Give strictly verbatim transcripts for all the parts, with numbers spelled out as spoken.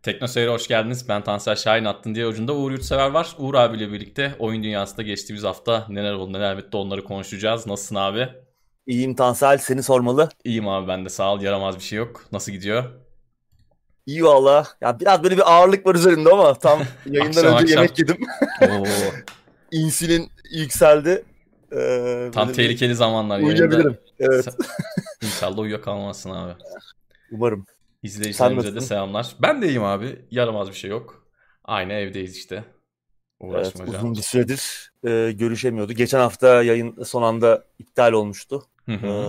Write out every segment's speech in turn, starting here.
Tekno Seyir'e hoş geldiniz. Ben Tansel Şahin, attın diye ucunda Uğur Yurtsever var. Uğur abiyle birlikte oyun dünyasında geçtiğimiz hafta neler oldu neler bitti onları konuşacağız. Nasılsın abi? İyiyim Tansel, seni sormalı. İyiyim abi, ben de sağ ol. Yaramaz bir şey yok. Nasıl gidiyor? İyi valla. Ya biraz böyle bir ağırlık var üzerimde ama tam yayından Akşam önce akşam. yemek yedim. Oo, İnsülin yükseldi. Ee, tam böyle bir tehlikeli zamanlar yayında. uyuyabilirim. Evet. İnşallah uyuyakalmazsın abi. Umarım. Sen İzleyicilerimize de nasılsın? selamlar. Ben de iyiyim abi. Yaramaz bir şey yok. Aynı evdeyiz işte. Evet, Uğraşmaca. uzun bir süredir e, görüşemiyordu. Geçen hafta yayın son anda iptal olmuştu. Hı Ee, hı.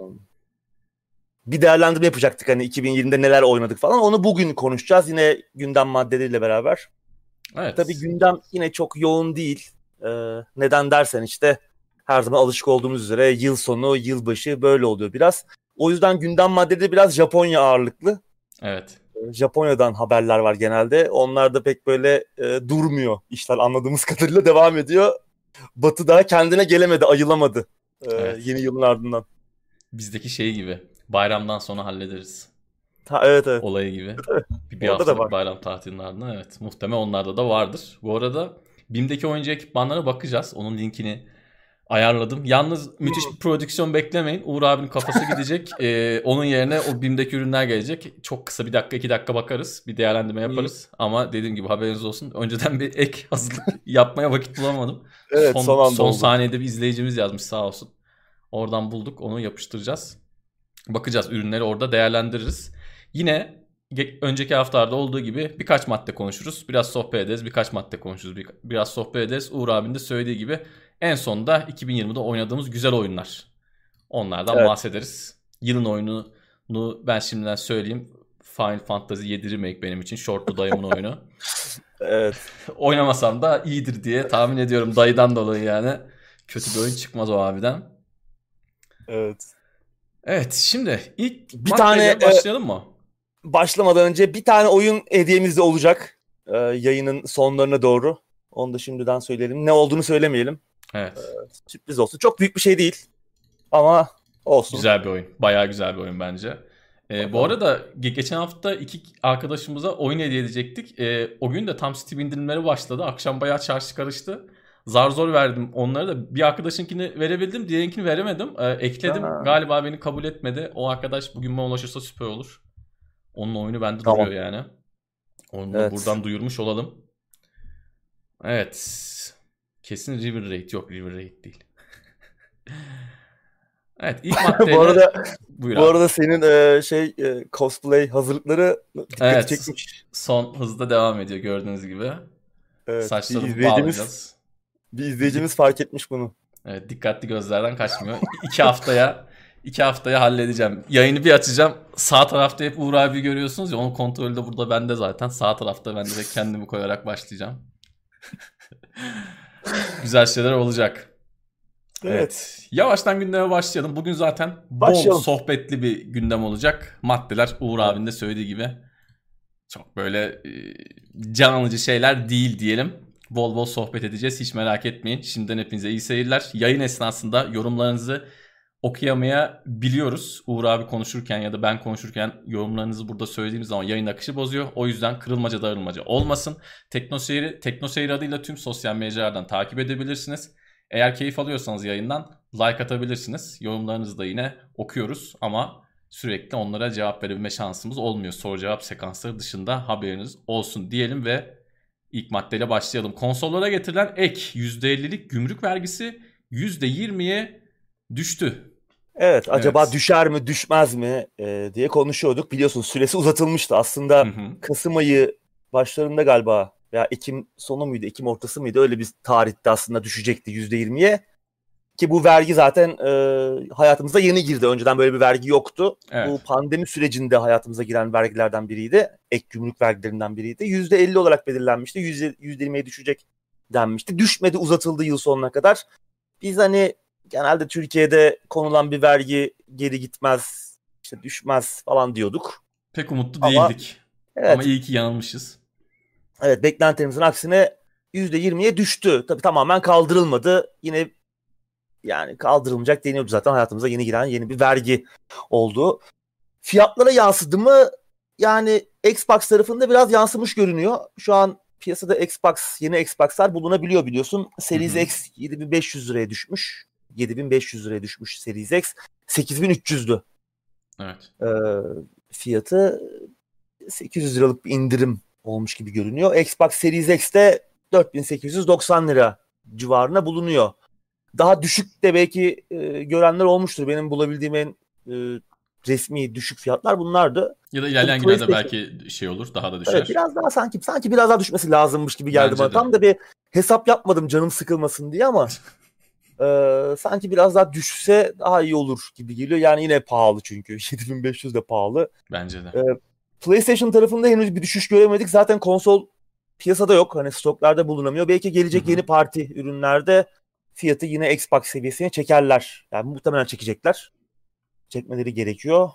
bir değerlendirme yapacaktık hani iki bin yirmide neler oynadık falan. Onu bugün konuşacağız yine gündem maddeleriyle beraber. Tabii Evet. gündem yine çok yoğun değil. Ee, neden dersen işte her zaman alışık olduğumuz üzere yıl sonu, yılbaşı böyle oluyor biraz. O yüzden gündem maddeleri biraz Japonya ağırlıklı. Evet. Ee, Japonya'dan haberler var genelde. Onlar da pek böyle e, durmuyor. İşler anladığımız kadarıyla devam ediyor. Batı daha kendine gelemedi, ayılamadı e, Evet. yeni yılın ardından. Bizdeki şey gibi. Bayramdan sonra hallederiz Ha, evet evet. olayı gibi. Evet. Bir, bir Orada da haftalık var. bayram tatilinin ardından, evet. Muhtemelen onlarda da vardır. Bu arada B İ M'deki oyuncu ekipmanlara bakacağız. Onun linkini ayarladım. Yalnız müthiş Hmm. bir prodüksiyon beklemeyin. Uğur abinin kafası gidecek. Ee, onun yerine o B İ M'deki ürünler gelecek. Çok kısa, bir dakika iki dakika bakarız. Bir değerlendirme İyi. yaparız. Ama dediğim gibi haberiniz olsun. Önceden bir ek hazırlık yapmaya vakit bulamadım. Evet, son Son, anda son oldu. saniyede bir izleyicimiz yazmış, sağ olsun. Oradan bulduk, onu yapıştıracağız. Bakacağız, ürünleri orada değerlendiririz. Yine önceki haftalarda olduğu gibi birkaç madde konuşuruz. Biraz sohbet ederiz, birkaç madde konuşuruz. Bir, biraz sohbet ederiz. Uğur abinin de söylediği gibi en sonunda iki bin yirmide oynadığımız güzel oyunlar. Onlardan Evet. bahsederiz. Yılın oyununu ben şimdiden söyleyeyim. Final Fantasy yedi Remake benim için. Shortlu dayımın oyunu. Evet. Oynamasam da iyidir diye tahmin ediyorum, dayıdan dolayı yani. Kötü bir oyun çıkmaz o abiden. Evet. Evet, şimdi ilk Bir tane maddeyle e, başlayalım mı? başlamadan önce bir tane oyun hediyemiz de olacak. Ee, yayının sonlarına doğru. Onu da şimdiden söyleyelim. Ne olduğunu söylemeyelim. Ee, Evet. sürpriz olsun. Çok büyük bir şey değil. Ama olsun. Güzel bir oyun. Bayağı güzel bir oyun bence. Ee, bu Bakalım. arada ge- geçen hafta iki arkadaşımıza oyun hediye edecektik. Ee, o gün de tam Steam indirimleri başladı. Akşam bayağı çarşı karıştı. Zar zor verdim onları da. Bir arkadaşınkini verebildim, diğerinkini veremedim. Ee, ekledim. Ha, Galiba beni kabul etmedi. O arkadaş bugün bana ulaşırsa süper olur. Onun oyunu bende duruyor tamam. yani. Onu da Evet. buradan duyurmuş olalım. Evet. Kesin River Raid. Yok, River Raid değil. Evet, ilk Bu maddeyle arada buyur bu abi. arada senin e, şey e, cosplay hazırlıkları dikkati Evet, çekmiş. son hızda devam ediyor gördüğünüz gibi. Evet. Bir Saçlarımı izleyicimiz bağlayacağız. bir Dik, izleyicimiz fark etmiş bunu. evet, dikkatli gözlerden kaçmıyor. İki haftaya iki haftaya halledeceğim. Yayını bir açacağım. Sağ tarafta hep Uğur abi görüyorsunuz ya, onun kontrolü de burada bende zaten. Sağ tarafta ben direkt kendimi koyarak başlayacağım. Güzel şeyler olacak. Evet. Evet. Yavaştan gündeme başlayalım. Bugün zaten bol Başlayalım. sohbetli bir gündem olacak. Maddeler Uğur Evet. abinin de söylediği gibi çok böyle e, can alıcı şeyler değil diyelim. Bol bol sohbet edeceğiz. Hiç merak etmeyin. Şimdiden hepinize iyi seyirler. Yayın esnasında yorumlarınızı okuyamayabiliyoruz. Uğur abi konuşurken ya da ben konuşurken yorumlarınızı burada söylediğimiz zaman yayın akışı bozuyor. O yüzden kırılmaca darılmaca olmasın. TeknoSeyir'i TeknoSeyir adıyla tüm sosyal mecralardan takip edebilirsiniz. Eğer keyif alıyorsanız yayından like atabilirsiniz. Yorumlarınızı da yine okuyoruz ama sürekli onlara cevap verebilme şansımız olmuyor. Soru cevap sekansları dışında, haberiniz olsun diyelim ve ilk maddeyle başlayalım. Konsollara getirilen ek yüzde ellilik gümrük vergisi yüzde yirmiye düştü. Evet, acaba Evet. düşer mi düşmez mi e, diye konuşuyorduk. Biliyorsunuz süresi uzatılmıştı. Hı Aslında hı. Kasım ayı başlarında galiba veya Ekim sonu muydu, Ekim ortası mıydı? Öyle bir tarihte aslında düşecekti yüzde yirmiye. Ki bu vergi zaten e, hayatımıza yeni girdi. Önceden böyle bir vergi yoktu. Bu Evet. pandemi sürecinde hayatımıza giren vergilerden biriydi. Ek gümrük vergilerinden biriydi. yüzde elli olarak belirlenmişti. yüzde yirmiye düşecek denmişti. Düşmedi, uzatıldı yıl sonuna kadar. Biz hani genelde Türkiye'de konulan bir vergi geri gitmez, işte düşmez falan diyorduk. Pek umutlu Ama değildik. Ama evet, iyi ki yanılmışız. evet beklentimizin aksine yüzde yirmiye düştü. Tabii tamamen kaldırılmadı. Yine yani kaldırılmayacak deniyordu zaten, hayatımıza yeni giren yeni bir vergi oldu. Fiyatlara yansıdı mı? Yani Xbox tarafında biraz yansımış görünüyor. Şu an piyasada Xbox, yeni Xbox'lar bulunabiliyor biliyorsun. Series Hı hı. X yedi bin beş yüz liraya düşmüş. yedi bin beş yüz liraya düşmüş Series X. sekiz bin üç yüzdü. Evet. Ee, fiyatı sekiz yüz liralık bir indirim olmuş gibi görünüyor. Xbox Series X'te dört bin sekiz yüz doksan lira civarına bulunuyor. Daha düşük de belki e, görenler olmuştur. Benim bulabildiğim en e, resmi düşük fiyatlar bunlardı. Ya da Tabii ilerleyen günlerde PlayStation, belki şey olur, daha da evet, düşer. biraz daha sanki sanki biraz daha düşmesi lazımmış gibi geldi bana. Bence de. Tam da bir hesap yapmadım canım sıkılmasın diye ama e, sanki biraz daha düşse daha iyi olur gibi geliyor. Yani yine pahalı çünkü. yedi bin beş yüz de pahalı. Bence de. E, PlayStation tarafında henüz bir düşüş göremedik. Zaten konsol piyasada yok. Hani stoklarda bulunamıyor. Belki gelecek Hı hı. yeni parti ürünlerde fiyatı yine Xbox seviyesine çekerler. Yani muhtemelen çekecekler. Çekmeleri gerekiyor.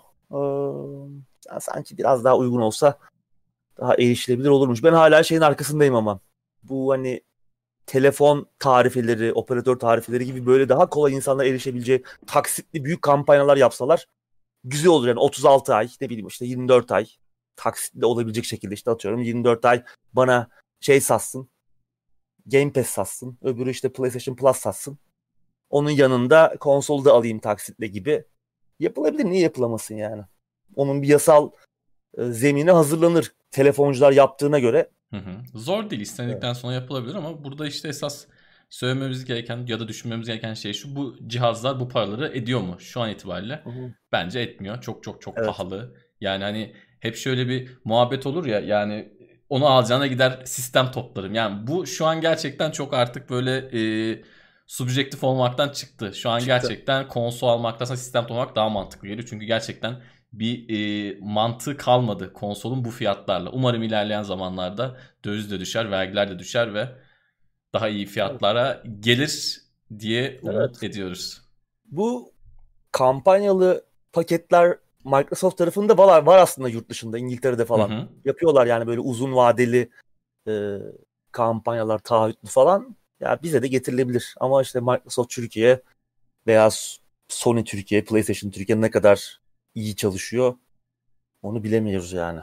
Ee, sanki biraz daha uygun olsa daha erişilebilir olurmuş. Ben hala şeyin arkasındayım ama. Bu hani telefon tarifeleri, operatör tarifeleri gibi böyle daha kolay insanlara erişebileceği taksitli büyük kampanyalar yapsalar güzel olur. Yani otuz altı ay, ne bileyim işte yirmi dört ay taksitli olabilecek şekilde, işte atıyorum yirmi dört ay bana şey satsın, Game Pass satsın, öbürü işte PlayStation Plus satsın. Onun yanında konsolu da alayım taksitle gibi. Yapılabilir, niye yapılamasın yani? Onun bir yasal e, zemini hazırlanır telefoncular yaptığına göre. Hı hı. Zor değil. İstedikten sonra yapılabilir ama burada işte esas söylememiz gereken ya da düşünmemiz gereken şey şu: bu cihazlar bu paraları ediyor mu şu an itibariyle? Hı hı. Bence etmiyor. Çok çok çok Evet. pahalı. Yani hani hep şöyle bir muhabbet olur ya, yani onu alacağına gider sistem toplarım. Yani bu şu an gerçekten çok artık böyle e, subjektif olmaktan çıktı. Şu an Çıktı. gerçekten konsol almaktansa sistem toplamak daha mantıklı geliyor. Çünkü gerçekten bir e, mantığı kalmadı konsolun bu fiyatlarla. Umarım ilerleyen zamanlarda döviz de düşer, vergiler de düşer ve daha iyi Evet. fiyatlara gelir diye umut Evet. ediyoruz. Bu kampanyalı paketler Microsoft tarafında var, var aslında, yurt dışında, İngiltere'de Hı falan. hı. Yapıyorlar yani böyle uzun vadeli e, kampanyalar, taahhütlü falan. Ya bize de getirilebilir. Ama işte Microsoft Türkiye veya Sony Türkiye, PlayStation Türkiye ne kadar iyi çalışıyor onu bilemiyoruz yani.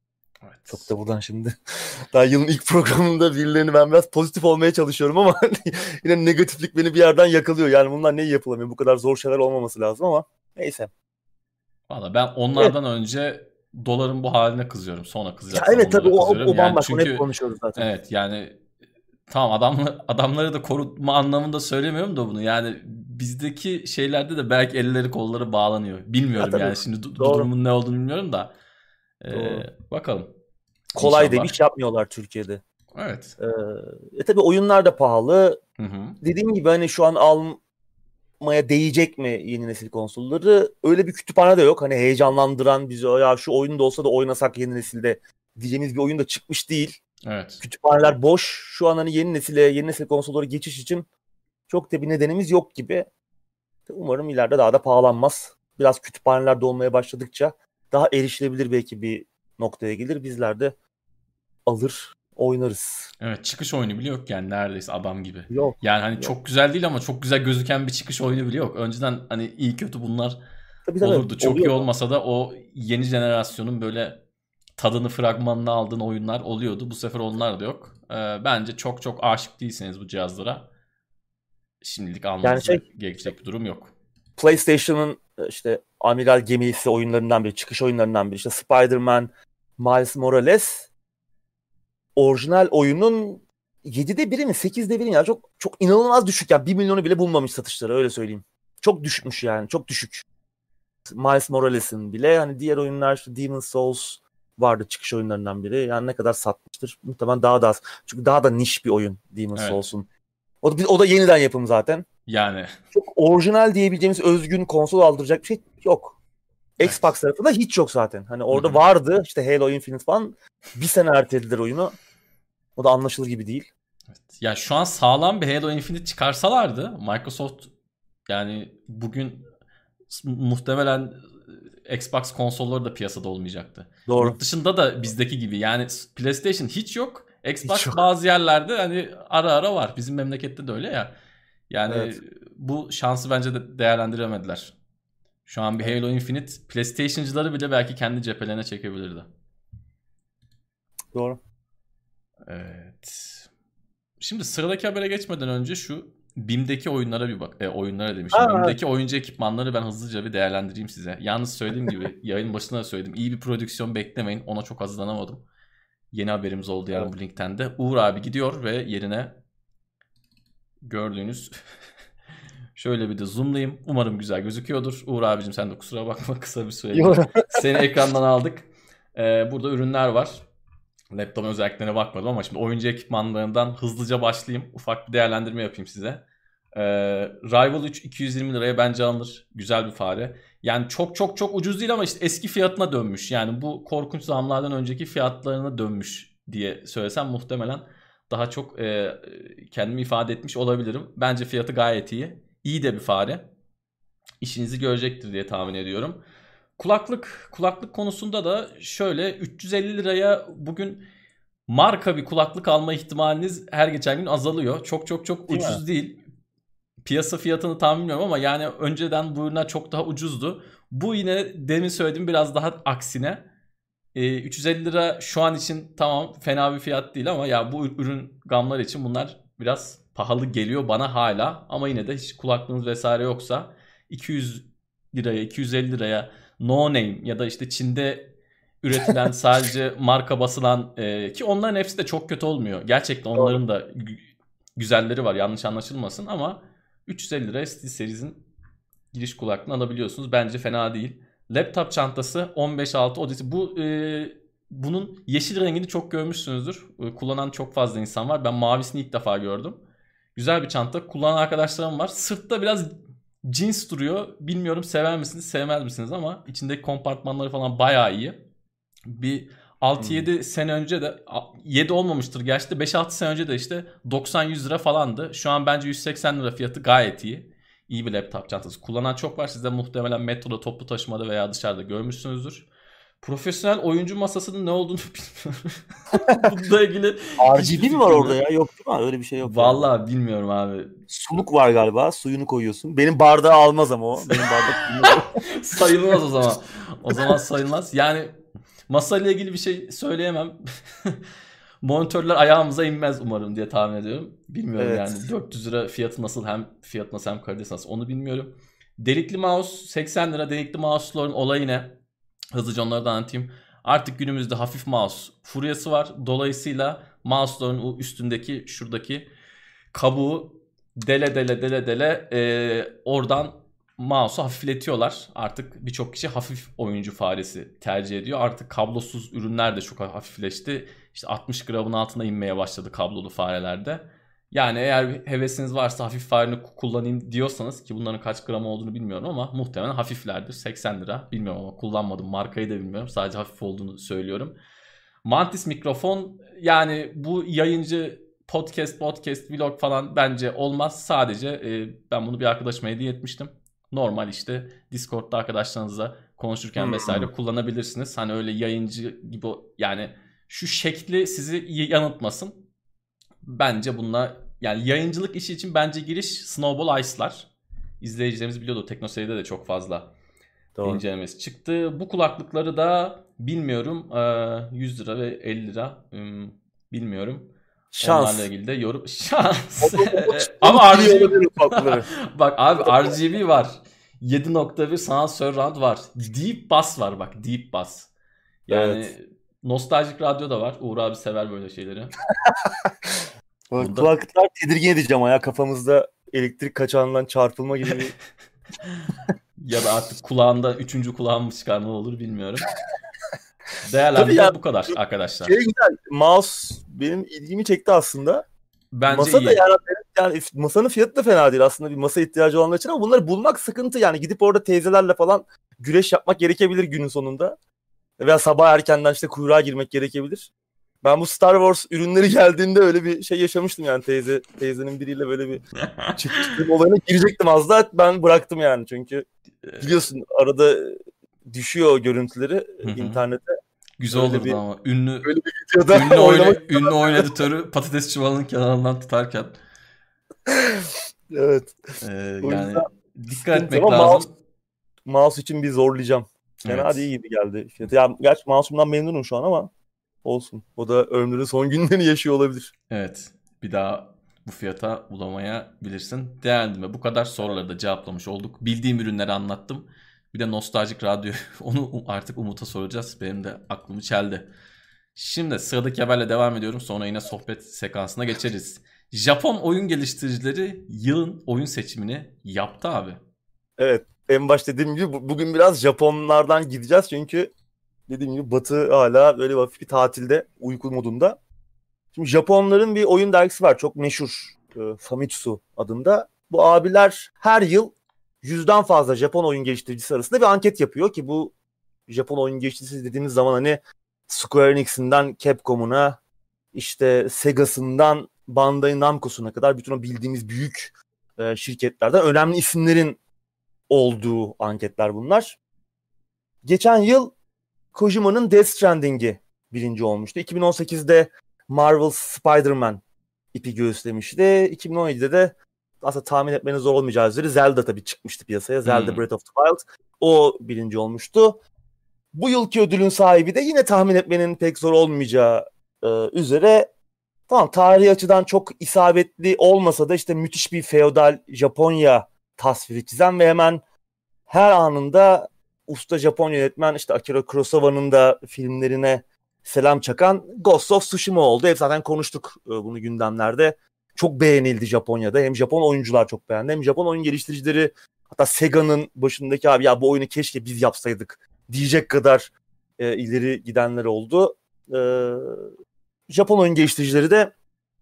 Çok Evet. da buradan şimdi daha yılın ilk programında birilerini, ben biraz pozitif olmaya çalışıyorum ama yine negatiflik beni bir yerden yakalıyor. Yani bunlar ne yapılamıyor? Bu kadar zor şeyler olmaması lazım ama neyse. Valla ben Evet. onlardan önce doların bu haline kızıyorum. Sonra Ya kızacaksam evet tabii, onlara o, kızıyorum. o Yani bambaşka. Onu hep çünkü konuşuyoruz zaten. evet, yani tamam, adamlar, adamları da korutma anlamında söylemiyorum da bunu. Yani bizdeki şeylerde de belki elleri kolları bağlanıyor. Ya Bilmiyorum tabii. yani, şimdi du- Doğru. durumun ne olduğunu bilmiyorum da. Ee, Doğru. bakalım Kolay da bir inşallah. iş yapmıyorlar Türkiye'de. Evet. Ee, e tabii oyunlar da pahalı. Hı hı. Dediğim gibi hani şu an almaya değecek mi yeni nesil konsolları? Öyle bir kütüphane de yok. Hani heyecanlandıran bizi, ya şu oyun da olsa da oynasak yeni nesilde diyeceğimiz bir oyun da çıkmış değil. Evet. Kütüphaneler boş. Şu an hani yeni nesile, yeni nesil konsollara geçiş için çok da bir nedenimiz yok gibi. Umarım ileride daha da pahalanmaz. Biraz kütüphaneler dolmaya başladıkça daha erişilebilir belki bir noktaya gelir. Bizler de alır, oynarız. Evet, çıkış oyunu bile yok yani, neredeyse adam gibi. Yok, Yani hani yok. çok güzel değil ama çok güzel gözüken bir çıkış oyunu bile yok. Önceden hani iyi kötü bunlar Tabii tabii, olurdu. Çok iyi oluyordu. olmasa da o yeni jenerasyonun böyle tadını, fragmanını aldığın oyunlar oluyordu. Bu sefer onlar da yok. Ee, bence çok çok aşık değilseniz bu cihazlara, şimdilik Yani almanızı şey, işte gerekecek bir durum yok. PlayStation'ın e, işte amiral gemisi oyunlarından biri, çıkış oyunlarından biri. İşte Spider-Man, Miles Morales orijinal oyunun yedide biri mi sekizde biri mi ya, çok çok inanılmaz düşük ya. bir milyonu bile bulmamış satışları, öyle söyleyeyim. Çok düşmüş yani, çok düşük. Miles Morales'in bile, hani diğer oyunlar işte Demon's Souls vardı çıkış oyunlarından biri. Yani ne kadar satmıştır? Muhtemelen daha da az. Çünkü daha da niş bir oyun Demon's Evet. Souls'un. O da, o da yeniden yapım zaten. Yani Çok orijinal diyebileceğimiz özgün konsol aldıracak bir şey yok. Xbox evet. tarafında hiç yok zaten. Hani Hı orada hı. vardı işte Halo Infinite falan. Bir sene ertelediler oyunu. O da anlaşılır gibi değil. Evet. Ya şu an sağlam bir Halo Infinite çıkarsalardı Microsoft, yani bugün muhtemelen Xbox konsolları da piyasada olmayacaktı. Doğru. Yurt dışında da bizdeki gibi yani PlayStation hiç yok. Hiç Xbox yok. bazı yerlerde hani ara ara var. Bizim memlekette de öyle ya. Yani Evet. bu şansı bence de değerlendiremediler. Şu an bir Evet. Halo Infinite PlayStation'cıları bile belki kendi cephelerine çekebilirdi. Doğru. Evet. Şimdi sıradaki habere geçmeden önce şu B İ M'deki oyunlara bir bak. E, oyunlara demişim. Aa, B İ M'deki oyuncu ekipmanları ben hızlıca bir değerlendireyim size. Yalnız söylediğim gibi yayın başında da söyledim. İyi bir prodüksiyon beklemeyin. Ona çok hazırlanamadım. Yeni haberimiz oldu yani evet. bu linkten de. Uğur abi gidiyor ve yerine gördüğünüz şöyle bir de zoomlayayım. Umarım güzel gözüküyordur. Uğur abicim sen de kusura bakma, kısa bir sürede seni ekrandan aldık. Ee, burada ürünler var. Laptopun özelliklerine bakmadım ama şimdi oyuncu ekipmanlarından hızlıca başlayayım. Ufak bir değerlendirme yapayım size. Ee, Rival üç iki yüz yirmi liraya bence alınır. Güzel bir fare. Yani çok çok çok ucuz değil ama işte eski fiyatına dönmüş. Yani bu korkunç zamlardan önceki fiyatlarına dönmüş diye söylesem muhtemelen daha çok e, kendimi ifade etmiş olabilirim. Bence fiyatı gayet iyi. İyi de bir fare. İşinizi görecektir diye tahmin ediyorum. Kulaklık kulaklık konusunda da şöyle üç yüz elli liraya bugün marka bir kulaklık alma ihtimaliniz her geçen gün azalıyor. Çok çok çok Değil ucuz mi? değil. Piyasa fiyatını tam bilmiyorum ama yani önceden bu ürünler çok daha ucuzdu. Bu yine demin söylediğim biraz daha aksine. Ee, üç yüz elli lira şu an için tamam fena bir fiyat değil ama ya bu ürün gamlar için bunlar biraz pahalı geliyor bana hala. Ama yine de hiç kulaklığınız vesaire yoksa iki yüz liraya iki yüz elli liraya no name ya da işte Çin'de üretilen sadece marka basılan e, ki onların hepsi de çok kötü olmuyor. Gerçekten onların da gü- güzelleri var, yanlış anlaşılmasın ama üç yüz elli liraya SteelSeries'in giriş kulaklığını alabiliyorsunuz. Bence fena değil. Laptop çantası on beş altı Odyssey. Bu e, bunun yeşil rengini çok görmüşsünüzdür. E, kullanan çok fazla insan var. Ben mavisini ilk defa gördüm. Güzel bir çanta. Kullanan arkadaşlarım var. Sırtta biraz jeans duruyor. Bilmiyorum sever misiniz, sevmez misiniz ama içindeki kompartmanları falan bayağı iyi. Bir altı yedi hmm. sene önce de yedi olmamıştır gerçi de beş altı sene önce de işte doksan yüz lira falandı. Şu an bence yüz seksen lira fiyatı gayet iyi. İyi bir laptop çantası. Kullanan çok var. Siz de muhtemelen metroda, toplu taşımada veya dışarıda görmüşsünüzdür. Profesyonel oyuncu masasının ne olduğunu bilmiyorum. Bununla ilgili R G B mi var orada ya? Yok değil mi? Öyle bir şey yok. Vallahi yani. Bilmiyorum abi. Suluk var galiba. Suyunu koyuyorsun. Benim bardağı almaz ama o. Benim bardak sayılmaz o zaman. O zaman sayılmaz. Yani masayla ilgili bir şey söyleyemem. Monitörler ayağımıza inmez umarım diye tahmin ediyorum. Bilmiyorum evet. Yani dört yüz lira fiyatı nasıl, hem fiyat nasıl hem kalitesi nasıl onu bilmiyorum. Delikli mouse seksen lira. Delikli mouse'ların olayı ne? Hızlıca onları da anlatayım. Artık günümüzde hafif mouse furyası var. Dolayısıyla mouse'ların üstündeki şuradaki kabuğu dele dele dele dele e, oradan mouse'u hafifletiyorlar. Artık birçok kişi hafif oyuncu faresi tercih ediyor. Artık kablosuz ürünler de çok hafifleşti. İşte altmış gramın altına inmeye başladı kablolu farelerde. Yani eğer hevesiniz varsa hafif fareni kullanayım diyorsanız, ki bunların kaç gram olduğunu bilmiyorum ama muhtemelen hafiflerdir. seksen lira. Bilmiyorum ama kullanmadım. Markayı da bilmiyorum. Sadece hafif olduğunu söylüyorum. Mantis mikrofon, yani bu yayıncı podcast, podcast, vlog falan bence olmaz. Sadece e, ben bunu bir arkadaşıma hediye etmiştim. Normal işte Discord'da arkadaşlarınızla konuşurken hmm. vesaire kullanabilirsiniz. Hani öyle yayıncı gibi, yani şu şekli sizi yanıltmasın. Bence bununla, yani yayıncılık işi için bence giriş Snowball Ice'lar. İzleyicilerimiz biliyordu. TeknoSeyir'de de çok fazla Doğru. incelemesi çıktı. Bu kulaklıkları da bilmiyorum yüz lira ve elli lira bilmiyorum. Şans. Onlarla ilgili de yorum. Şans. Ama R G B bak abi, R G B var. yedi nokta bir sanal surround var. Deep bass var bak. Deep bass. Yani evet. Nostaljik radyo da var. Uğur abi sever böyle şeyleri. Burada... Kulaklıklar tedirgin edeceğim ya, kafamızda elektrik kaçağından çarpılma gibi bir... Ya da artık kulağında üçüncü kulağın mı çıkar, ne olur bilmiyorum. Değerlendirme bu kadar arkadaşlar. Şey güzel, mouse benim ilgimi çekti aslında. Bence masa iyi. da yani, yani masanın fiyatı da fena değil aslında bir masa ihtiyacı olanlar için, ama bunları bulmak sıkıntı yani. Gidip orada teyzelerle falan güreş yapmak gerekebilir günün sonunda. Veya sabah erkenden işte kuyruğa girmek gerekebilir. Ben bu Star Wars ürünleri geldiğinde öyle bir şey yaşamıştım yani, teyze teyzenin biriyle böyle bir çıktığım olayına girecektim az da, ben bıraktım yani çünkü biliyorsun arada düşüyor görüntüleri internete. Güzel öyle olurdu bir, ama ünlü bir ünlü, oyna, ünlü oyun editörü patates çuvalının kenarından tutarken. Evet. Ee, yani dikkat etmek lazım. Mouse, mouse için bir zorlayacağım. Fena evet. değil gibi geldi. Yani gerçi mouse'umdan memnunum şu an ama olsun. O da ömrünün son günlerini yaşıyor olabilir. Evet. Bir daha bu fiyata bulamayabilirsin. Değerlendirme. Bu kadar soruları da cevaplamış olduk. Bildiğim ürünleri anlattım. Bir de nostaljik radyo. Onu artık Umut'a soracağız. Benim de aklımı çeldi. Şimdi sıradaki haberle devam ediyorum. Sonra yine sohbet sekansına geçeriz. Japon oyun geliştiricileri yılın oyun seçimini yaptı abi. Evet. En başta dediğim gibi bugün biraz Japonlardan gideceğiz. Çünkü dediğim gibi Batı hala böyle hafif bir tatilde, uyku modunda. Şimdi Japonların bir oyun dergisi var. Çok meşhur. E, Famitsu adında. Bu abiler her yıl yüzden fazla Japon oyun geliştiricisi arasında bir anket yapıyor ki bu Japon oyun geliştiricisi dediğimiz zaman hani Square Enix'inden Capcom'una, işte Sega'sından Bandai Namco'suna kadar bütün o bildiğimiz büyük e, şirketlerden önemli isimlerin olduğu anketler bunlar. Geçen yıl Kojima'nın Death Stranding'i birinci olmuştu. iki bin on sekizde Marvel Spider-Man ipi göğüslemişti. iki bin on yedide de aslında tahmin etmeniz zor olmayacağı üzere Zelda tabii çıkmıştı piyasaya. Zelda hmm. Breath of the Wild. O birinci olmuştu. Bu yılki ödülün sahibi de yine tahmin etmenin pek zor olmayacağı e, üzere tamam tarihi açıdan çok isabetli olmasa da işte müthiş bir feodal Japonya tasviri çizen ve hemen her anında usta Japon yönetmen işte Akira Kurosawa'nın da filmlerine selam çakan Ghost of Tsushima oldu. Hep zaten konuştuk bunu gündemlerde. Çok beğenildi Japonya'da. Hem Japon oyuncular çok beğendi hem Japon oyun geliştiricileri, hatta Sega'nın başındaki abi ya bu oyunu keşke biz yapsaydık diyecek kadar e, ileri gidenler oldu. E, Japon oyun geliştiricileri de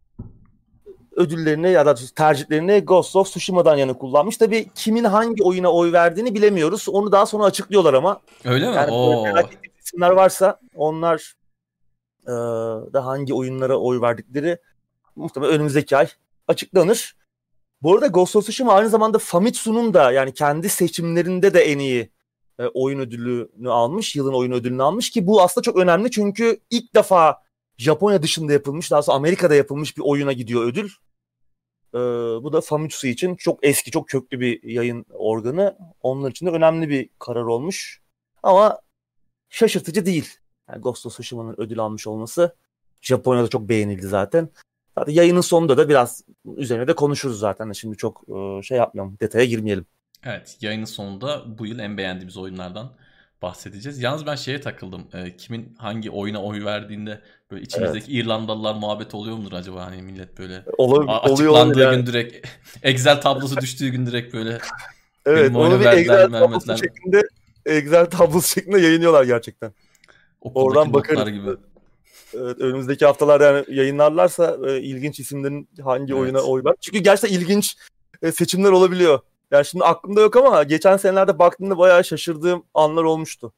ödüllerini ya da tercihlerini Ghost of Tsushima'dan yana kullanmış. Tabii kimin hangi oyuna oy verdiğini bilemiyoruz. Onu daha sonra açıklıyorlar ama. Öyle mi? Yani Oo. merak ettiğiniz isimler varsa onlar e, da hangi oyunlara oy verdikleri muhtemelen önümüzdeki ay açıklanır. Bu arada Ghost of Tsushima aynı zamanda Famitsu'nun da yani kendi seçimlerinde de en iyi e, oyun ödülünü almış. Yılın oyun ödülünü almış ki bu aslında çok önemli çünkü ilk defa Japonya dışında yapılmış, daha sonra Amerika'da yapılmış bir oyuna gidiyor ödül. Ee, bu da Famitsu için çok eski, çok köklü bir yayın organı. Onlar için de önemli bir karar olmuş. Ama şaşırtıcı değil. Yani Ghost of Tsushima'nın ödül almış olması. Japonya'da çok beğenildi zaten. Zaten yayının sonunda da biraz üzerine de konuşuruz zaten. Şimdi çok şey yapmayalım, detaya girmeyelim. Evet, yayının sonunda bu yıl en beğendiğimiz oyunlardan bahsedeceğiz. Yalnız ben şeye takıldım. E, kimin hangi oyuna oy verdiğinde böyle içimizdeki evet. İrlandalılar muhabbet oluyor mudur acaba? Hani millet böyle Olur, açıklandığı yani. gün direkt Excel tablosu düştüğü gün direkt böyle evet, onu bir Excel tablosu şeklinde Excel tablosu şeklinde yayınlıyorlar gerçekten. Okuldaki oradan bakarız. Gibi. Evet, önümüzdeki haftalarda yani yayınlarlarsa e, ilginç isimlerin hangi evet. oyuna oy ver. Çünkü gerçekten ilginç e, seçimler olabiliyor. Yani şimdi aklımda yok ama geçen senelerde baktığımda bayağı şaşırdığım anlar olmuştu.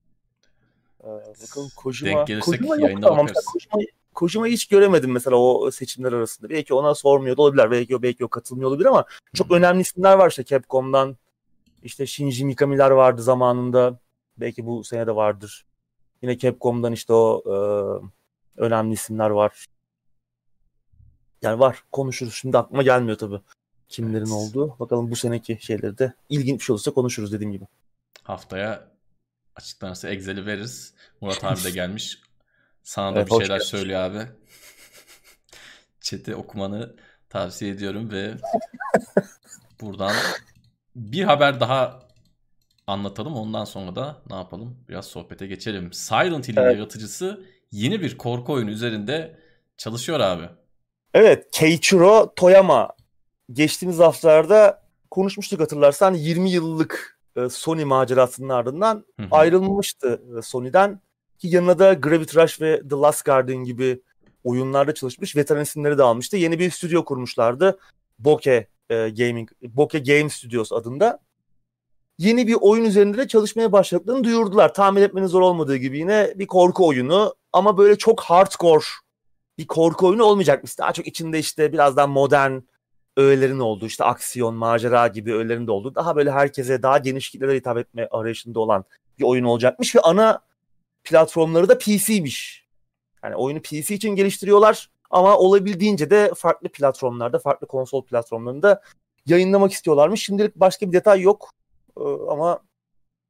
Ee, bakalım Kojima. Denk gelirsek Kojima yayında ama bakarız. Kojima'yı, Kojima'yı hiç göremedim mesela o seçimler arasında. Belki ona sormuyor da olabilir. Belki o, belki o katılmıyor olabilir ama çok hmm. önemli isimler var işte Capcom'dan. İşte Shinji Mikami'ler vardı zamanında. Belki bu sene de vardır. Yine Capcom'dan işte o e, önemli isimler var. Yani var. Konuşuruz. Şimdi aklıma gelmiyor tabii. Kimlerin evet. olduğu. Bakalım bu seneki şeyleri de ilginç bir şey olursa konuşuruz dediğim gibi. Haftaya açıklanırsa Excel'i veririz. Murat abi de gelmiş. Sana da evet, bir şeyler gelmiş. Söylüyor abi. Chat'i okumanı tavsiye ediyorum ve buradan bir haber daha anlatalım. Ondan sonra da ne yapalım? Biraz sohbete geçelim. Silent Hill'in evet. yaratıcısı yeni bir korku oyunu üzerinde çalışıyor abi. Evet, Keiichiro Toyama. Geçtiğimiz haftalarda konuşmuştuk hatırlarsan yirmi yıllık Sony macerasının ardından hı hı. ayrılmıştı Sony'den. Ki yanına da Gravity Rush ve The Last Guardian gibi oyunlarda çalışmış veteran isimleri de almıştı. Yeni bir stüdyo kurmuşlardı. Bokeh Gaming, Bokeh Game Studios adında. Yeni bir oyun üzerinde de çalışmaya başladıklarını duyurdular. Tahmin etmenin zor olmadığı gibi yine bir korku oyunu ama böyle çok hardcore bir korku oyunu olmayacakmış. Daha çok içinde işte biraz daha modern öğelerin olduğu, işte aksiyon, macera gibi öğelerin de olduğu, daha böyle herkese daha geniş kitlelere hitap etme arayışında olan bir oyun olacakmış ve ana platformları da P C'ymiş. Yani oyunu P C için geliştiriyorlar ama olabildiğince de farklı platformlarda, farklı konsol platformlarında yayınlamak istiyorlarmış. Şimdilik başka bir detay yok ee, ama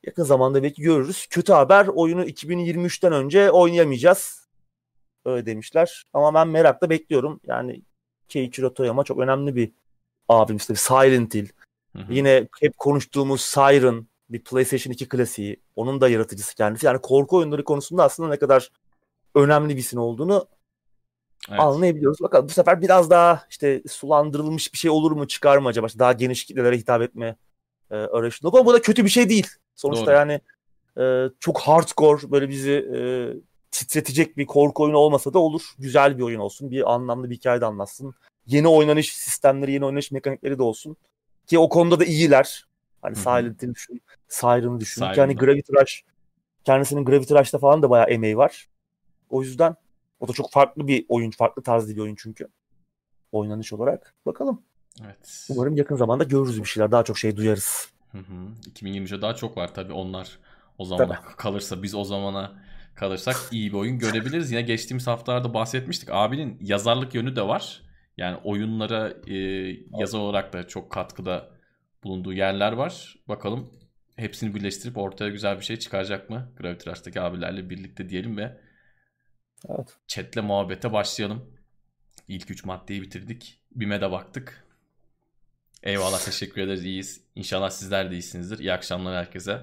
yakın zamanda belki görürüz. Kötü haber, oyunu iki bin yirmi üçten önce oynayamayacağız. Öyle demişler. Ama ben merakla bekliyorum. Yani Keiichiro Toyama çok önemli bir abimiz tabii. Silent Hill. Hı hı. Yine hep konuştuğumuz Siren, bir PlayStation iki klasiği. Onun da yaratıcısı kendisi. Yani korku oyunları konusunda aslında ne kadar önemli bir isim olduğunu evet. anlayabiliyoruz. Bakalım bu sefer biraz daha işte sulandırılmış bir şey olur mu, çıkar mı acaba? İşte daha geniş kitlelere hitap etme e, arayışında. Ama bu da kötü bir şey değil. Sonuçta doğru. Yani e, çok hardcore, böyle bizi e, titretecek bir korku oyunu olmasa da olur. Güzel bir oyun olsun. Bir anlamlı bir hikaye de anlatsın. Yeni oynanış sistemleri, yeni oynanış mekanikleri de olsun. Ki o konuda da iyiler. Hani Silent Hill düşün, Siren'ı düşün. Siren'da. Ki hani Gravity Rush, kendisinin Gravity Rush'ta falan da bayağı emeği var. O yüzden o da çok farklı bir oyun, farklı tarzda bir oyun çünkü. Oynanış olarak. Bakalım. Evet. Umarım yakın zamanda görürüz bir şeyler. Daha çok şey duyarız. Hı hı. iki bin yirmi üçe daha çok var tabii. Onlar o zamana tabii. kalırsa, biz o zamana kalırsak iyi bir oyun görebiliriz. Yine geçtiğimiz haftalarda bahsetmiştik. Abinin yazarlık yönü de var. Yani oyunlara e, yazar olarak da çok katkıda bulunduğu yerler var. Bakalım hepsini birleştirip ortaya güzel bir şey çıkaracak mı? Gravity Rush'taki abilerle birlikte diyelim ve evet. Chat'le muhabbete başlayalım. İlk üç maddeyi bitirdik. BİM'e de baktık. Eyvallah, teşekkür ederiz, iyiyiz. İnşallah sizler de iyisinizdir. İyi akşamlar herkese.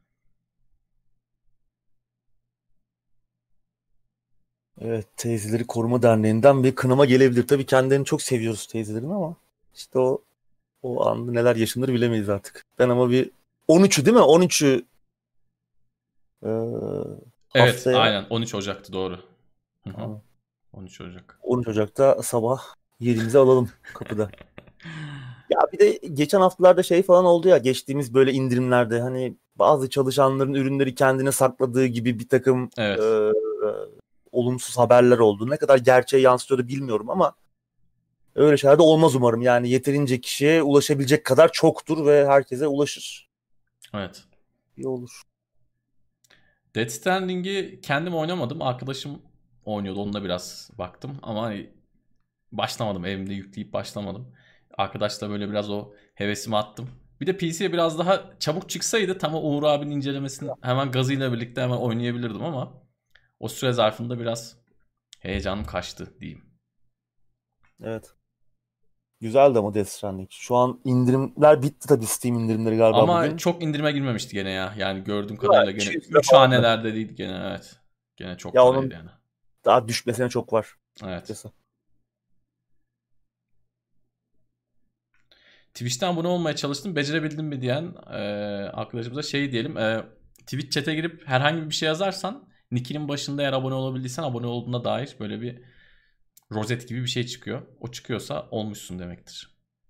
Evet, Teyzeleri Koruma Derneği'nden bir kınama gelebilir. Tabii kendilerini çok seviyoruz teyzelerin ama işte o o anda neler yaşanır bilemeyiz artık. Ben ama bir on üçü değil mi? on üçü e, evet, haftaya... aynen on üç Ocak'tı, doğru. Hı hı. on üç Ocak. on üç Ocak'ta sabah yerimizi alalım kapıda. Ya bir de geçen haftalarda şey falan oldu ya, geçtiğimiz böyle indirimlerde hani bazı çalışanların ürünleri kendine sakladığı gibi bir takım evet. e, olumsuz haberler oldu. Ne kadar gerçeğe yansıtıyordu bilmiyorum ama öyle şeyler de olmaz umarım. Yani yeterince kişiye ulaşabilecek kadar çoktur ve herkese ulaşır. Evet. İyi olur. Death Stranding'i kendim oynamadım. Arkadaşım oynuyordu. Onunla biraz baktım ama başlamadım. Evimde yükleyip başlamadım. Arkadaşla böyle biraz o hevesimi attım. Bir de P C'ye biraz daha çabuk çıksaydı tam o Uğur abinin incelemesini hemen gazıyla birlikte hemen oynayabilirdim ama o süre zarfında biraz heyecanım kaçtı diyeyim. Evet. Güzeldi ama Death Stranding. Şu an indirimler bitti tabii, Steam indirimleri galiba ama bugün. Ama çok indirime girmemişti gene ya. Yani gördüğüm kadarıyla gene üç hanelerde değil gene, evet. Gene çok ya paraydı yani. Daha düşmesine çok var. Evet. Kesin. Twitch'ten abone olmaya çalıştım. Becerebildim mi diyen e, arkadaşımıza şey diyelim. E, Twitch chat'e girip herhangi bir şey yazarsan nick'inin başında eğer abone olabildiysen abone olduğuna dair böyle bir rozet gibi bir şey çıkıyor. O çıkıyorsa olmuşsun demektir.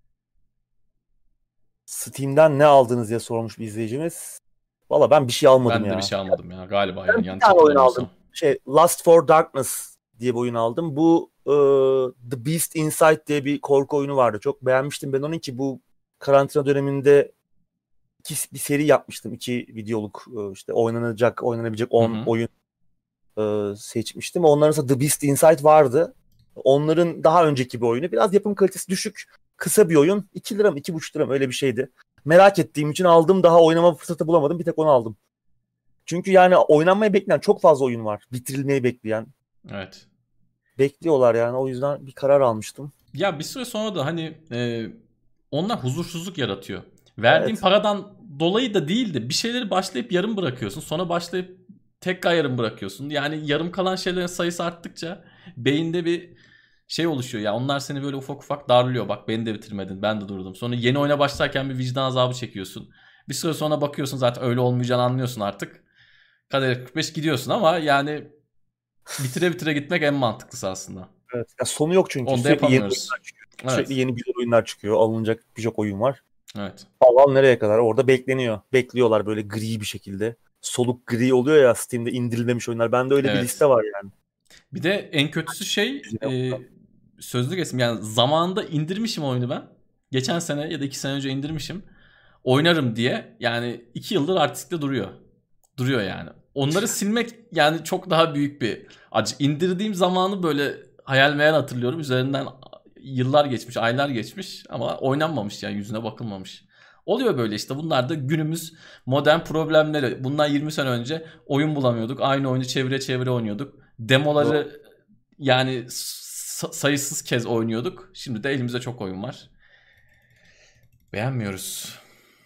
Steam'den ne aldınız diye sormuş bir izleyicimiz. Valla ben bir şey almadım ben ya. Ben de bir şey almadım ya galiba. Ben yani, bir tane oyun aldım. Şey, Lust for Darkness diye bir oyun aldım. Bu e, The Beast Inside diye bir korku oyunu vardı. Çok beğenmiştim ben onun ki bu karantina döneminde iki, bir seri yapmıştım. İki videoluk işte oynanacak, oynanabilecek on oyun e, seçmiştim. Onların arasında The Beast Inside vardı. Onların daha önceki bir oyunu. Biraz yapım kalitesi düşük. Kısa bir oyun. iki lira mı iki buçuk lira mı öyle bir şeydi. Merak ettiğim için aldım. Daha oynama fırsatı bulamadım. Bir tek onu aldım. Çünkü yani oynanmayı bekleyen çok fazla oyun var. Bitirilmeyi bekleyen. Evet. Bekliyorlar yani. O yüzden bir karar almıştım. Ya bir süre sonra da hani e, onlar huzursuzluk yaratıyor. Verdiğin evet. paradan dolayı da değil de bir şeyleri başlayıp yarım bırakıyorsun. Sonra başlayıp tekrar yarım bırakıyorsun. Yani yarım kalan şeylerin sayısı arttıkça beyinde bir şey oluşuyor. Ya onlar seni böyle ufak ufak darlıyor. Bak beni de bitirmedin, ben de durdum. Sonra yeni oyuna başlarken bir vicdan azabı çekiyorsun. Bir süre sonra bakıyorsun zaten öyle olmayacağını anlıyorsun artık. Kadere kırk beş gidiyorsun ama yani bitire bitire gitmek en mantıklısı aslında. Evet. Ya sonu yok çünkü. Onu da sürekli yapamıyoruz. Yeni evet. Sürekli yeni güzel oyunlar çıkıyor. Alınacak birçok oyun var. Evet. Allah nereye kadar? Orada bekleniyor. Bekliyorlar böyle gri bir şekilde. Soluk gri oluyor ya Steam'de indirilmemiş oyunlar. Bende öyle evet. bir liste var yani. Bir de en kötüsü şey e, sözlü kesim. Yani zamanında indirmişim oyunu ben. Geçen sene ya da iki sene önce indirmişim. Oynarım diye. Yani iki yıldır artistikte duruyor. Duruyor yani. Onları silmek yani çok daha büyük bir acı. İndirdiğim zamanı böyle hayal meyal hatırlıyorum. Üzerinden yıllar geçmiş, aylar geçmiş ama oynanmamış yani yüzüne bakılmamış. Oluyor böyle işte. Bunlar da günümüz modern problemleri. Bundan yirmi sene önce oyun bulamıyorduk. Aynı oyunu çevire çevire oynuyorduk. Demoları yani sayısız kez oynuyorduk. Şimdi de elimizde çok oyun var. Beğenmiyoruz.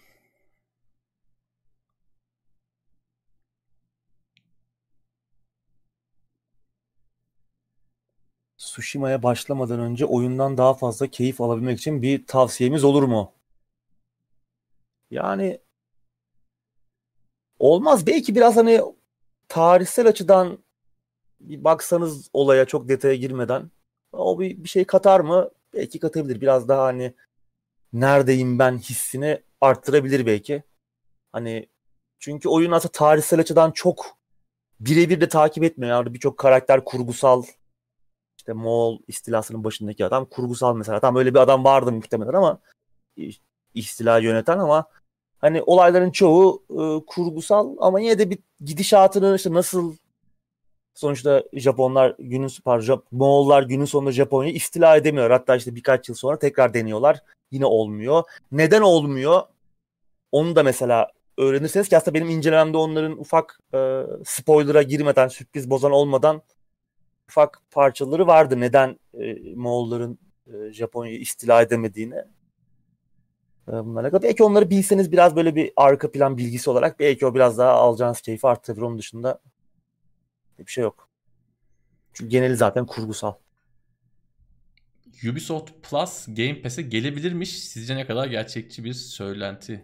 Tsushima'ya başlamadan önce oyundan daha fazla keyif alabilmek için bir tavsiyemiz olur mu? Yani olmaz. Belki biraz hani tarihsel açıdan bir baksanız olaya çok detaya girmeden o bir, bir şey katar mı? Belki katabilir. Biraz daha hani neredeyim ben hissini arttırabilir belki. Hani çünkü oyun aslında tarihsel açıdan çok birebir de takip etmiyor. Yani birçok karakter kurgusal. İşte Moğol istilasının başındaki adam kurgusal mesela. Tam öyle bir adam vardı muhtemelen ama istila yöneten ama hani olayların çoğu e, kurgusal ama yine de bir gidişatını işte nasıl sonuçta Japonlar günün pardon, Moğollar günün sonunda Japonya'yı istila edemiyor. Hatta işte birkaç yıl sonra tekrar deniyorlar. Yine olmuyor. Neden olmuyor? Onu da mesela öğrenirseniz ki aslında benim incelememde onların ufak e, spoiler'a girmeden, sürpriz bozan olmadan ufak parçaları vardı. Neden e, Moğolların e, Japonya'yı istila edemediğini. E, bunlarla kadar. Belki onları bilseniz biraz böyle bir arka plan bilgisi olarak belki o biraz daha alacağınız keyfi arttırır. Onun dışında bir şey yok. Çünkü geneli zaten kurgusal. Ubisoft Plus Game Pass'e gelebilirmiş. Sizce ne kadar gerçekçi bir söylenti?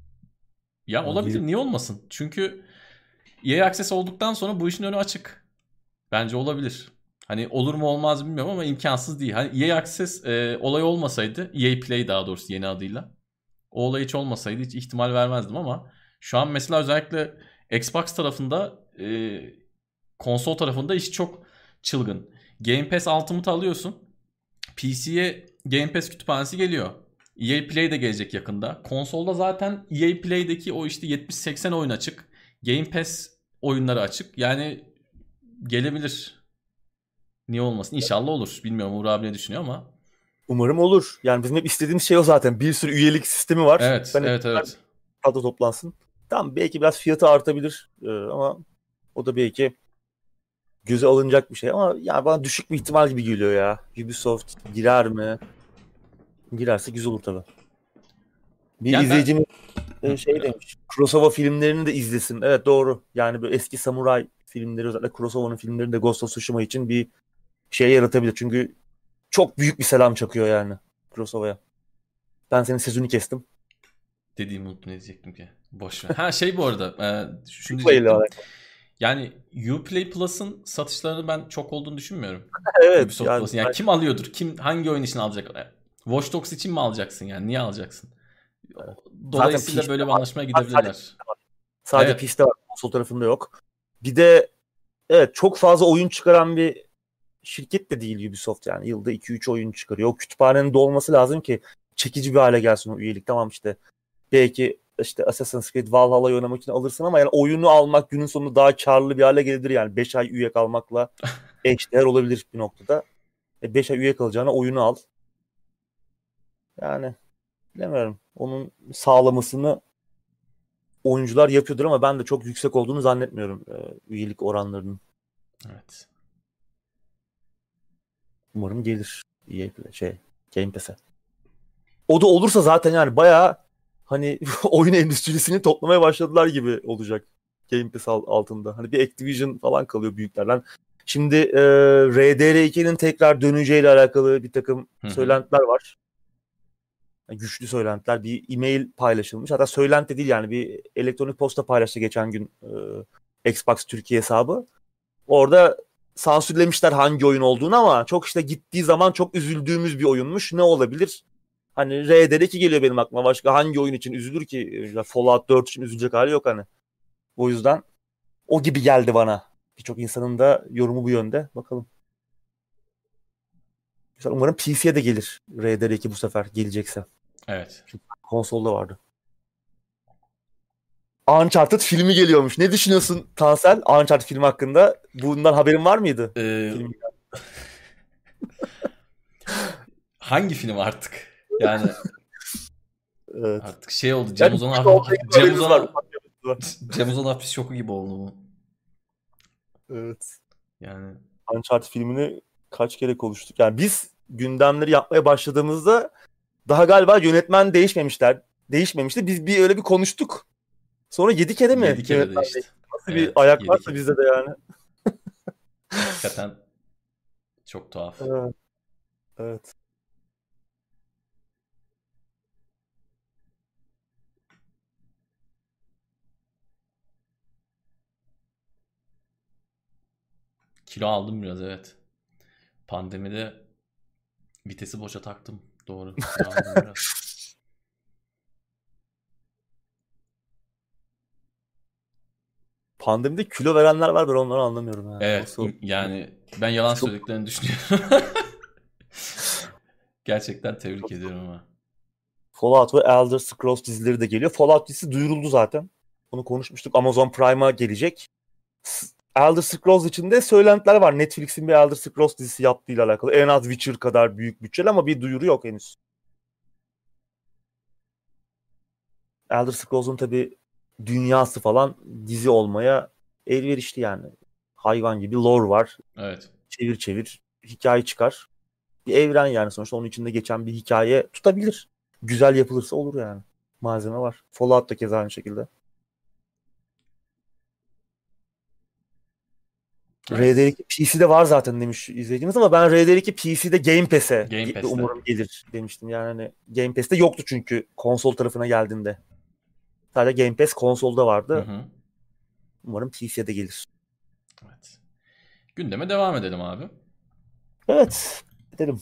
Ya olabilir, niye olmasın? Çünkü E A Access olduktan sonra bu işin önü açık. Bence olabilir. Hani olur mu olmaz bilmiyorum ama imkansız değil. Hani E A Access e, olay olmasaydı, E A Play daha doğrusu yeni adıyla. O olay hiç olmasaydı hiç ihtimal vermezdim ama şu an mesela özellikle Xbox tarafında e, konsol tarafında iş çok çılgın. Game Pass Ultimate alıyorsun. P C'ye Game Pass kütüphanesi geliyor. E A Play de gelecek yakında. Konsolda zaten E A Play'deki o işte yetmiş seksen oyun açık. Game Pass oyunları açık. Yani gelebilir. Niye olmasın? İnşallah olur. Bilmiyorum Uğur abi ne düşünüyor ama. Umarım olur. Yani bizim hep istediğimiz şey o zaten. Bir sürü üyelik sistemi var. Evet, Ben evet, evet. kadro toplansın. Tamam belki biraz fiyatı artabilir ee, ama o da belki göze alınacak bir şey ama yani bana düşük bir ihtimal gibi geliyor ya. Ubisoft girer mi? Girerse güzel olur tabii. Bir Yani ben... izleyicimiz e, şey demiş. Kurosawa filmlerini de izlesin. Evet doğru. Yani böyle eski samuray filmleri özellikle Kurosawa'nın filmlerini de Ghost of Tsushima için bir şey yaratabilir. Çünkü çok büyük bir selam çakıyor yani Kurosawa'ya. Ben senin sözünü kestim. Dediğimi unuttum, ne diyecektim ki. Boş ver. Ha şey bu arada e, şunu diyecektim. Yani Uplay Plus'ın satışlarını ben çok olduğunu düşünmüyorum. Evet. Ubisoft Yani, Plus'ın. Yani kim alıyordur? Kim hangi oyun için alacak? Watch Dogs için mi alacaksın yani? Niye alacaksın? evet. Dolayısıyla böyle bir anlaşmaya gidebilirler. Sadece, sadece evet. P C'de var. Konsol tarafında yok. Bir de evet çok fazla oyun çıkaran bir şirket de değil Ubisoft yani. Yılda iki üç oyun çıkarıyor. O kütüphanenin dolması lazım ki çekici bir hale gelsin o üyelik. Tamam işte belki işte Assassin's Creed Valhalla'yı oynamak için alırsın ama yani oyunu almak günün sonunda daha karlı bir hale gelir yani. beş ay üye kalmakla eşdeğer olabilir bir noktada. beş ay üye kalacağına oyunu al. Yani bilemiyorum. Onun sağlamasını oyuncular yapıyordur ama ben de çok yüksek olduğunu zannetmiyorum üyelik oranlarının. Evet. Umarım gelir. E A şey Game Pass'e. O da olursa zaten yani bayağı hani oyun endüstrisini toplamaya başladılar gibi olacak Game Pass altında. Hani bir Activision falan kalıyor büyüklerden. Şimdi e, R D R iki'nin tekrar döneceğiyle alakalı bir takım Hı-hı. söylentiler var. Yani güçlü söylentiler. Bir e-mail paylaşılmış. Hatta söylenti değil yani bir elektronik posta paylaştı geçen gün e, Xbox Türkiye hesabı. Orada sansürlemişler hangi oyun olduğunu ama çok işte gittiği zaman çok üzüldüğümüz bir oyunmuş. Ne olabilir? Hani R D R iki geliyor benim aklıma. Başka hangi oyun için üzülür ki? Fallout dört için üzülecek hali yok hani. O yüzden o gibi geldi bana. Birçok insanın da yorumu bu yönde. Bakalım. Umarım P C'ye de gelir R D R iki bu sefer gelecekse. Evet. Çünkü konsolda vardı. Uncharted filmi geliyormuş. Ne düşünüyorsun Tansel? Uncharted filmi hakkında. Bundan haberin var mıydı? Ee... Hangi film artık? Yani Evet. Artık şey oldu. Cem Yani Uzan bir hafif, ortaya Cem haberimiz var, Uzan, ufak bir haberimiz var. Cem Uzan hafif şoku gibi oldu bu. Evet. Yani Uncharted filmini kaç kere konuştuk. Yani biz gündemleri yapmaya başladığımızda daha galiba yönetmen değişmemişler. Değişmemişti. Biz bir öyle bir konuştuk. Sonra yedi kere mi yedi kere yönetmen değişti. değişti? Nasıl bir Evet, ayak yedi varsa kere. bizde de yani. Hakikaten çok tuhaf. Evet. Evet. Kilo aldım biraz, evet. Pandemide vitesi boşa taktım. Doğru. Kilo aldım biraz. Pandemide kilo verenler var, ben onları anlamıyorum yani. Evet, Nasıl? im- yani ben yalan Çok, söylediklerini düşünüyorum. Gerçekten tebrik çok. ediyorum ama. Fallout ve Elder Scrolls dizileri de geliyor. Fallout dizisi duyuruldu zaten. Bunu konuşmuştuk. Amazon Prime'a gelecek. S- Elder Scrolls için de söylentiler var. Netflix'in bir Elder Scrolls dizisi yaptığıyla alakalı. En az Witcher kadar büyük bütçeli ama bir duyuru yok henüz. Elder Scrolls'un tabii dünyası falan dizi olmaya elverişli yani. Hayvan gibi lore var. Evet. Çevir çevir hikaye çıkar. Bir evren yani, sonuçta onun içinde geçen bir hikaye tutabilir. Güzel yapılırsa olur yani. Malzeme var. Fallout da keza aynı şekilde. Evet. R D R iki P C'de var zaten demiş izleyicimiz ama ben R D R iki P C'de Game Pass'e Game ge- Pass'te. umarım gelir demiştim. Yani hani Game Pass'te yoktu çünkü konsol tarafına geldiğinde. Sadece Game Pass konsolda Hı vardı. hı. Umarım P C'de gelir. Evet. Gündeme devam edelim abi. Evet. Edelim.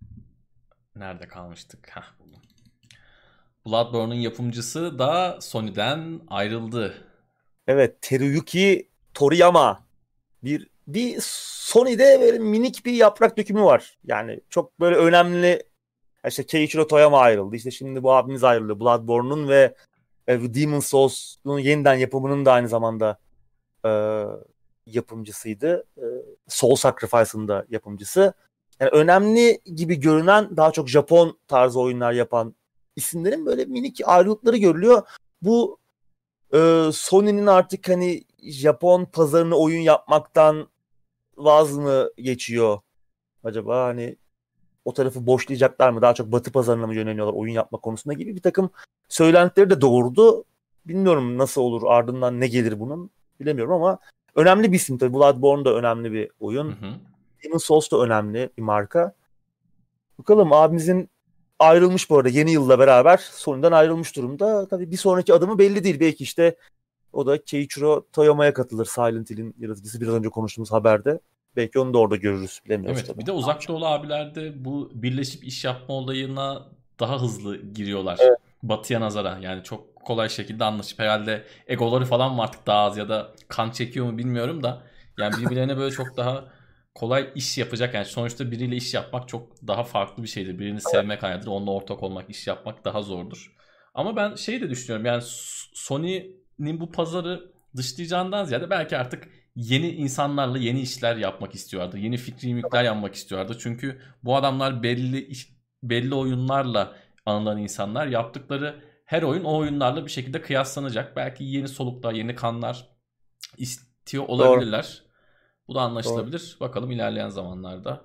Nerede kalmıştık? Heh, buldum. Bloodborne'un yapımcısı da Sony'den ayrıldı. Evet. Teruyuki Toriyama. Bir bir Sony'de böyle minik bir yaprak dökümü var. Yani çok böyle önemli. İşte Keiichiro Toyama ayrıldı. İşte şimdi bu abimiz ayrıldı. Bloodborne'un ve e, Demon's Souls'un yeniden yapımının da aynı zamanda e, yapımcısıydı. E, Soul Sacrifice'ın da yapımcısı. Yani önemli gibi görünen, daha çok Japon tarzı oyunlar yapan isimlerin böyle minik ayrılıkları görülüyor. Bu e, Sony'nin artık hani Japon pazarına oyun yapmaktan vaz mı geçiyor acaba? Hani o tarafı boşlayacaklar mı? Daha çok Batı pazarına mı yöneliyorlar oyun yapma konusunda gibi bir takım söylentileri de doğurdu. Bilmiyorum nasıl olur, ardından ne gelir bunun bilemiyorum ama önemli bir isim tabii. Bloodborne da önemli bir oyun. Hı hı. Demon's Souls da önemli bir marka. Bakalım, abimizin ayrılmış bu arada yeni yılla beraber. Sony'den ayrılmış durumda. Tabii bir sonraki adımı belli değil. Belki işte o da Keiichiro Toyama'ya katılır. Silent Hill'in yaratıcısı, biraz önce konuştuğumuz haberde. Belki onu da orada görürüz. Bilemiyoruz Evet, tabii. bir de Uzak Doğulu abilerde bu birleşip iş yapma olayına daha hızlı giriyorlar. Evet. Batıya nazara, yani çok kolay şekilde anlaşıp, herhalde egoları falan mı artık daha az ya da kan çekiyor mu bilmiyorum da, yani birbirlerine böyle çok daha kolay iş yapacak. Yani sonuçta biriyle iş yapmak çok daha farklı bir şeydir. Birini sevmek ayrıdır, onunla ortak olmak, iş yapmak daha zordur. Ama ben şey de düşünüyorum, yani Sony'nin bu pazarı dışlayacağından ziyade belki artık yeni insanlarla yeni işler yapmak istiyorlardı. Yeni fikri mülkler yapmak istiyorlardı. Çünkü bu adamlar belli iş, belli oyunlarla anılan insanlar. Yaptıkları her oyun o oyunlarla bir şekilde kıyaslanacak. Belki yeni soluklar, yeni kanlar istiyor Doğru. olabilirler. Bu da Doğru. anlaşılabilir. Bakalım ilerleyen zamanlarda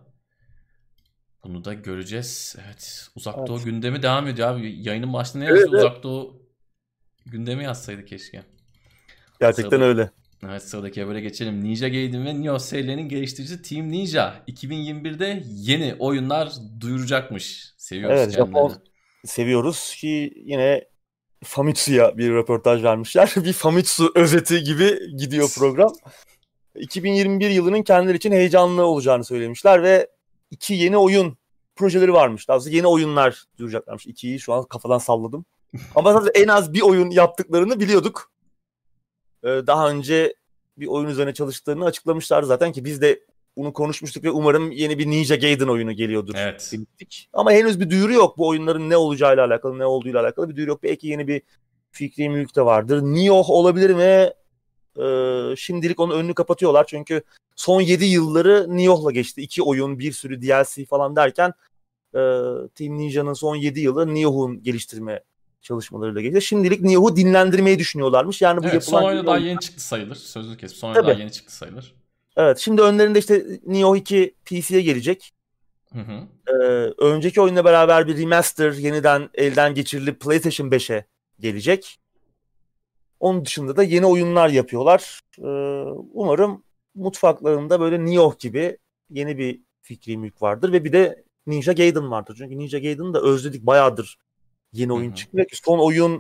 bunu da göreceğiz. Evet, Uzak Doğu Evet. gündemi devam ediyor abi. Yayının başında ne Evet, yazıyor? evet. Uzak Doğu gündemi yazsaydı keşke. Gerçekten Sıradaki, öyle. evet, sıradaki habere geçelim. Ninja Gaiden ve Neo S L'nin geliştiricisi Team Ninja iki bin yirmi birde yeni oyunlar duyuracakmış. Seviyoruz Evet, kendilerini. Japon seviyoruz ki yine Famitsu'ya bir röportaj vermişler. Bir Famitsu özeti gibi gidiyor program. iki bin yirmi bir yılının kendileri için heyecanlı olacağını söylemişler ve iki yeni oyun projeleri varmış. Daha doğrusu yeni oyunlar duyuracaklarmış. İkiyi şu an kafadan salladım. Ama zaten en az bir oyun yaptıklarını biliyorduk. Ee, daha önce bir oyun üzerine çalıştıklarını açıklamışlar zaten ki biz de bunu konuşmuştuk ve umarım yeni bir Ninja Gaiden oyunu geliyordur Evet. demiştik. Ama henüz bir duyuru yok. Bu oyunların ne olacağıyla alakalı, ne olduğuyla alakalı bir duyuru yok. Belki yeni bir fikri mülk de vardır. Nioh olabilir mi? Ee, şimdilik onun önünü kapatıyorlar. Çünkü son yedi yılları Nioh'la geçti. İki oyun, bir sürü D L C falan derken e, Team Ninja'nın son yedi yılı Nioh'un geliştirme çalışmalarıyla geçti. Şimdilik Nioh'u dinlendirmeyi düşünüyorlarmış. Yani bu Evet, son yapılan oyunu daha yeni çıktı sayılır. Sözlü kesip son oyunu daha yeni çıktı sayılır. Evet, şimdi önlerinde işte Nioh iki P C'ye gelecek. Hı hı. Ee, önceki oyunla beraber bir remaster yeniden elden geçirilip PlayStation beşe gelecek. Onun dışında da yeni oyunlar yapıyorlar. Ee, umarım mutfaklarında böyle Nioh gibi yeni bir fikri mülk vardır ve bir de Ninja Gaiden vardır. Çünkü Ninja Gaiden'ı da özledik, bayağıdır yeni oyun çıkıyor. Son oyun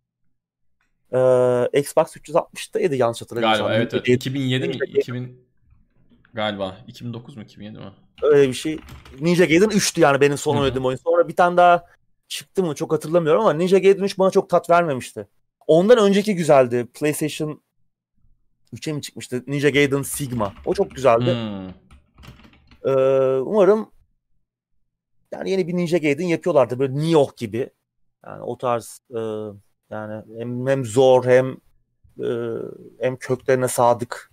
e, Xbox üç yüz altmıştaydı yanlış hatırlamıyorsam. Galiba evet evet. iki bin yedi mi? Ninja iki bin galiba. iki bin dokuz mu? iki bin yedi mi? Öyle bir şey. Ninja Gaiden üçtü yani benim son Hı hı. oynadığım oyun. Sonra bir tane daha çıktı mı çok hatırlamıyorum ama Ninja Gaiden üç bana çok tat vermemişti. Ondan önceki güzeldi. PlayStation üçe mi çıkmıştı? Ninja Gaiden Sigma. O çok güzeldi. Hmm. Ee, umarım yani yeni bir Ninja Gaiden yapıyorlardı. Böyle Nioh gibi. Yani o tarz e, yani hem, hem zor hem e, hem köklerine sadık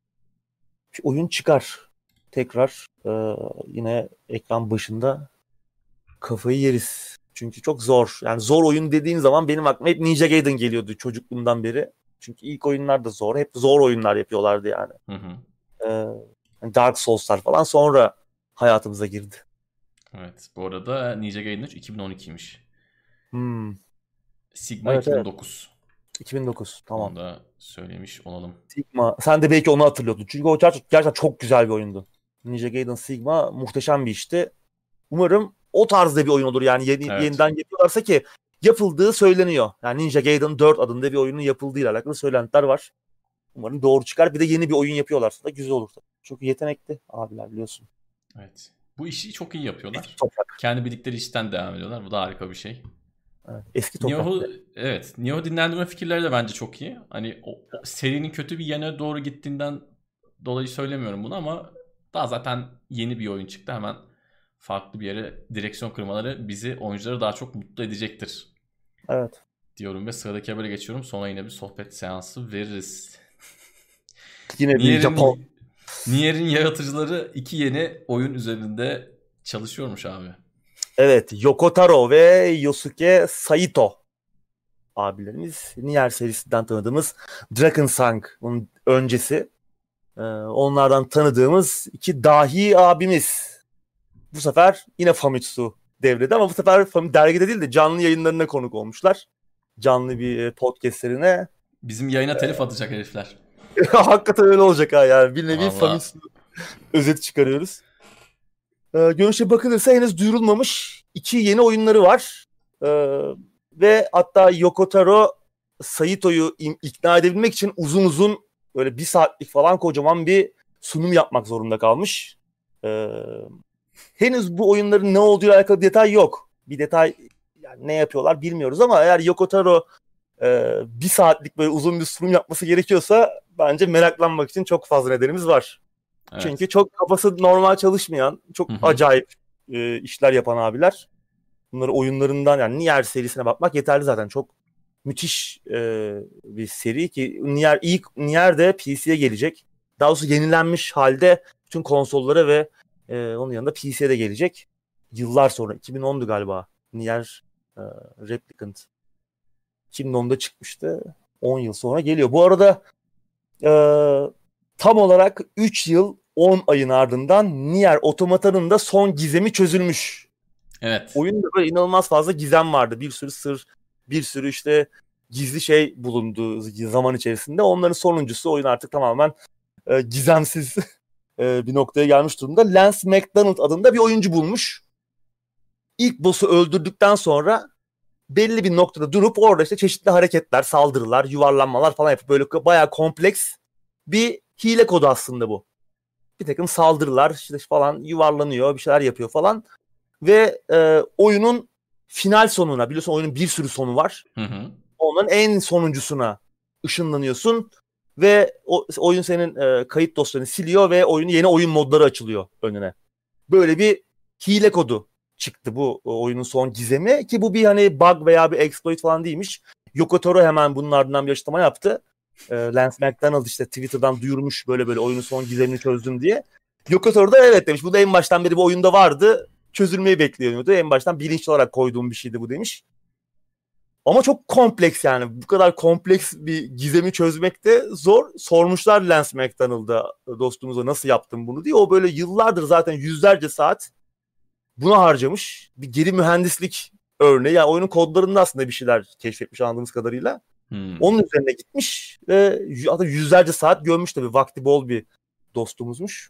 bir oyun çıkar. Tekrar e, yine ekran başında kafayı yeriz. Çünkü çok zor. Yani zor oyun dediğin zaman benim aklıma hep Ninja Gaiden geliyordu çocukluğumdan beri. Çünkü ilk oyunlar da zor. Hep zor oyunlar yapıyorlardı yani. Hı hı. Ee, Dark Souls'lar falan sonra hayatımıza girdi. Evet. Bu arada Ninja Gaiden üç iki bin on ikiymiş. Hmm. Sigma Evet, iki bin dokuz. Evet. iki bin dokuz. Tamam. Onu da söylemiş olalım. Sigma. Sen de belki onu hatırlıyordun. Çünkü o gerçekten çok güzel bir oyundu. Ninja Gaiden Sigma muhteşem bir işti. Umarım o tarzda bir oyun olur. Yani yeni, Evet. yeniden yapıyorlarsa ki yapıldığı söyleniyor. Yani Ninja Gaiden dört adında bir oyunun yapıldığıyla alakalı söylentiler var. Umarım doğru çıkar. Bir de yeni bir oyun yapıyorlarsa da güzel olur. Çok yetenekli abiler biliyorsun. Evet. Bu işi çok iyi yapıyorlar. Eski toprak. Kendi bildikleri işten devam ediyorlar. Bu da harika bir şey. Evet, eski toprak. Nioh'u evet, Nioh dinlendirme fikirleri de bence çok iyi. Hani o, o serinin kötü bir yana doğru gittiğinden dolayı söylemiyorum bunu ama daha zaten yeni bir oyun çıktı. Hemen farklı bir yere direksiyon kırmaları bizi, oyuncuları daha çok mutlu edecektir. Evet. Diyorum ve sıradaki habere geçiyorum. Sonra yine bir sohbet seansı veririz. Yine bir Japon. Nier'in yaratıcıları iki yeni oyun üzerinde çalışıyormuş abi. Evet. Yoko Taro ve Yosuke Saito abilerimiz. Nier serisinden tanıdığımız Drakensang'ın öncesi. Ee, onlardan tanıdığımız iki dahi abimiz. Bu sefer yine Famitsu devrede ama bu sefer dergide değil de canlı yayınlarına konuk olmuşlar. Canlı bir podcastlerine. Bizim yayına telif atacak herifler. Hakikaten öyle olacak ha yani. Bir nevi Vallahi. Famitsu özeti çıkarıyoruz. Ee, görünüşe bakılırsa henüz duyurulmamış iki yeni oyunları var. Ee, ve hatta Yoko Taro Saito'yu ikna edebilmek için uzun uzun böyle bir saatlik falan kocaman bir sunum yapmak zorunda kalmış. Ee, henüz bu oyunların ne olduğuyla alakalı bir detay yok. Bir detay yani ne yapıyorlar bilmiyoruz ama eğer Yoko Taro e, bir saatlik böyle uzun bir sunum yapması gerekiyorsa bence meraklanmak için çok fazla nedenimiz var. Evet. Çünkü çok kafası normal çalışmayan, çok hı hı. acayip e, işler yapan abiler. Bunları oyunlarından yani Nier serisine bakmak yeterli zaten. Çok müthiş e, bir seri ki Nier ilk Nier de P C'ye gelecek. Daha doğrusu yenilenmiş halde bütün konsollara ve e, onun yanında P C'ye de gelecek. Yıllar sonra iki bin ondu galiba Nier e, Replicant. iki bin onda çıkmıştı. on yıl sonra geliyor. Bu arada e, tam olarak üç yıl on ayın ardından Nier Automata'nın da son gizemi çözülmüş. Evet. Oyunda böyle inanılmaz fazla gizem vardı. Bir sürü sır, bir sürü işte gizli şey bulunduğu zaman içerisinde. Onların sonuncusu oyun artık tamamen e, gizemsiz e, bir noktaya gelmiş durumda. Lance McDonald adında bir oyuncu bulmuş. İlk boss'u öldürdükten sonra belli bir noktada durup orada işte çeşitli hareketler, saldırılar, yuvarlanmalar falan yapıp böyle bayağı kompleks bir hile kodu aslında bu. Bir takım saldırılar işte falan yuvarlanıyor, bir şeyler yapıyor falan. Ve e, oyunun final sonuna, biliyorsun oyunun bir sürü sonu var. Hı hı. Onların en sonuncusuna ışınlanıyorsun ve o, oyun senin e, kayıt dosyanı siliyor ve oyunun yeni oyun modları açılıyor önüne. Böyle bir hile kodu çıktı bu oyunun son gizemi ki bu bir hani bug veya bir exploit falan değilmiş. Yoko Taro hemen bunun ardından bir açıklama yaptı. E, Lance McDonald işte Twitter'dan duyurmuş böyle böyle oyunun son gizemini çözdüm diye. Yoko Taro da evet demiş. Bu da en baştan beri bu oyunda vardı. Çözülmeyi bekliyordu. En baştan bilinçli olarak koyduğum bir şeydi bu demiş. Ama çok kompleks yani. Bu kadar kompleks bir gizemi çözmek de zor. Sormuşlar Lance McDonald'a, dostumuza, nasıl yaptın bunu diye. O böyle yıllardır zaten yüzlerce saat buna harcamış. Bir geri mühendislik örneği. Yani oyunun kodlarında aslında bir şeyler keşfetmiş anladığımız kadarıyla. Hmm. Onun üzerine gitmiş ve hatta yüzlerce saat görmüş tabii. Vakti bol bir dostumuzmuş.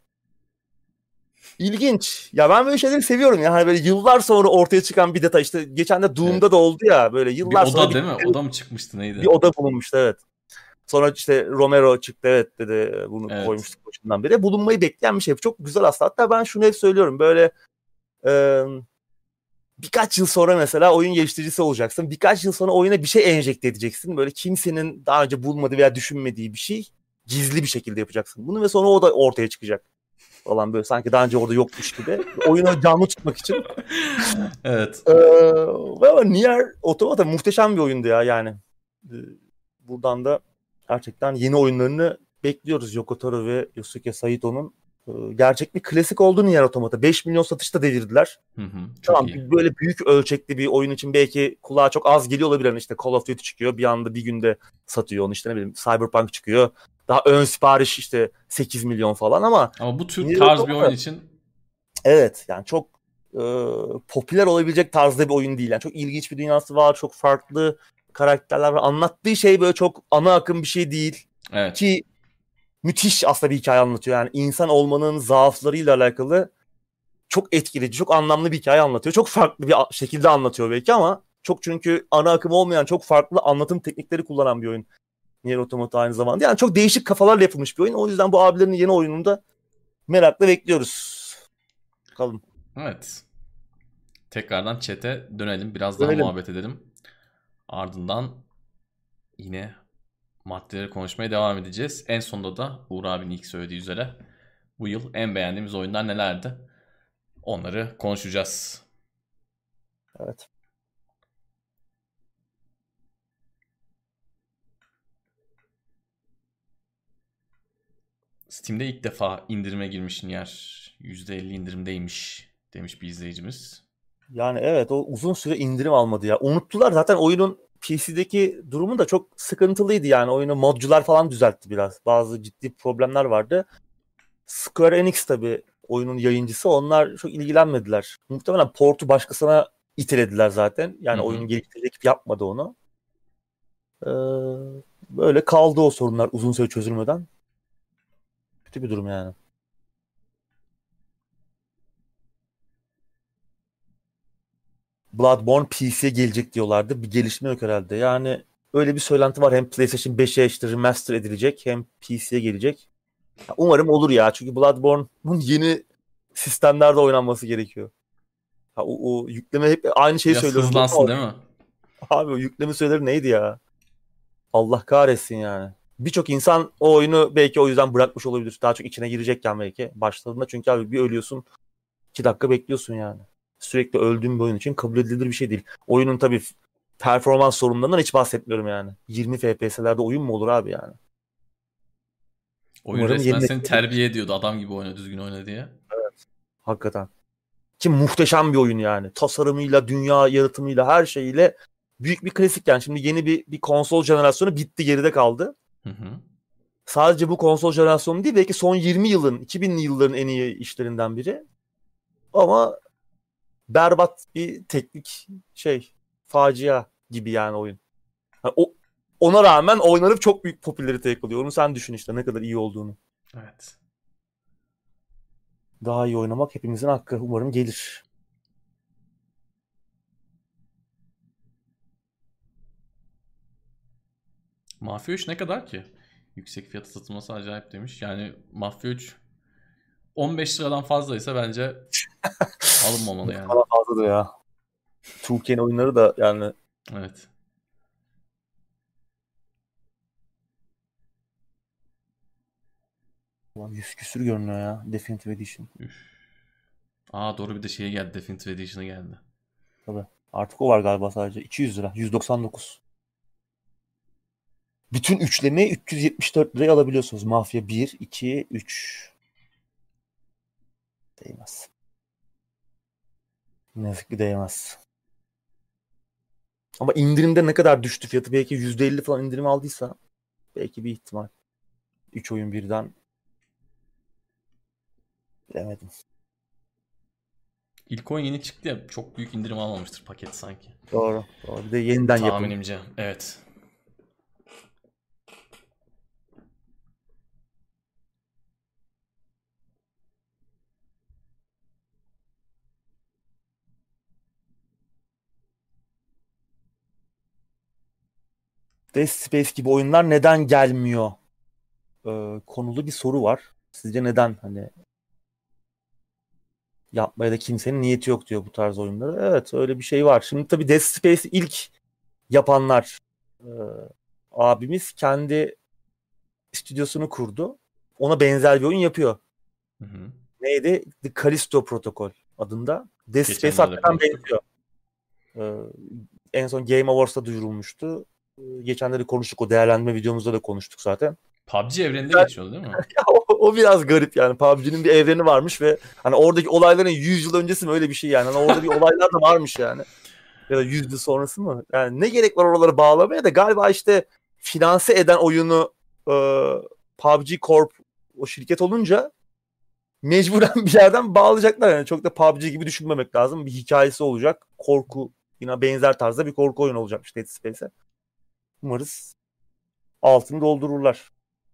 İlginç. Ya ben böyle şeyleri seviyorum ya. Hani böyle yıllar sonra ortaya çıkan bir detay. İşte geçen de Doom'da Evet. da oldu ya. Böyle Bir yıllar sonra oda bir, değil mi? Oda mı çıkmıştı bir neydi? oda bulunmuştu, evet. Sonra işte Romero çıktı, evet dedi, bunu Evet. koymuştuk başından beri. Bulunmayı bekleyen bir şey. Çok güzel aslında. Hatta ben şunu hep söylüyorum. Böyle e, birkaç yıl sonra mesela oyun geliştiricisi olacaksın. Birkaç yıl sonra oyuna bir şey enjekte edeceksin. Böyle kimsenin daha önce bulmadığı veya düşünmediği bir şey gizli bir şekilde yapacaksın bunu ve sonra o da ortaya çıkacak falan, böyle sanki daha önce orada yokmuş gibi. Oyunu canlı tutmak için. Evet. Ee, ve Nier Automata muhteşem bir oyundu ya yani. Ee, buradan da gerçekten yeni oyunlarını bekliyoruz. Yoko Taro ve Yosuke Saito'nun e, gerçek bir klasik oldu Nier Automata. beş milyon satışta devirdiler. Hı hı. Çok Tamam, iyi. böyle büyük ölçekli bir oyun için belki kulağa çok az geliyor olabilir. Yani işte Call of Duty çıkıyor, bir anda bir günde satıyor onu, işte ne bileyim Cyberpunk çıkıyor. Daha ön sipariş işte sekiz milyon falan ama Ama bu tür Nier tarz bir oyun Automata, için evet yani çok e, popüler olabilecek tarzda bir oyun değil. Yani çok ilginç bir dünyası var, çok farklı karakterler var. Anlattığı şey böyle çok ana akım bir şey değil. evet. Ki müthiş aslında bir hikaye anlatıyor. Yani insan olmanın zaaflarıyla alakalı çok etkileyici, çok anlamlı bir hikaye anlatıyor. Çok farklı bir şekilde anlatıyor belki ama çok, çünkü ana akım olmayan çok farklı anlatım teknikleri kullanan bir oyun. Nier Automata aynı zamanda. Yani çok değişik kafalarla yapılmış bir oyun. O yüzden bu abilerin yeni oyununu da merakla bekliyoruz. Bakalım. Evet. Tekrardan chat'e dönelim. Biraz daha Dönelim. muhabbet edelim. Ardından yine maddeleri konuşmaya devam edeceğiz. En sonunda da Uğur abinin ilk söylediği üzere bu yıl en beğendiğimiz oyunlar nelerdi? Onları konuşacağız. Evet. Steam'de ilk defa indirime girmiş Nier. yüzde elli indirimdeymiş demiş bir izleyicimiz. Yani evet, o uzun süre indirim almadı ya. Unuttular zaten oyunun P C'deki durumu da çok sıkıntılıydı yani. Oyunu modcular falan düzeltti biraz. Bazı ciddi problemler vardı. Square Enix tabii oyunun yayıncısı. Onlar çok ilgilenmediler. Muhtemelen portu başkasına itelediler zaten. Hı Yani hı. oyunun geliştirici ekip yapmadı onu. Ee, böyle kaldı o sorunlar uzun süre çözülmeden. Kötü bir durum yani. Bloodborne P C'ye gelecek diyorlardı. Bir gelişme yok herhalde. Yani öyle bir söylenti var. Hem PlayStation beşe işte remaster edilecek hem P C'ye gelecek. Umarım olur ya. Çünkü Bloodborne'un yeni sistemlerde oynanması gerekiyor. Ha, o, o yükleme, hep aynı şeyi Biraz söylüyorum burada ama hızlansın değil mi? abi o yükleme süreleri neydi ya? Allah kahretsin yani. Birçok insan o oyunu belki o yüzden bırakmış olabilir. Daha çok içine girecekken belki başladığında, çünkü abi bir ölüyorsun, iki dakika bekliyorsun yani. Sürekli öldüğün bir oyun için kabul edilir bir şey değil. Oyunun tabii performans sorunlarından hiç bahsetmiyorum yani. yirmi F P S'lerde oyun mu olur abi yani? Oyun Umarım resmen yeni seni nesil gelir. terbiye ediyordu adam gibi oyna, düzgün oyna diye. Hakikaten. Ki muhteşem bir oyun yani. Tasarımıyla, dünya yaratımıyla, her şeyiyle büyük bir klasik yani. Şimdi yeni bir, bir konsol jenerasyonu bitti, geride kaldı. Hı hı. Sadece bu konsol jenerasyonu değil, belki son yirmi yılın, iki binli yılların en iyi işlerinden biri. Ama berbat bir teknik şey, facia gibi yani oyun. Yani o, ona rağmen oynanıp çok büyük popülarite yakalıyor. Onu sen düşün işte ne kadar iyi olduğunu. Evet. Daha iyi oynamak hepimizin hakkı. Umarım gelir. Mafya üç ne kadar ki? Yüksek fiyata satılması acayip demiş. Yani Mafya üç on beş liradan fazlaysa bence alınmamalı yani. Bana fazladır ya. iki K'nin oyunları da yani Evet. yüz küsür görünüyor ya Definitive Edition. Üf. Aa doğru, bir de şeye geldi. Definitive Edition'a geldi. Tabii. Artık o var galiba sadece. iki yüz lira. yüz doksan dokuz. Bütün üçlemeyi üç yüz yetmiş dört liraya alabiliyorsunuz. Mafya bir, iki, üç. Değmez. Ne yazık ki değmez. Ama indirimde ne kadar düştü fiyatı? Belki yüzde elli falan indirim aldıysa belki bir ihtimal. üç oyun birden. Bilemedim. İlk oyun yeni çıktı ya, çok büyük indirim almamıştır paket sanki. Doğru. Doğru. Bir de yeniden yapım. Tahminimce. Evet. Dead Space gibi oyunlar neden gelmiyor? Ee, konulu bir soru var. Sizce neden hani yapmaya da kimsenin niyeti yok diyor bu tarz oyunları. Evet, öyle bir şey var. Şimdi tabii Dead Space ilk yapanlar e, abimiz kendi stüdyosunu kurdu. Ona benzer bir oyun yapıyor. Hı hı. Neydi? The Callisto Protocol adında. Dead Space Geçenlerde hakikaten konuştuk. benziyor. Ee, en son Game Awards'ta duyurulmuştu. Ee, geçenleri konuştuk. O değerlendirme videomuzda da konuştuk zaten. P U B G evreninde Ben, geçiyordu değil mi? ya o, o biraz garip yani. P U B G'nin bir evreni varmış ve hani oradaki olayların yüz yıl öncesi mi öyle bir şey yani. Hani orada bir olaylar da varmış yani. Ya da yüz yıl sonrası mı? Yani ne gerek var oraları bağlamaya da galiba işte finanse eden oyunu e, P U B G Corp o şirket olunca mecburen bir yerden bağlayacaklar yani. Çok da P U B G gibi düşünmemek lazım. Bir hikayesi olacak. Korku, yine benzer tarzda bir korku oyunu olacakmış Dead Space'e. Umarız altını doldururlar.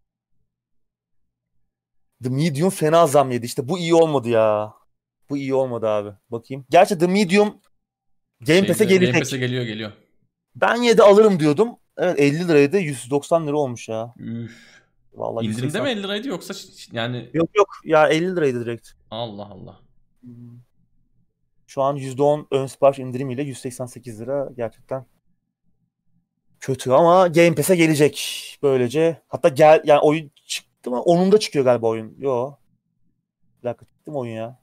The Medium fena zam yedi. İşte bu iyi olmadı ya. Bu iyi olmadı abi. Bakayım. Gerçi The Medium Game Pass'e Şeyde, Game Pass'e gelecek. geliyor geliyor. Ben yedi alırım diyordum. Evet, elli liraydı. yüz doksan lira olmuş ya. Üf. Vallahi İndirimde mi yüz seksen. elli liraydı yoksa ş- yani Yok yok ya, elli liraydı direkt. Allah Allah. Hmm. Şu an yüzde on ön sipariş indirimiyle yüz seksen sekiz lira, gerçekten kötü ama Game Pass'e gelecek böylece. Hatta gel yani, oyun çıktı mı? Onunda çıkıyor galiba oyun. Yo. Bir dakika, çıktı mı oyun ya?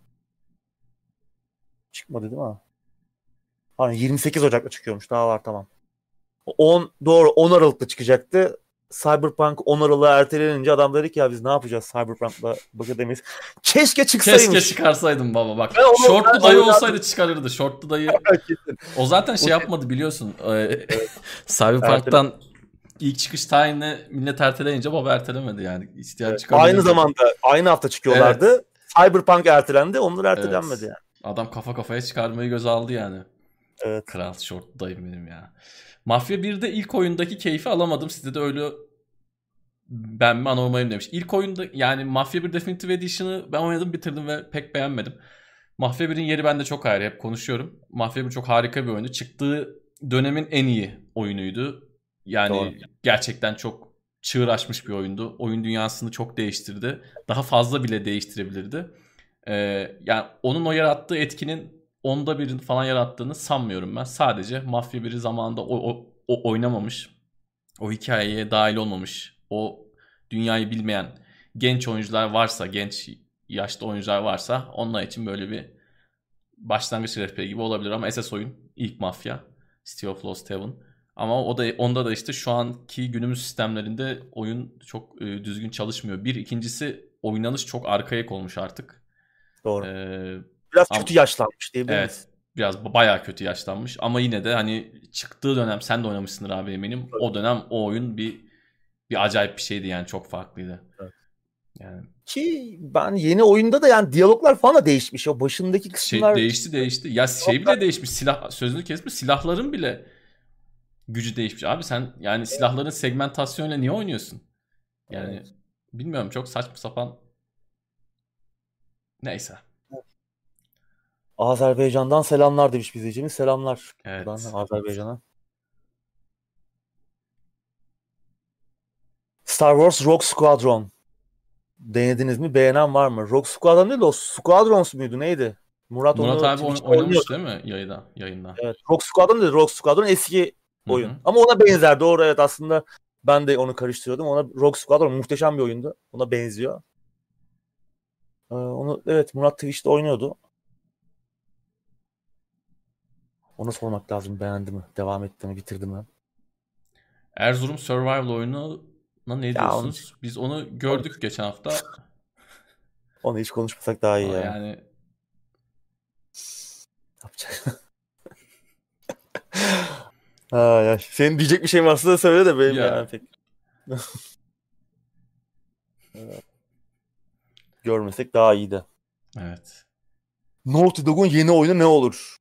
Çıkmadı değil mi? Hani yirmi sekiz Ocak'ta çıkıyormuş. Daha var, tamam. on doğru, on Aralık'ta çıkacaktı. Cyberpunk on Aralık'a ertelenince adam dedi ki ya biz ne yapacağız Cyberpunk'la baş edemeyiz. Keşke Keşke çıksaymış. çıkarsaydım baba bak. Ben onu Shortlu ben dayı oynadım. olsaydı çıkarırdı. Shortlu dayı. Kesin. O zaten O şey yapmadı biliyorsun. Ee, evet, ertele. Cyberpunk'tan ilk çıkış tarihini millet erteleyince baba ertelemedi yani. İsteyen Evet. Aynı çıkabilirdi. zamanda aynı hafta Evet. çıkıyorlardı. Cyberpunk ertelendi. Onlar ertelenmedi Evet. yani. Adam kafa kafaya çıkarmayı göze aldı yani. Evet. Kral shortlu dayım benim ya. Mafya birde ilk oyundaki keyfi alamadım. Sizde de öyle ben mi anormalim demiş. İlk oyunda yani Mafya bir Definitive Edition'ı ben oynadım, bitirdim ve pek beğenmedim. Mafya birin yeri bende çok ayrı, hep konuşuyorum. Mafya bir çok harika bir oyunu. Çıktığı dönemin en iyi oyunuydu. Doğru. Yani gerçekten çok çığır açmış bir oyundu. Oyun dünyasını çok değiştirdi. Daha fazla bile değiştirebilirdi. Ee, yani onun o yarattığı etkinin onda birini falan yarattığını sanmıyorum ben. Sadece Mafya biri zamanında o, o, o oynamamış. O hikayeye dahil olmamış. O dünyayı bilmeyen genç oyuncular varsa, genç yaşta oyuncular varsa onlar için böyle bir başlangıç rehberi gibi olabilir ama esas oyun ilk Mafya, City of Lost Heaven. Ama o da onda da işte şu anki günümüz sistemlerinde oyun çok e, düzgün çalışmıyor. Bir, ikincisi oynanış çok arkaik olmuş artık. Doğru. Ee, Biraz ama kötü yaşlanmış diyebilir evet, miyiz? biraz bayağı kötü yaşlanmış ama yine de hani çıktığı dönem, sen de oynamışsındır abi eminim. Evet. O dönem o oyun bir bir acayip bir şeydi yani, çok farklıydı. Evet. Yani Ki ben yeni oyunda da yani diyaloglar falan da değişmiş. O başındaki şey kısımlar değişti değişti. Ya şey bile değişmiş. Silah sözünü kesmiş. Silahların bile gücü değişmiş. Abi sen yani silahların segmentasyonuyla niye oynuyorsun? Yani evet. bilmiyorum, çok saçma sapan. Neyse. Azerbaycan'dan selamlar demiş bir izleyicimiz. Selamlar buradan Evet. Azerbaycan'a. Star Wars Rogue Squadron. Denediniz mi? Beğenen var mı? Rogue Squadron değil de o Squadrons muydu? Neydi? Murat Murat onu abi oyn- Twitch'te oynamış oynuyordu. değil mi yayında? Yayında. Evet. Rogue Squadron değil. Rogue Squadron eski Hı oyun. hı. Ama ona benzer. Doğru, evet, aslında ben de onu karıştırıyordum. Ona Rogue Squadron muhteşem bir oyundu. Ona benziyor. Ee, onu evet, Murat Twitch'te oynuyordu. Onu sormak lazım. Beğendi mi? Devam etti mi? Bitirdi mi? Erzurum Survival oyununa ne Ya onu, diyorsunuz? Biz onu onu, gördük geçen hafta. onu hiç konuşmasak daha iyi Ama ya. yani Yapacak. Ha, ya. Senin diyecek bir şey varsa da söyle de benim Ya. yani pek. Görmesek daha iyiydi. Evet. Naughty Dog'un yeni oyunu ne olur?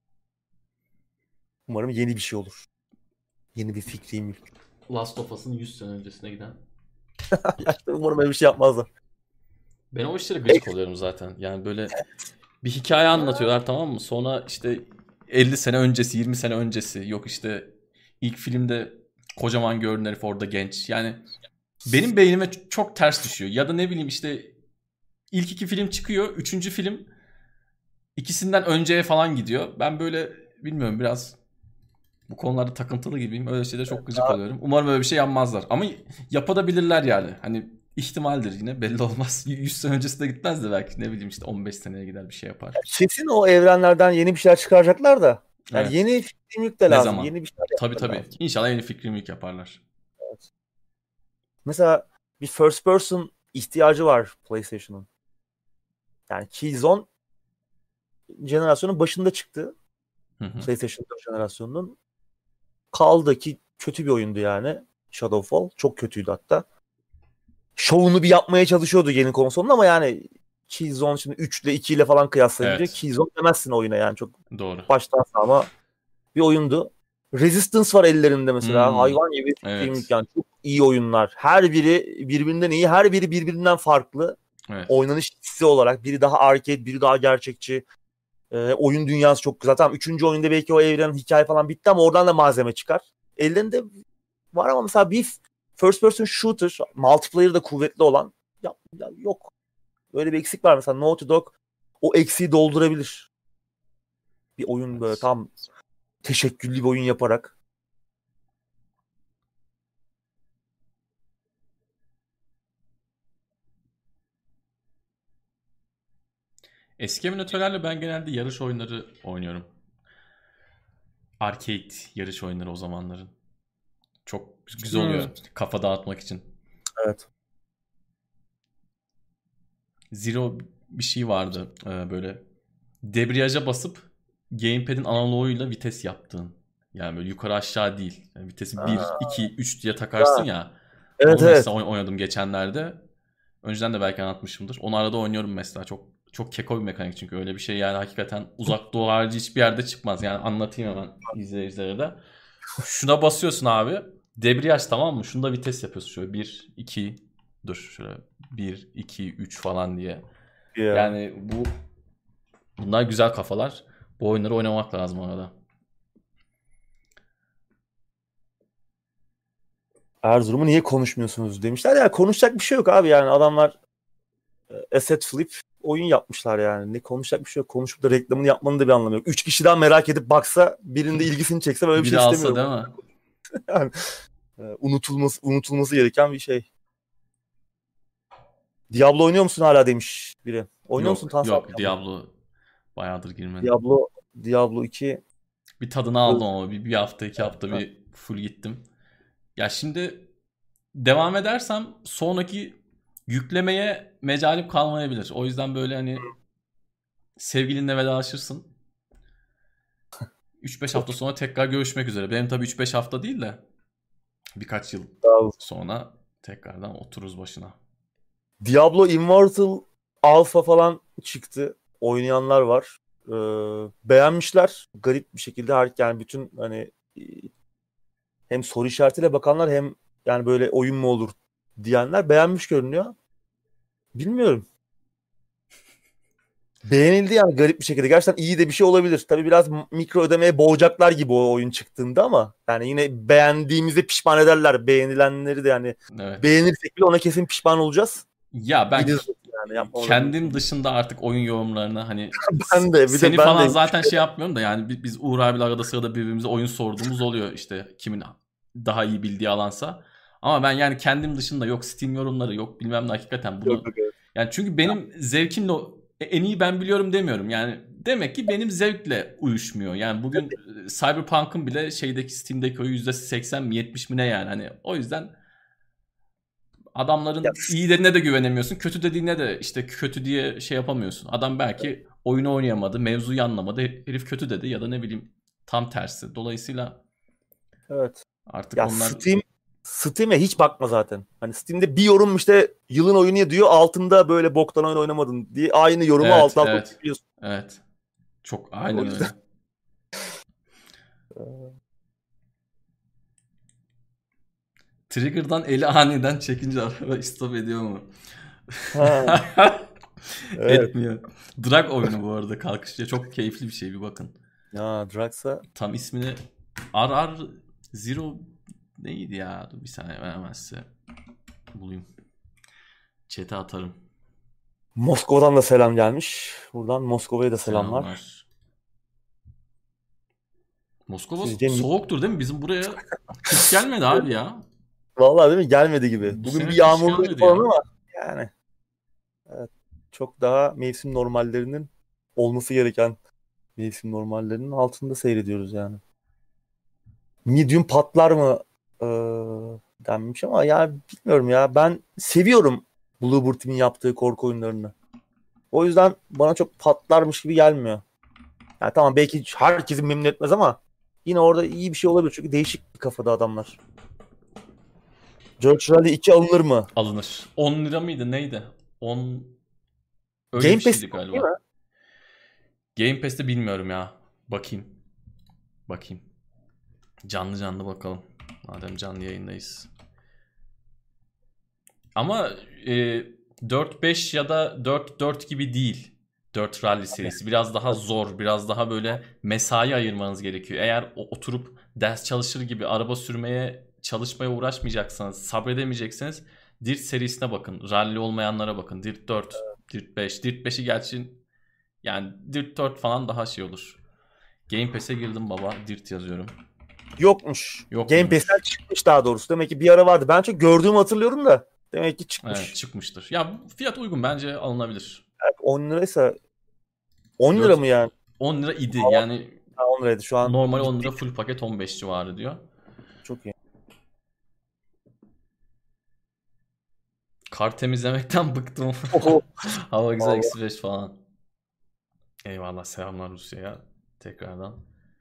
Umarım yeni bir şey olur. Yeni bir fikri mülk. Last of Us'ın yüz sene öncesine giden. Umarım öyle bir şey yapmazlar. Ben o işlere gıcık oluyorum zaten. Yani böyle bir hikaye anlatıyorlar, tamam mı? Sonra işte elli sene öncesi, yirmi sene öncesi. Yok işte ilk filmde kocaman görünen herif orada genç. Yani benim beynime çok ters düşüyor. Ya da ne bileyim işte ilk iki film çıkıyor. Üçüncü film ikisinden önceye falan gidiyor. Ben böyle bilmiyorum, biraz bu konularda takıntılı gibiyim. Öyle şeylere çok gıcık oluyorum. Umarım öyle bir şey yapmazlar. Ama yapabilirler yani. Hani ihtimaldir yine, belli olmaz. yüz sene öncesi de gitmez de belki, ne bileyim işte on beş seneye gider bir şey yapar. Kesin o evrenlerden yeni bir şeyler çıkaracaklar da. Yani Evet. yeni fikrimlik de Ne lazım. zaman? Yeni bir şeyler Tabii yapmaları tabii. lazım. İnşallah yeni fikrimlik yaparlar. Evet. Mesela bir first person ihtiyacı var PlayStation'ın. Yani Killzone jenerasyonun başında çıktı. Hı hı. PlayStation dört jenerasyonunun. Kaldı ki kötü bir oyundu yani. Shadowfall. Çok kötüydü hatta. Şovunu bir yapmaya çalışıyordu yeni konsolun ama yani Killzone şimdi üç ile iki ile falan kıyaslayınca Evet. Killzone demezsin oyuna yani. Çok Doğru. baştan sağma bir oyundu. Resistance var ellerinde mesela. Hmm. Hayvan gibi Evet. yani çok iyi oyunlar. Her biri birbirinden iyi, her biri birbirinden farklı. Evet. Oynanış hissi olarak biri daha arcade, biri daha gerçekçi. Ee, oyun dünyası çok güzel. Tamam üçüncü oyunda belki o evrenin hikaye falan bitti ama oradan da malzeme çıkar. Ellerinde var ama mesela bir first person shooter, multiplayer da kuvvetli olan ya, ya yok. Böyle bir eksik var mesela. Naughty Dog o eksiği doldurabilir. Bir oyun böyle tam teşekküllü bir oyun yaparak. Eski emülatörlerle ben genelde yarış oyunları oynuyorum. Arcade yarış oyunları o zamanların. Çok güzel oluyor. Hmm. Kafa dağıtmak için. Evet. Zero bir şey vardı ee, böyle. Debriyaja basıp gamepad'in analoğuyla vites yaptığın. Yani böyle yukarı aşağı değil. Yani vitesi bir, iki, üç diye takarsın ya. Evet Onu evet. mesela oynadım geçenlerde. Önceden de belki anlatmışımdır. Onu arada oynuyorum mesela. Çok çok keko bir mekanik çünkü öyle bir şey yani hakikaten uzak doğu harici hiçbir yerde çıkmaz. Yani anlatayım hemen izleyicilere de. Şuna basıyorsun abi. Debriyaj, tamam mı? Şunda vites yapıyorsun şöyle bir, iki, dur şöyle bir, iki, üç falan diye. Ya. Yani bu bunlar güzel kafalar. Bu oyunları oynamak lazım arada. Erzurum'u niye konuşmuyorsunuz demişler. Ya konuşacak bir şey yok abi yani adamlar asset flip oyun yapmışlar yani. Ne konuşacak bir şey yok. Konuşup da reklamını yapmanın da bir anlamı yok. Üç kişi daha merak edip baksa birinde ilgisini çekse böyle bir Biri şey alsa istemiyorum. değil mi? Yani e, unutulması unutulması gereken bir şey. Diablo oynuyor musun hala demiş biri. Oynuyor musun Yok Tansal? yok, Diablo bayağıdır girmedim. Diablo Diablo iki Bir tadını aldım ama bir, bir hafta iki hafta bir full gittim. Ya şimdi devam edersem sonraki yüklemeye mecalim kalmayabilir. O yüzden böyle hani sevgilinle vedalaşırsın. üç beş hafta çok sonra tekrar görüşmek üzere. Benim tabii üç beş hafta değil de birkaç yıl Diablo. sonra tekrardan otururuz başına. Diablo Immortal Alpha falan çıktı. Oynayanlar var. Ee, beğenmişler. Garip bir şekilde her yani bütün hani e, hem soru işaretiyle bakanlar hem yani böyle oyun mu olur diyenler beğenmiş görünüyor. Bilmiyorum. Beğenildi yani garip bir şekilde. Gerçekten iyi de bir şey olabilir. Tabii biraz mikro ödemeye boğacaklar gibi o oyun çıktığında ama yani yine beğendiğimizde pişman ederler. Beğenilenleri de yani Evet. beğenirsek bile ona kesin pişman olacağız. Ya ben Gideriz yani yapmamız kendim dışında artık oyun yorumlarını hani Ben de bir de seni ben falan de zaten şey yapmıyorum da yani bi- biz Uğur abiyle arada sırada birbirimize oyun sorduğumuz oluyor işte kimin daha iyi bildiği alansa. Ama ben yani kendim dışında yok Steam yorumları yok bilmem ne, hakikaten bunu Yok, yok, evet. yani çünkü benim zevkimle en iyi ben biliyorum demiyorum. Yani demek ki benim zevkle uyuşmuyor. Yani bugün e, Cyberpunk'ın bile şeydeki Steam'deki o yüzde seksen mi yetmiş mi ne yani hani o yüzden Ya, adamların iyi dediğine de güvenemiyorsun. Kötü dediğine de işte kötü diye şey yapamıyorsun. Adam belki oyunu oynayamadı, mevzuyu anlamadı. Herif kötü dedi ya da ne bileyim tam tersi. Dolayısıyla Evet. Artık Ya onlar Steam Steam'e hiç bakma zaten. Hani Steam'de bir yorum işte yılın oyunu diyor, altında böyle boktan oyun oynamadın diye aynı yorumu evet alt alta evet okuyabiliyorsun. evet çok O aynen yüzden öyle. Trigger'dan eli aniden çekince araba istop ediyor mu? ha, evet. Etmiyor. Drag oyunu bu arada, kalkışçı. Çok keyifli bir şey, bir bakın. Ya Drax'a Tam ismini R R Zero neydi ya? Dur bir saniye, ben hemen size bulayım. Chat'e atarım. Moskova'dan da selam gelmiş. Buradan Moskova'ya da selamlar. Selamlar. Moskova Sizce soğuktur değil mi? Bizim buraya kış gelmedi abi ya. vallahi değil mi? Gelmedi gibi. Bu Bugün bir sene kış yağmurluydu gelmedi falan ya. ama yani evet, çok daha mevsim normallerinin olması gereken mevsim normallerinin altında seyrediyoruz yani. Medium patlar mı eee, denmiş ama ya bilmiyorum ya. Ben seviyorum Bloober Team'in yaptığı korku oyunlarını. O yüzden bana çok patlarmış gibi gelmiyor. Ya tamam, belki herkesi memnun etmez ama yine orada iyi bir şey olabilir. Çünkü değişik bir kafada adamlar. George Rally iki alınır mı? Alınır. on lira mıydı neydi? on öyle bir Game Pass şeydi yok değil galiba. mi? Game Pass'te bilmiyorum ya. Bakayım. Bakayım. Canlı canlı bakalım. Madem canlı yayındayız. Ama e, dört beş ya da dört dört gibi değil. dört Rally serisi. Biraz daha zor. Biraz daha böyle mesai ayırmanız gerekiyor. Eğer oturup ders çalışır gibi araba sürmeye çalışmaya uğraşmayacaksanız, sabredemeyecekseniz Dirt serisine bakın. Rally olmayanlara bakın. Dirt dört, Dirt beş. Dirt beşi gerçi yani Dirt dört falan daha şey olur. Game Pass'e girdim baba. Dirt yazıyorum. Yokmuş. Yok Game Pass'ten muymuş? çıkmış daha doğrusu. Demek ki bir ara vardı. Ben çok gördüğümü hatırlıyorum da. Demek ki Evet, çıkmış. çıkmıştır. Ya fiyat uygun, bence alınabilir. Evet, on liraysa on lira dört mı yani? on lira idi. Yani Ha, on liraydı. Şu an normal on gitti. lira, full paket on beş civarı diyor. Çok iyi. Kar temizlemekten bıktım. Oho. Hava güzel, Vallahi. eksi beş falan. Eyvallah, selamlar Rusya'ya tekrardan.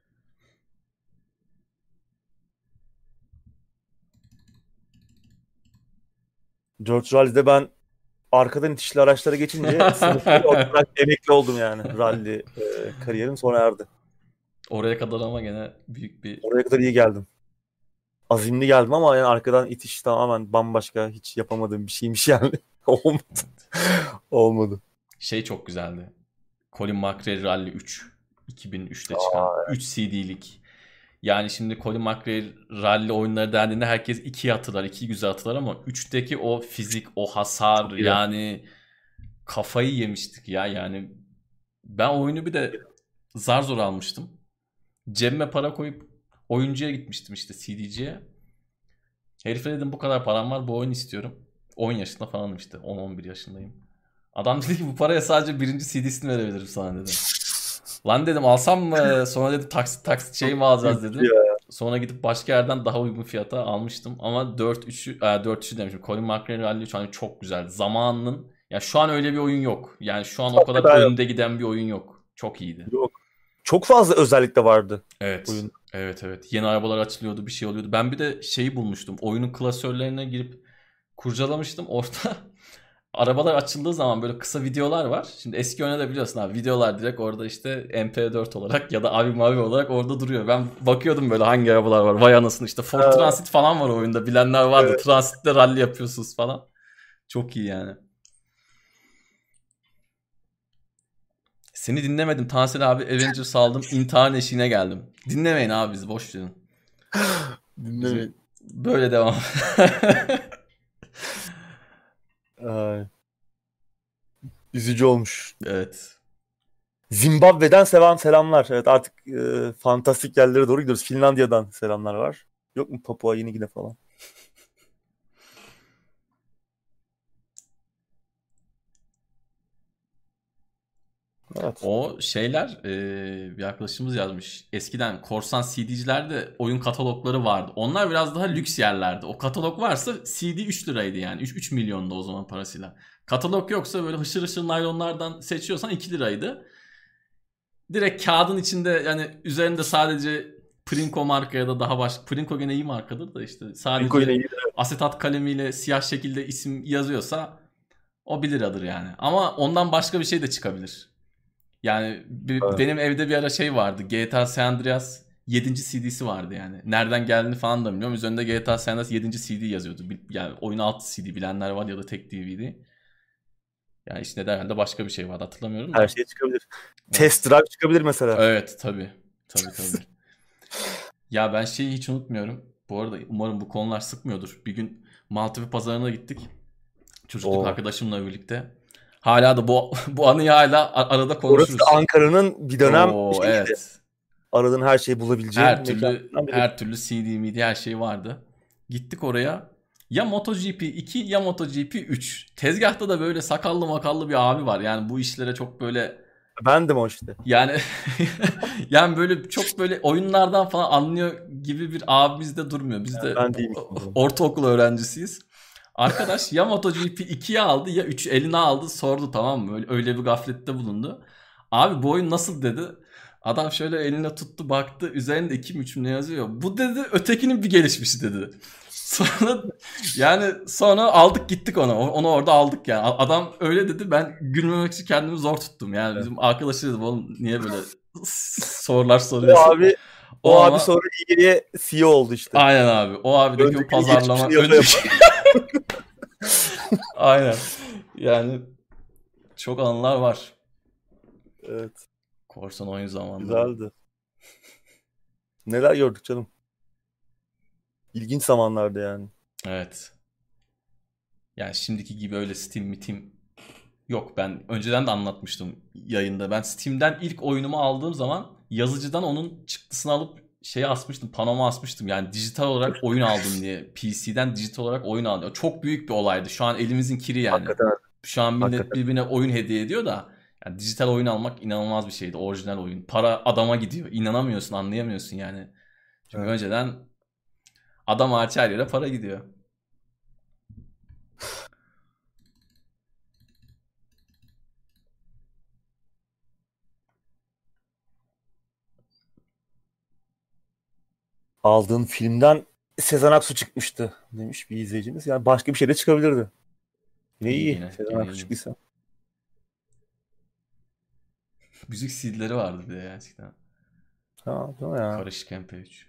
George Rally'de ben arkadan itişli araçlara geçince sınıfta olarak emekli oldum yani. Rally e, kariyerim sona erdi. Oraya kadar ama gene büyük bir Oraya kadar iyi geldim. Azimli geldim ama yani arkadan itiş tamamen bambaşka, hiç yapamadığım bir şeymiş yani. Olmadı. Olmadı. şey çok güzeldi. Colin McRae Rally üç. iki bin üçte çıkan. üç C D'lik. Yani şimdi Colin McRae Rally oyunları dendiğinde herkes ikiyi hatırlar. ikiyi güzel hatırlar ama üçteki o fizik, o hasar, Çok iyi. yani kafayı yemiştik ya. Yani ben oyunu bir de zar zor almıştım. Cebime para koyup oyuncuya gitmiştim, işte C D'ciye. Herife dedim bu kadar param var, bu oyunu istiyorum. on yaşında falanım işte. on on bir yaşındayım. Adam dedi ki bu paraya sadece birinci C D'sini verebilirim sana dedi. Lan dedim alsam mı? Sonra dedi taksit taksit şey mi alacağız dedim. Sonra gidip başka yerden daha uygun fiyata almıştım. Ama dört üçü, dört üçü demişim. Colin McRae Rally üç hani çok güzeldi. Zamanının, ya şu an öyle bir oyun yok. Yani şu an o kadar Hakikaten yok. önde giden bir oyun yok. Çok iyiydi. Yok. Çok fazla özellik de vardı Evet. oyun. Evet evet. Yeni arabalar açılıyordu, bir şey oluyordu. Ben bir de şeyi bulmuştum. Oyunun klasörlerine girip kurcalamıştım. Orada arabalar açıldığı zaman böyle kısa videolar var. Şimdi eski oyunu da biliyorsun abi. Videolar direkt orada işte M P dört olarak ya da Avi Mavi olarak orada duruyor. Ben bakıyordum böyle hangi arabalar var. Vay anasını, işte Ford Evet. Transit falan var oyunda. Bilenler vardı. Evet. Transit'te rally yapıyorsunuz falan. Çok iyi yani. Seni dinlemedim Tansel abi. Avengers aldım. İntihar eşiğine geldim. Dinlemeyin abi bizi. Boş verin. Bizim Dinlemeyin. böyle devam. Ay, üzücü olmuş. Evet. Zimbabwe'den selam selamlar. Evet, artık e, fantastik yerlere doğru gidiyoruz. Finlandiya'dan selamlar var. Yok mu Papua Yeni Gine falan? Evet. O şeyler e, bir arkadaşımız yazmış. Eskiden korsan C D'cilerde oyun katalogları vardı. Onlar biraz daha lüks yerlerdi. O katalog varsa C D üç liraydı yani. üç, üç milyonda o zaman parasıyla. Katalog yoksa böyle hışır hışır naylonlardan seçiyorsan iki liraydı. Direkt kağıdın içinde, yani üzerinde sadece Prinko marka ya da daha başka. Prinko gene iyi markadır da işte Prinko yine sadece iyi. asetat kalemiyle siyah şekilde isim yazıyorsa o bir liradır yani. Ama ondan başka bir şey de çıkabilir. Yani b- Evet. benim evde bir ara şey vardı. G T A San Andreas yedinci C D'si vardı yani. Nereden geldiğini falan da bilmiyorum. Üzerinde G T A San Andreas yedinci C D yazıyordu. Bil- Yani oyun altı C D bilenler var ya da tek D V D. Yani işte herhalde başka bir şey vardı hatırlamıyorum Her da. şey çıkabilir. Test Evet. drive çıkabilir mesela. Evet tabii. Tabii tabii. Ya ben şeyi hiç unutmuyorum. Bu arada umarım bu konular sıkmıyordur. Bir gün Maltepe pazarına gittik. Çocukluk Oo. arkadaşımla birlikte. Hala da bu bu anıyı hala a- arada Orası da konuşuruz. Ankara'nın bir dönem Oo şeyiydi. evet. Aradığın her şeyi bulabileceğin Her türlü mekanlardan biri. her türlü C D, M D her şey vardı. Gittik oraya. Ya MotoGP iki ya MotoGP üç. Tezgahta da böyle sakallı makallı bir abi var. Yani bu işlere çok böyle Bendim o işte. yani yani böyle çok böyle oyunlardan falan anlıyor gibi bir abimiz de durmuyor. Biz de Ben değilmişim o zaman. ortaokul öğrencisiyiz. Arkadaş ya MotoGP ikiyi aldı ya üçü eline aldı sordu tamam mı? Öyle, öyle bir gaflette bulundu. Abi bu oyun nasıl dedi. Adam şöyle eline tuttu baktı üzerinde iki mi üç mü ne yazıyor. Bu dedi ötekinin bir gelişmişi dedi. Sonra yani sonra aldık gittik onu. Onu orada aldık yani. Adam öyle dedi ben gülmemek için kendimi zor tuttum. Yani bizim arkadaşı dedim oğlum niye böyle sorular O soruyorsun. abi O o abi ama sonra İG'ye C E O oldu işte. aynen abi. O abideki o Öncekinin pazarlama geçmişini yapa önceki yapa. aynen. Yani çok anılar var. Evet. Korsan oyun zamanları. Güzeldi. Neler gördük canım. İlginç zamanlardı yani. Evet. Yani şimdiki gibi öyle Steam mitim yok. Ben önceden de anlatmıştım yayında. Ben Steam'den ilk oyunumu aldığım zaman yazıcıdan onun çıktısını alıp şeye asmıştım. Panoma asmıştım. Yani dijital olarak oyun aldım diye. P C'den dijital olarak oyun aldım. Çok büyük bir olaydı. Şu an elimizin kiri yani. Hakikaten. Şu an millet Hakikaten. birbirine oyun hediye ediyor da yani dijital oyun almak inanılmaz bir şeydi. Orijinal oyun. Para adama gidiyor. İnanamıyorsun, anlayamıyorsun yani. Çünkü Evet. önceden adam hariç her yere para gidiyor. Aldığın filmden Sezen Aksu çıkmıştı demiş bir izleyicimiz. Yani başka bir şey de çıkabilirdi. Ne İyi iyi. yine, Sezen yine Aksu iyi. çıktıysa. Müzik C D'leri vardı bir de gerçekten. Ha, değil mi ya? Karışık M P üç.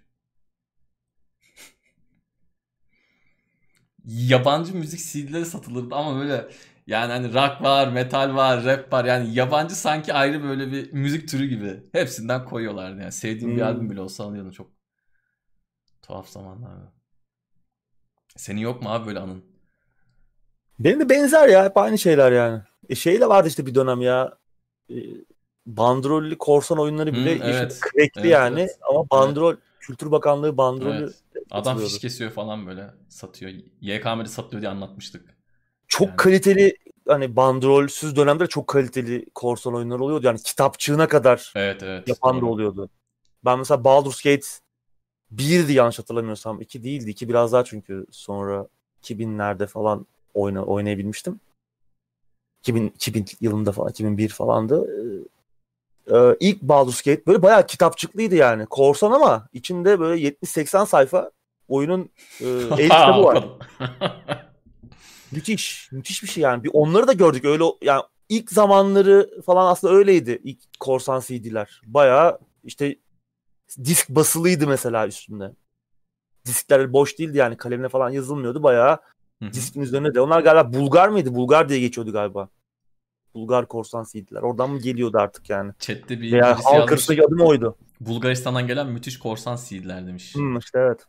Yabancı müzik C D'leri satılırdı ama böyle yani hani rock var, metal var, rap var. Yani yabancı sanki ayrı böyle bir müzik türü gibi. Hepsinden koyuyorlardı yani. Sevdiğim bir albüm Hmm. bile olsa alıyordum çok tuhaf zamanlarda. Senin yok mu abi böyle anın? Benim de benzer ya. Hep aynı şeyler yani. E şeyle vardı işte bir dönem ya. E, bandrollü korsan oyunları bile Hı, yaşadık. evet. Crackli Evet yani. evet. Ama Evet. bandrol, Kültür Bakanlığı bandrolü Evet. Adam fiş satılıyordu. kesiyor falan böyle satıyor. Y K M'de satılıyor diye anlatmıştık. Çok Yani. kaliteli hani bandrolsüz dönemde çok kaliteli korsan oyunlar oluyordu. Yani kitapçığına kadar Evet evet yapan da doğru. oluyordu. Ben mesela Baldur's Gate birdi yanlış hatırlamıyorsam. iki değildi. iki biraz daha çünkü sonra iki binlerde falan oyna, oynayabilmiştim. iki bin, iki bin yılında falan iki bin bir falandı. Ee, ilk Baldur's Gate böyle bayağı kitapçıklıydı yani. Korsan ama içinde böyle yetmiş seksen sayfa oyunun e, el kitabı O var. kadar. Müthiş. Müthiş bir şey yani. Bir onları da gördük. Öyle yani ilk zamanları falan aslında öyleydi. İlk korsan C D'ler. Bayağı işte disk basılıydı mesela üstünde. Diskler boş değildi yani kalemle falan yazılmıyordu. Bayağı Hı hı. diskin üzerine de. Onlar galiba Bulgar mıydı? Bulgar diye geçiyordu galiba. Bulgar korsan C D'ler. Oradan mı geliyordu artık yani? Chat'te bir, Veya birisi halk yazmış. arasındaki adı mı oydu? Bulgaristan'dan gelen müthiş korsan C D'ler demiş. Hmm, işte evet.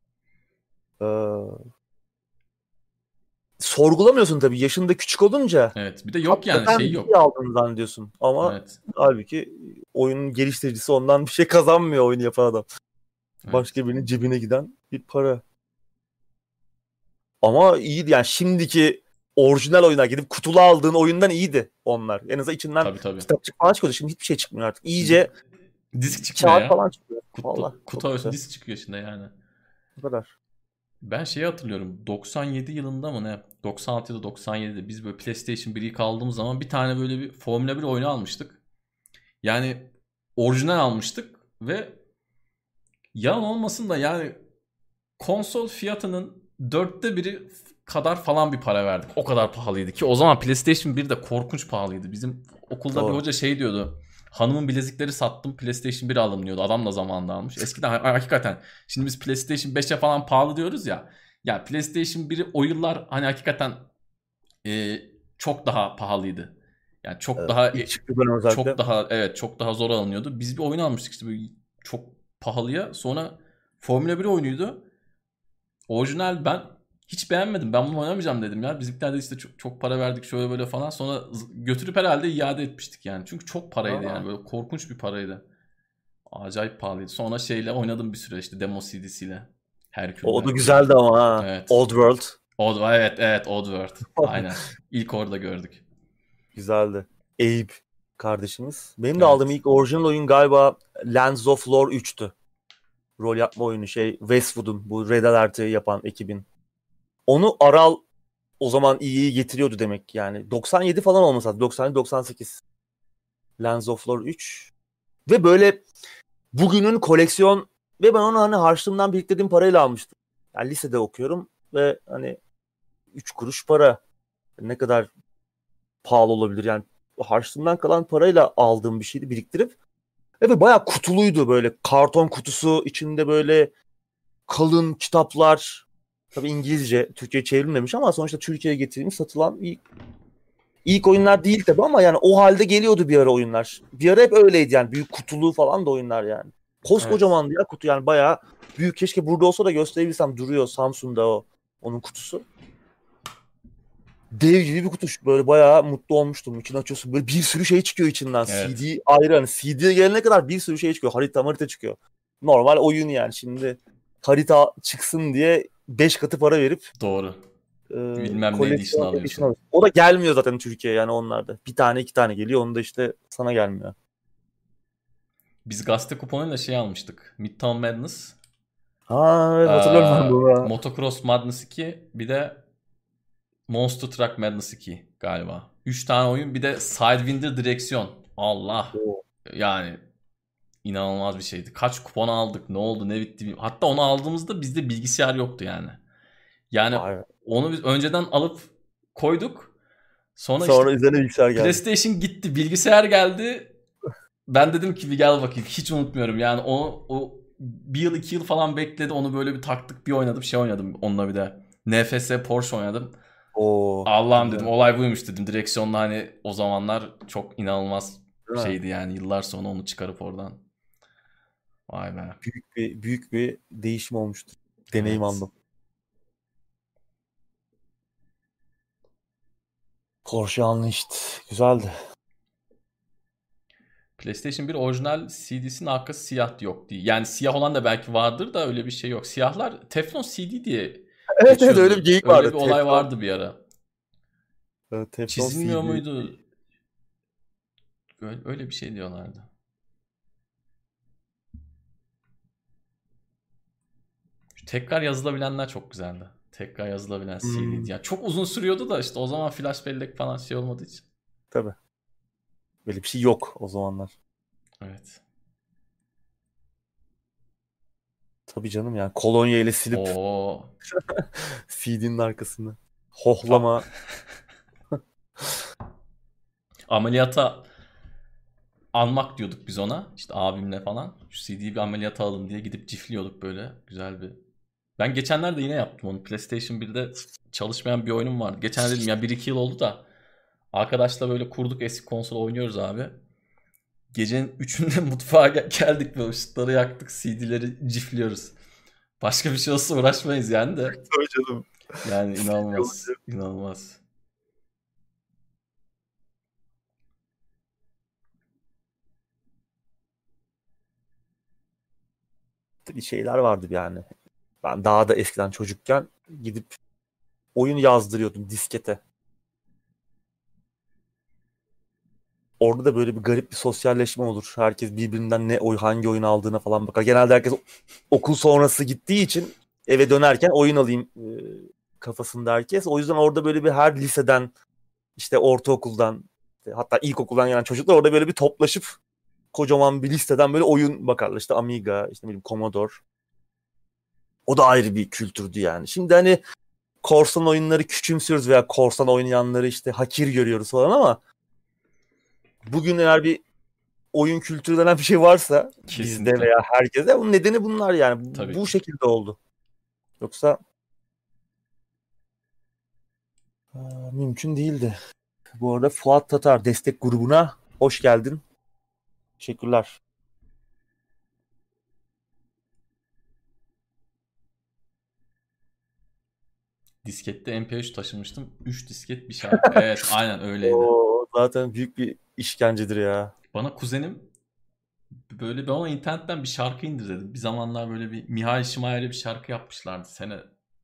Ee, sorgulamıyorsun tabii yaşında küçük olunca. Evet. Bir de yok yani Hakikaten şey iyi yok. aldığını zannediyorsun. Ama Evet. halbuki oyunun geliştiricisi ondan bir şey kazanmıyor oyunu yapan adam. Evet. Başka birinin cebine giden bir para. Ama iyiydi yani şimdiki orijinal oyunlar gidip kutulu aldığın oyundan iyiydi onlar. En azından içinden Tabii tabii. kitapçık falan çıkıyordu. Şimdi hiçbir şey çıkmıyor artık. Şimdi İyice disk çıkmıyor kağıt ya. falan çıkıyor. Valla Kutu, kutu çok arası kötü. disk çıkıyor şimdi yani. Bu kadar. Ben şeyi hatırlıyorum. doksan yedi yılında mı ne? doksan altı ya da doksan yedide biz böyle PlayStation biri kaldığımız zaman bir tane böyle bir Formula bir oyunu almıştık. Yani orijinal almıştık ve Yalan olmasın da yani konsol fiyatının dörtte biri kadar falan bir para verdik. O kadar pahalıydı ki o zaman PlayStation bir de korkunç pahalıydı. Bizim okulda Doğru. bir hoca şey diyordu. Hanımın bilezikleri sattım, PlayStation bir alın diyordu. Adam da zamanında almış. Eskiden hakikaten şimdi biz PlayStation beşe falan pahalı diyoruz ya. Ya PlayStation biri o yıllar hani hakikaten e, çok daha pahalıydı. Yani çok Evet. daha İlk e, çıktığı dönem özellikle. çok daha evet çok daha zor alınıyordu. Biz bir oyun almıştık işte böyle çok pahalıya. Sonra Formula bir oyunuydu. Orijinal ben hiç beğenmedim. Ben bunu oynamayacağım dedim ya. Bizimkiler de işte çok, çok para verdik şöyle böyle falan. Sonra z- götürüp herhalde iade etmiştik yani. Çünkü çok paraydı Aa. yani. Böyle korkunç bir paraydı. Acayip pahalıydı. Sonra şeyle oynadım bir süre işte demo C D'siyle. O, o da Herkül'de. güzeldi ama ha. Evet. Old World. Odd, evet evet Oddworld. Aynen. İlk orada gördük. Güzeldi. Abe kardeşimiz. Benim de aldığım Evet. ilk orijinal oyun galiba Lands of Lore üçtü. Rol yapma oyunu şey Westwood'un bu Red Alert'ı yapan ekibin. Onu Aral o zaman iyi getiriyordu demek yani. doksan yedi falan olması lazım. doksan yedi doksan sekiz. Lands of Lore üç. Ve böyle bugünün koleksiyon ve ben onu hani harçlığımdan biriktirdiğim parayla almıştım. Yani lisede okuyorum ve hani üç kuruş para. Ne kadar pahalı olabilir yani. Harçlığımdan kalan parayla aldığım bir şeydi biriktirip. Evet bayağı kutuluydu böyle. Karton kutusu içinde böyle kalın kitaplar. Tabii İngilizce, Türkçe'ye çevrilmemiş ama sonuçta Türkiye'ye getirilmiş satılan ilk, ilk oyunlar değil tabii ama yani o halde geliyordu bir ara oyunlar. Bir ara hep öyleydi yani. Büyük kutulu falan da oyunlar yani. Evet. Koskocamandı ya kutu yani bayağı büyük. Keşke burada olsa da gösterebilsem, duruyor Samsun'da o onun kutusu. Dev gibi bir kutu. Böyle bayağı mutlu olmuştum. İçini açıyorsun böyle bir sürü şey çıkıyor içinden. Evet. C D ayrı hani C D gelene kadar bir sürü şey çıkıyor. Harita harita çıkıyor. Normal oyun yani. Şimdi harita çıksın diye beş katı para verip Doğru. e, Bilmem ne edition koleksiyon edition alıyorsun. alıyorsun. O da gelmiyor zaten Türkiye'ye yani onlarda. Bir tane iki tane geliyor. Onu da işte sana gelmiyor. Biz gazete kuponuyla şey almıştık. Midtown Madness. Ha evet, hatırlıyorum ben Ee, bunu. Motocross Madness iki. Bir de Monster Truck Madness iki galiba. Üç tane oyun. Bir de Sidewinder direksiyon. Allah. Oo. Yani inanılmaz bir şeydi. Kaç kupon aldık, ne oldu, ne bitti. Hatta onu aldığımızda bizde bilgisayar yoktu yani. Yani Aa, evet. onu biz önceden alıp koyduk. Sonra işte Sonra üzerine bilgisayar geldi. PlayStation gitti, bilgisayar geldi. Ben dedim ki bir gel bakayım. Hiç unutmuyorum. Yani o, o bir yıl iki yıl falan bekledi. Onu böyle bir taktık bir oynadım. Şey oynadım onunla bir de. N F S Porsche oynadım. Oo, Allah'ım dedim hatırlıyorum. olay buymuş dedim. Direksiyonla hani o zamanlar çok inanılmaz Değil mi? şeydi yani. Yıllar sonra onu çıkarıp oradan. Vay be. Büyük bir büyük bir değişim olmuştu. Deneyim Evet. aldım. Porsche Unleashed. Güzeldi. PlayStation bir orijinal C D'sinin arkası siyah yok diye. Yani siyah olan da belki vardır da öyle bir şey yok. Siyahlar Teflon C D diye Evet evet öyle bir geçiyordu. geyik Öyle vardı. bir olay Teflon. vardı bir ara. Evet, Teflon Çizilmiyor C D. muydu? Öyle, öyle bir şey diyorlardı. Şu tekrar yazılabilenler çok güzeldi. Tekrar yazılabilen C D'ydi. Hmm, Yani çok uzun sürüyordu da işte o zaman flash bellek falan şey olmadığı için. tabii. Böyle bir şey yok o zamanlar. Evet. Tabii canım yani kolonya ile silip Oo. C D'nin arkasını. A- Hohlama. ameliyata almak diyorduk biz ona. İşte abimle falan. Şu C D'yi bir ameliyata alalım diye gidip cifliyorduk böyle. Güzel bir. Ben geçenlerde yine yaptım onu. PlayStation birde çalışmayan bir oyunum vardı. Geçen dedim ya bir iki yıl oldu da. Arkadaşla böyle kurduk eski konsol oynuyoruz abi. Gecenin üçünde mutfağa gel- geldik ve ışıkları yaktık. C D'leri cifliyoruz. Başka bir şey olsa uğraşmayız yani de. Tabii canım. Yani C D inanılmaz. olunca. İnanılmaz. Bir şeyler vardı yani. Ben daha da eskiden çocukken gidip oyun yazdırıyordum diskete. Orada da böyle bir garip bir sosyalleşme olur. Herkes birbirinden ne oy hangi oyun aldığına falan bakar. Genelde herkes okul sonrası gittiği için eve dönerken oyun alayım e, kafasında herkes. O yüzden orada böyle bir her liseden işte ortaokuldan hatta ilkokuldan gelen çocuklar orada böyle bir toplaşıp kocaman bir listeden böyle oyun bakarlar. İşte Amiga, işte ne bileyim Commodore. O da ayrı bir kültürdü yani. Şimdi hani korsan oyunları küçümsüyoruz veya korsan oynayanları işte hakir görüyoruz falan ama bugün eğer bir oyun kültürü denen bir şey varsa Kesinlikle. bizde veya herkese, bunun nedeni bunlar yani. Tabii Bu ki. şekilde oldu. Yoksa aa, mümkün değildi. Bu arada Fuat Tatar destek grubuna hoş geldin. Teşekkürler. Diskette M P üç taşımıştım. üç disket bir şarkı. Evet, aynen öyleydi. O zaten büyük bir işkencedir ya. Bana kuzenim böyle, ben ona internetten bir şarkı indir dedim. Bir zamanlar böyle bir Mihail Şimayer'e bir şarkı yapmışlardı. Sene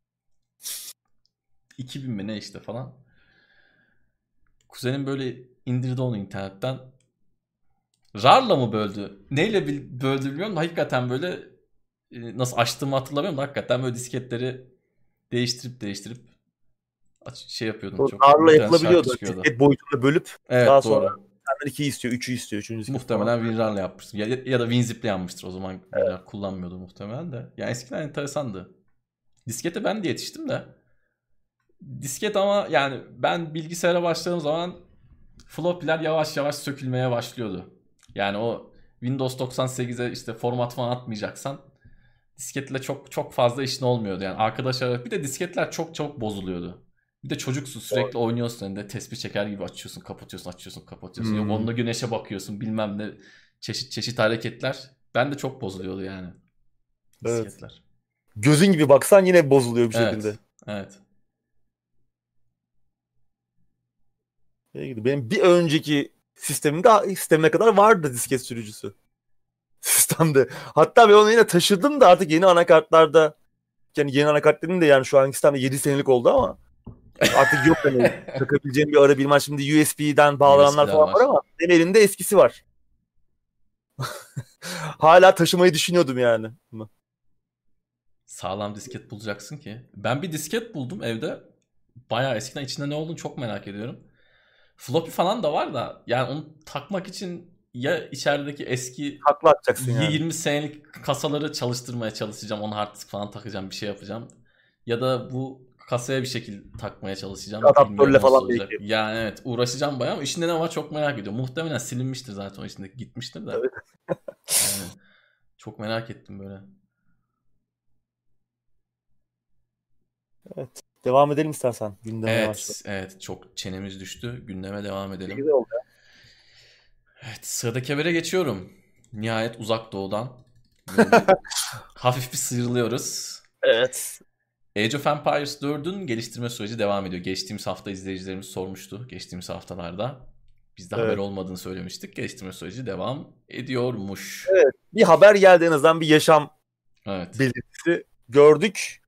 iki bin mi ne işte falan. Kuzenim böyle indirdi onu internetten. RAR'la mı böldü? Neyle bil- böldü bilmiyorum da hakikaten böyle e, nasıl açtığımı hatırlamıyorum da hakikaten böyle disketleri değiştirip değiştirip aç- şey yapıyordum. O Çok RAR'la güzel şarkı yapılabiliyordu. çıkıyordu. Disket boyutunda bölüp daha Evet, sonra doğru. senden iki istiyor, üçü istiyor, üçüncü disket falan. Muhtemelen WinRAR'la yapmıştır. Ya, ya da WinZip'le yanmıştır. O zaman WinRAR kullanmıyordu muhtemelen de. Yani eskiden enteresandı. Diskete ben de yetiştim de. Disket ama yani ben bilgisayara başladığım zaman floppy'ler yavaş yavaş sökülmeye başlıyordu. Yani o Windows doksan sekize işte format falan atmayacaksan disketle çok çok fazla işin olmuyordu. Yani arkadaşlar, bir de disketler çok çabuk bozuluyordu. Bir de çocuksun, sürekli oynuyorsun, önünde tespih çeker gibi açıyorsun, kapatıyorsun, açıyorsun, kapatıyorsun. Yok Hmm. onunla güneşe bakıyorsun, bilmem ne, çeşit çeşit hareketler. Ben de çok bozuluyordu yani Evet. disketler. Gözün gibi baksan yine bozuluyor bir şekilde. Evet. Evet. Benim bir önceki sistemimde sistemine kadar vardı disket sürücüsü. Sistemde. Hatta ben onu yine taşıdım da artık yeni anakartlarda, yani yeni anakart dedim de yani şu anki sistemde yedi senelik oldu ama artık yok hani takabileceğim bir ara bilmem, şimdi U S B'den bağlananlar U S B'ler falan var var. ama benim elimde eskisi var. Hala taşımayı düşünüyordum yani. Sağlam disket bulacaksın ki. Ben bir disket buldum evde. Bayağı eskiden, içinde ne olduğunu çok merak ediyorum. Floppy falan da var da yani onu takmak için ya içerideki eski Haklı atacaksın yani. yirmi senelik kasaları çalıştırmaya çalışacağım. Onu hard disk falan takacağım, bir şey yapacağım. Ya da bu kasaya bir şekilde takmaya çalışacağım. Bilmiyorum Adaptörle nasıl falan olacak. belki. Yani evet, uğraşacağım bayağı ama içinde ne var çok merak ediyorum. Muhtemelen silinmiştir zaten, o içindeki gitmiştir de. Evet. Yani çok merak ettim böyle. Evet. Devam edelim istersen gündeme yavaş yavaş. Evet, evet, çok çenemiz düştü. Gündeme devam Ne edelim. güzel oldu. Evet, sıradaki habere geçiyorum. Nihayet uzak doğudan böyle bir hafif bir sıyrılıyoruz. Evet. Age of Empires dördün geliştirme süreci devam ediyor. Geçtiğimiz hafta izleyicilerimiz sormuştu. Geçtiğimiz haftalarda. Biz de haber Evet. olmadığını söylemiştik. Geliştirme süreci devam ediyormuş. Evet. Bir haber geldi, en azından bir yaşam Evet. belirtisi gördük.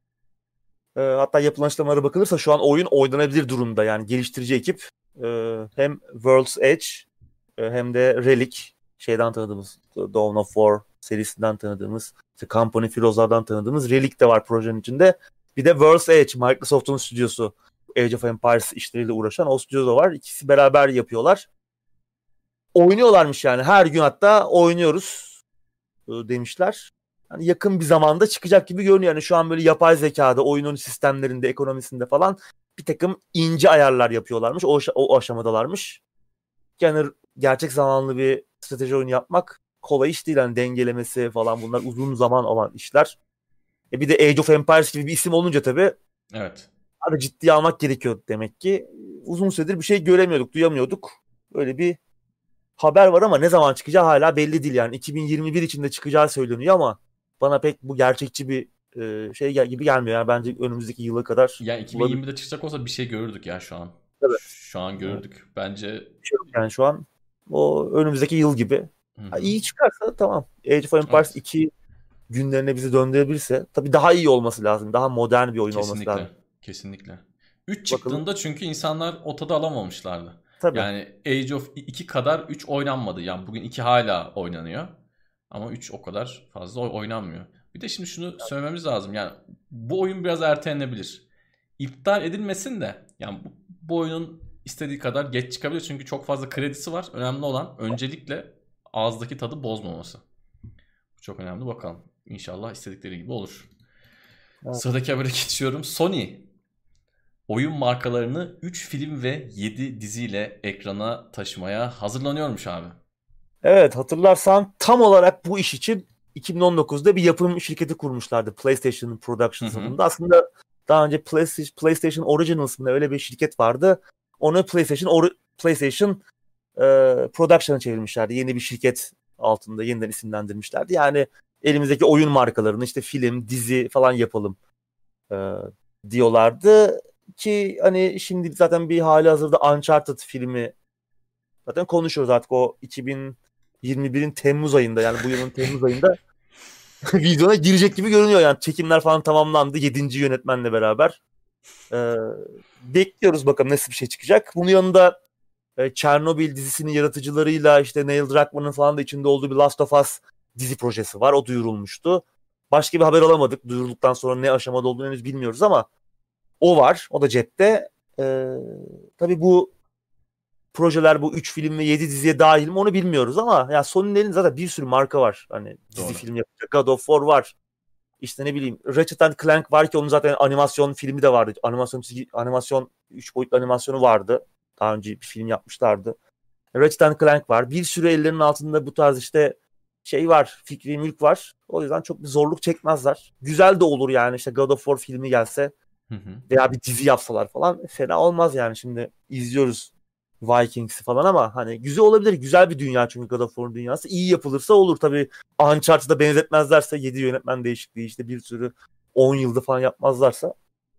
E, hatta yapılan açıklamalara bakılırsa şu an oyun oynanabilir durumda. Yani geliştirici ekip e, hem World's Edge e, hem de Relic, şeyden tanıdığımız Dawn of War serisinden tanıdığımız, işte Company Filozar'dan tanıdığımız Relic de var projenin içinde. Bir de World's Edge, Microsoft'un stüdyosu, Age of Empires işleriyle uğraşan o stüdyo da var. İkisi beraber yapıyorlar. Oynuyorlarmış yani. Her gün hatta oynuyoruz e, demişler. Yani yakın bir zamanda çıkacak gibi görünüyor. Yani şu an böyle yapay zekada, oyunun sistemlerinde, ekonomisinde falan bir takım ince ayarlar yapıyorlarmış. O, o aşamadalarmış. Yani gerçek zamanlı bir strateji oyunu yapmak kolay iş değil. Yani dengelemesi falan, bunlar uzun zaman alan işler. E bir de Age of Empires gibi bir isim olunca tabii Evet. hadi ciddiye almak gerekiyor demek ki. Uzun süredir bir şey göremiyorduk, duyamıyorduk. Öyle bir haber var ama ne zaman çıkacağı hala belli değil yani. iki bin yirmi bir içinde çıkacağı söyleniyor ama bana pek bu gerçekçi bir e, şey gibi gelmiyor. Yani bence önümüzdeki yıla kadar Yani olabilir. iki bin yirmide çıkacak olsa bir şey görürdük ya şu an. Tabii. Şu an Evet. görürdük. Bence. Bir şey yok yani şu an. O önümüzdeki yıl gibi. Hı Ha, hı. iyi çıkarsa tamam. Age of Empires Evet. iki günlerine bizi döndürebilirse tabii daha iyi olması lazım. Daha modern bir oyun olması Kesinlikle. lazım. Kesinlikle. üç Bakalım. çıktığında çünkü insanlar o tadı alamamışlardı. Tabii. Yani Age of iki kadar üç oynanmadı. Yani bugün iki hala oynanıyor. Ama üç o kadar fazla oy- oynanmıyor. Bir de şimdi şunu söylememiz lazım. Yani bu oyun biraz ertelenebilir. İptal edilmesin de yani bu, bu oyunun istediği kadar geç çıkabilir. Çünkü çok fazla kredisi var. Önemli olan öncelikle ağızdaki tadı bozmaması. Bu çok önemli, bakalım. İnşallah istedikleri gibi olur. Evet. Sıradaki habere geçiyorum. Sony oyun markalarını üç film ve yedi diziyle ekrana taşımaya hazırlanıyormuş abi. Evet, hatırlarsan tam olarak bu iş için iki bin on dokuzda bir yapım şirketi kurmuşlardı. PlayStation Productions Hı hı. adında. Aslında daha önce PlayStation, PlayStation Originals'ında öyle bir şirket vardı. Onu PlayStation Or- PlayStation e, Production'a çevirmişlerdi. Yeni bir şirket altında yeniden isimlendirmişlerdi. Yani elimizdeki oyun markalarını işte film, dizi falan yapalım e, diyorlardı. Ki hani şimdi zaten bir hali hazırda Uncharted filmi zaten konuşuyoruz artık, o iki bin yirmi birin Temmuz ayında, yani bu yılın Temmuz ayında vizyona girecek gibi görünüyor. Yani çekimler falan tamamlandı yedinci yönetmenle beraber. Ee, bekliyoruz bakalım nasıl bir şey çıkacak. Bunun yanında e, Chernobyl dizisinin yaratıcılarıyla işte Neil Druckmann'ın falan da içinde olduğu bir Last of Us dizi projesi var. O duyurulmuştu. Başka bir haber alamadık. Duyurulduktan sonra ne aşamada olduğunu henüz bilmiyoruz ama o var. O da cepte. Ee, tabii bu projeler bu üç film ve yedi diziye dahil mi onu bilmiyoruz ama ya Sony'nin elinde zaten bir sürü marka var. Hani dizi Doğru. film yapacak. God of War var. İşte ne bileyim Ratchet and Clank var ki onun zaten animasyon filmi de vardı. Animasyon çizgi, animasyon üç boyutlu animasyonu vardı. Daha önce bir film yapmışlardı. Ratchet and Clank var. Bir sürü ellerinin altında bu tarz işte şey var. Fikri mülk var. O yüzden çok bir zorluk çekmezler. Güzel de olur yani, işte God of War filmi gelse Hı hı. veya bir dizi yapsalar falan fena olmaz yani. Şimdi izliyoruz Vikings'i falan ama hani güzel olabilir. Güzel bir dünya çünkü God of War'un dünyası. İyi yapılırsa olur tabii. Uncharted'a benzetmezlerse, yedi yönetmen değişikliği işte bir sürü on yılda falan yapmazlarsa.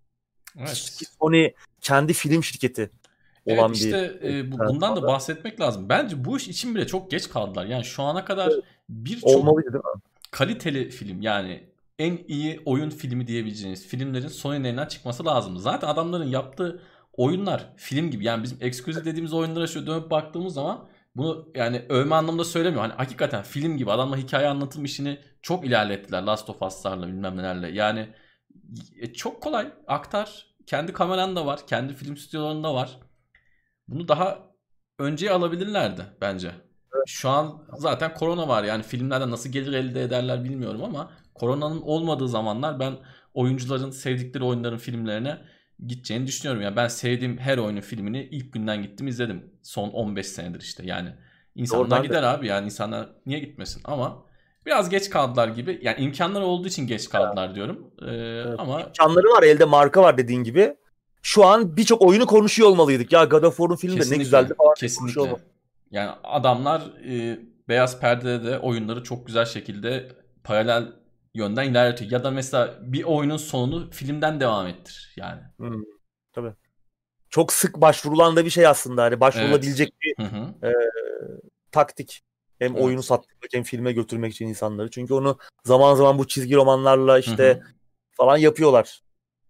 Evet. Sony kendi film şirketi Evet, olan bir işte e, bu, bundan da bahsetmek lazım. Bence bu iş için bile çok geç kaldılar. Yani şu ana kadar Evet. birçok Olmalıydı değil mi? kaliteli film, yani en iyi oyun filmi diyebileceğiniz filmlerin Sony'nin elinden çıkması lazım. Zaten adamların yaptığı oyunlar film gibi. Yani bizim exclusive dediğimiz oyunlara şöyle dönüp baktığımız zaman bunu yani övme anlamında söylemiyor. Hani hakikaten film gibi. Adamlar hikaye anlatım işini çok ilerlettiler. Last of Us'larla bilmem nelerle. Yani e, çok kolay. Aktar. Kendi kameran da var. Kendi film stüdyolarında var. Bunu daha önceye alabilirlerdi bence. Şu an zaten korona var, yani filmlerden nasıl gelir elde ederler bilmiyorum ama koronanın olmadığı zamanlar ben oyuncuların sevdikleri oyunların filmlerine gideceğini düşünüyorum. Yani ben sevdiğim her oyunun filmini ilk günden gittim izledim. Son on beş senedir işte, yani Doğru, insanlar ben de. gider abi, yani insanlar niye gitmesin, ama biraz geç kaldılar gibi. Yani imkanları olduğu için geç kaldılar diyorum. Ee, Evet. ama İmkanları var, elde marka var dediğin gibi. Şu an birçok oyunu konuşuyor olmalıydık. Ya God of War'un filmi de ne kesinlikle, güzeldi falan diye konuşuyor kesinlikle. olmalıydık. Yani adamlar e, beyaz perdede de oyunları çok güzel şekilde paralel yönden ilerletiyor. Ya da mesela bir oyunun sonunu filmden devam ettir yani. Hmm, tabii. Çok sık başvurulan da bir şey aslında. Hani Evet. başvurulabilecek bir Hı hı. e, taktik. Hem oyunu Evet. satmak hem filme götürmek için insanları. Çünkü onu zaman zaman bu çizgi romanlarla Hı hı. işte falan yapıyorlar.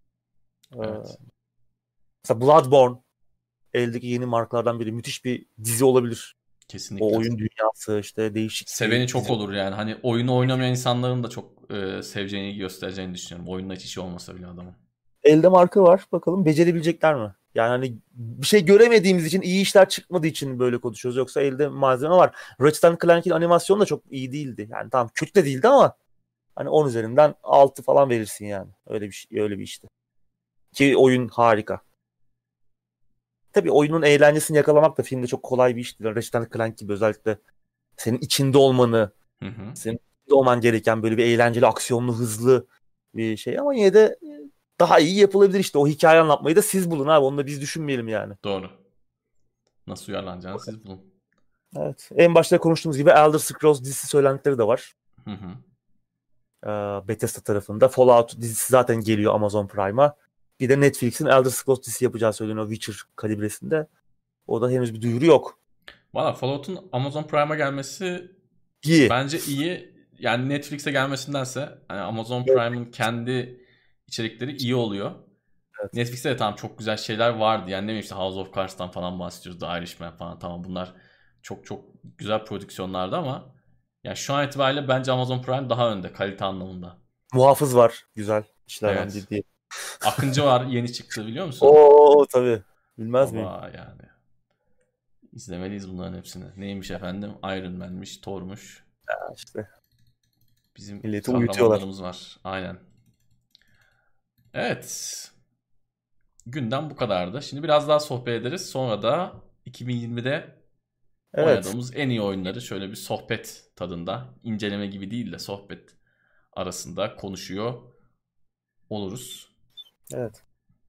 Evet. Ee, mesela Bloodborne eldeki yeni markalardan biri. Müthiş bir dizi olabilir. O Kesinlikle. oyun dünyası işte değişik bir Seveni çok dizi. olur yani. Hani oyunu oynamayan insanların da çok e, seveceğini göstereceğini düşünüyorum. Oyunun hiç işi olmasa bile adamın. Elde marka var. Bakalım becerebilecekler mi? Yani hani bir şey göremediğimiz için, iyi işler çıkmadığı için böyle konuşuyoruz. Yoksa elde malzeme var. Ratchet and Clank'in animasyonu da çok iyi değildi. Yani tamam, kötü de değildi ama hani on üzerinden altı falan verirsin yani. Öyle bir şey, öyle bir işti. Ki oyun harika. Tabii oyunun eğlencesini yakalamak da filmde çok kolay bir iş değil. Ratchet and Clank gibi özellikle senin içinde olmanı, Hı hı. senin içinde olman gereken böyle bir eğlenceli, aksiyonlu, hızlı bir şey ama yine de daha iyi yapılabilir işte. O hikaye anlatmayı da siz bulun abi. Onu da biz düşünmeyelim yani. Doğru. Nasıl uyarlanacağını siz bulun. Evet. En başta konuştuğumuz gibi Elder Scrolls dizisi söylentileri de var. Hı hı. Ee, Bethesda tarafında. Fallout dizisi zaten geliyor Amazon Prime'a. Bir de Netflix'in Elder Scrolls dizisi yapacağı söyleniyor Witcher kalibresinde. O da henüz bir duyuru yok. Valla Fallout'un Amazon Prime'a gelmesi İyi. bence iyi. Yani Netflix'e gelmesindense hani Amazon Evet. Prime'ın kendi içerikleri iyi oluyor. Evet. Netflix'te de tamam çok güzel şeyler vardı. Yani ne bileyim işte House of Cards'tan falan bahsediyoruz. The Irishman falan, tamam bunlar çok çok güzel prodüksiyonlardı ama yani şu an itibariyle bence Amazon Prime daha önde kalite anlamında. Muhafız var. Güzel işlerden Evet. biri diye. Akıncı var, yeni çıktı biliyor musun? Oo tabii. Bilmez miyim? Baba yani. İzlemeliyiz bunların hepsini. Neymiş efendim? Iron Man'miş, Thor'muş. Ya işte Bizim milleti uyutuyorlar. kahramanlarımız var. Aynen. Evet. Gündem bu kadardı. Şimdi biraz daha sohbet ederiz. Sonra da iki bin yirmide Evet. oynadığımız en iyi oyunları şöyle bir sohbet tadında, inceleme gibi değil de sohbet arasında konuşuyor oluruz. Evet.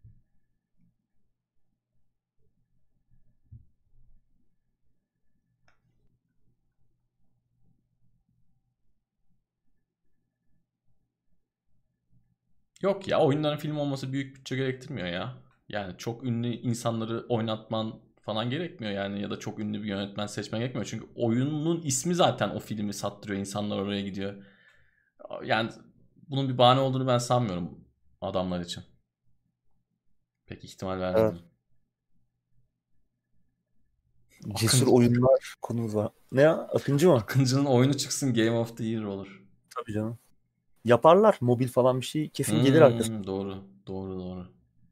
Yok ya, oyunların film olması büyük bütçe gerektirmiyor ya. Yani çok ünlü insanları oynatman falan gerekmiyor yani, ya da çok ünlü bir yönetmen seçmen gerekmiyor. Çünkü oyunun ismi zaten o filmi sattırıyor, insanlar oraya gidiyor. Yani bunun bir bahane olduğunu ben sanmıyorum adamlar için. Pek ihtimal Evet. vermiyorum. Cesur Akıncı, oyunlar konumuz var. Ne ya? Akıncı mı? Akıncı'nın oyunu çıksın, Game of the Year olur. Tabii canım. Yaparlar. Mobil falan bir şey kesin gelir arkasına. Hmm, doğru, doğru, doğru.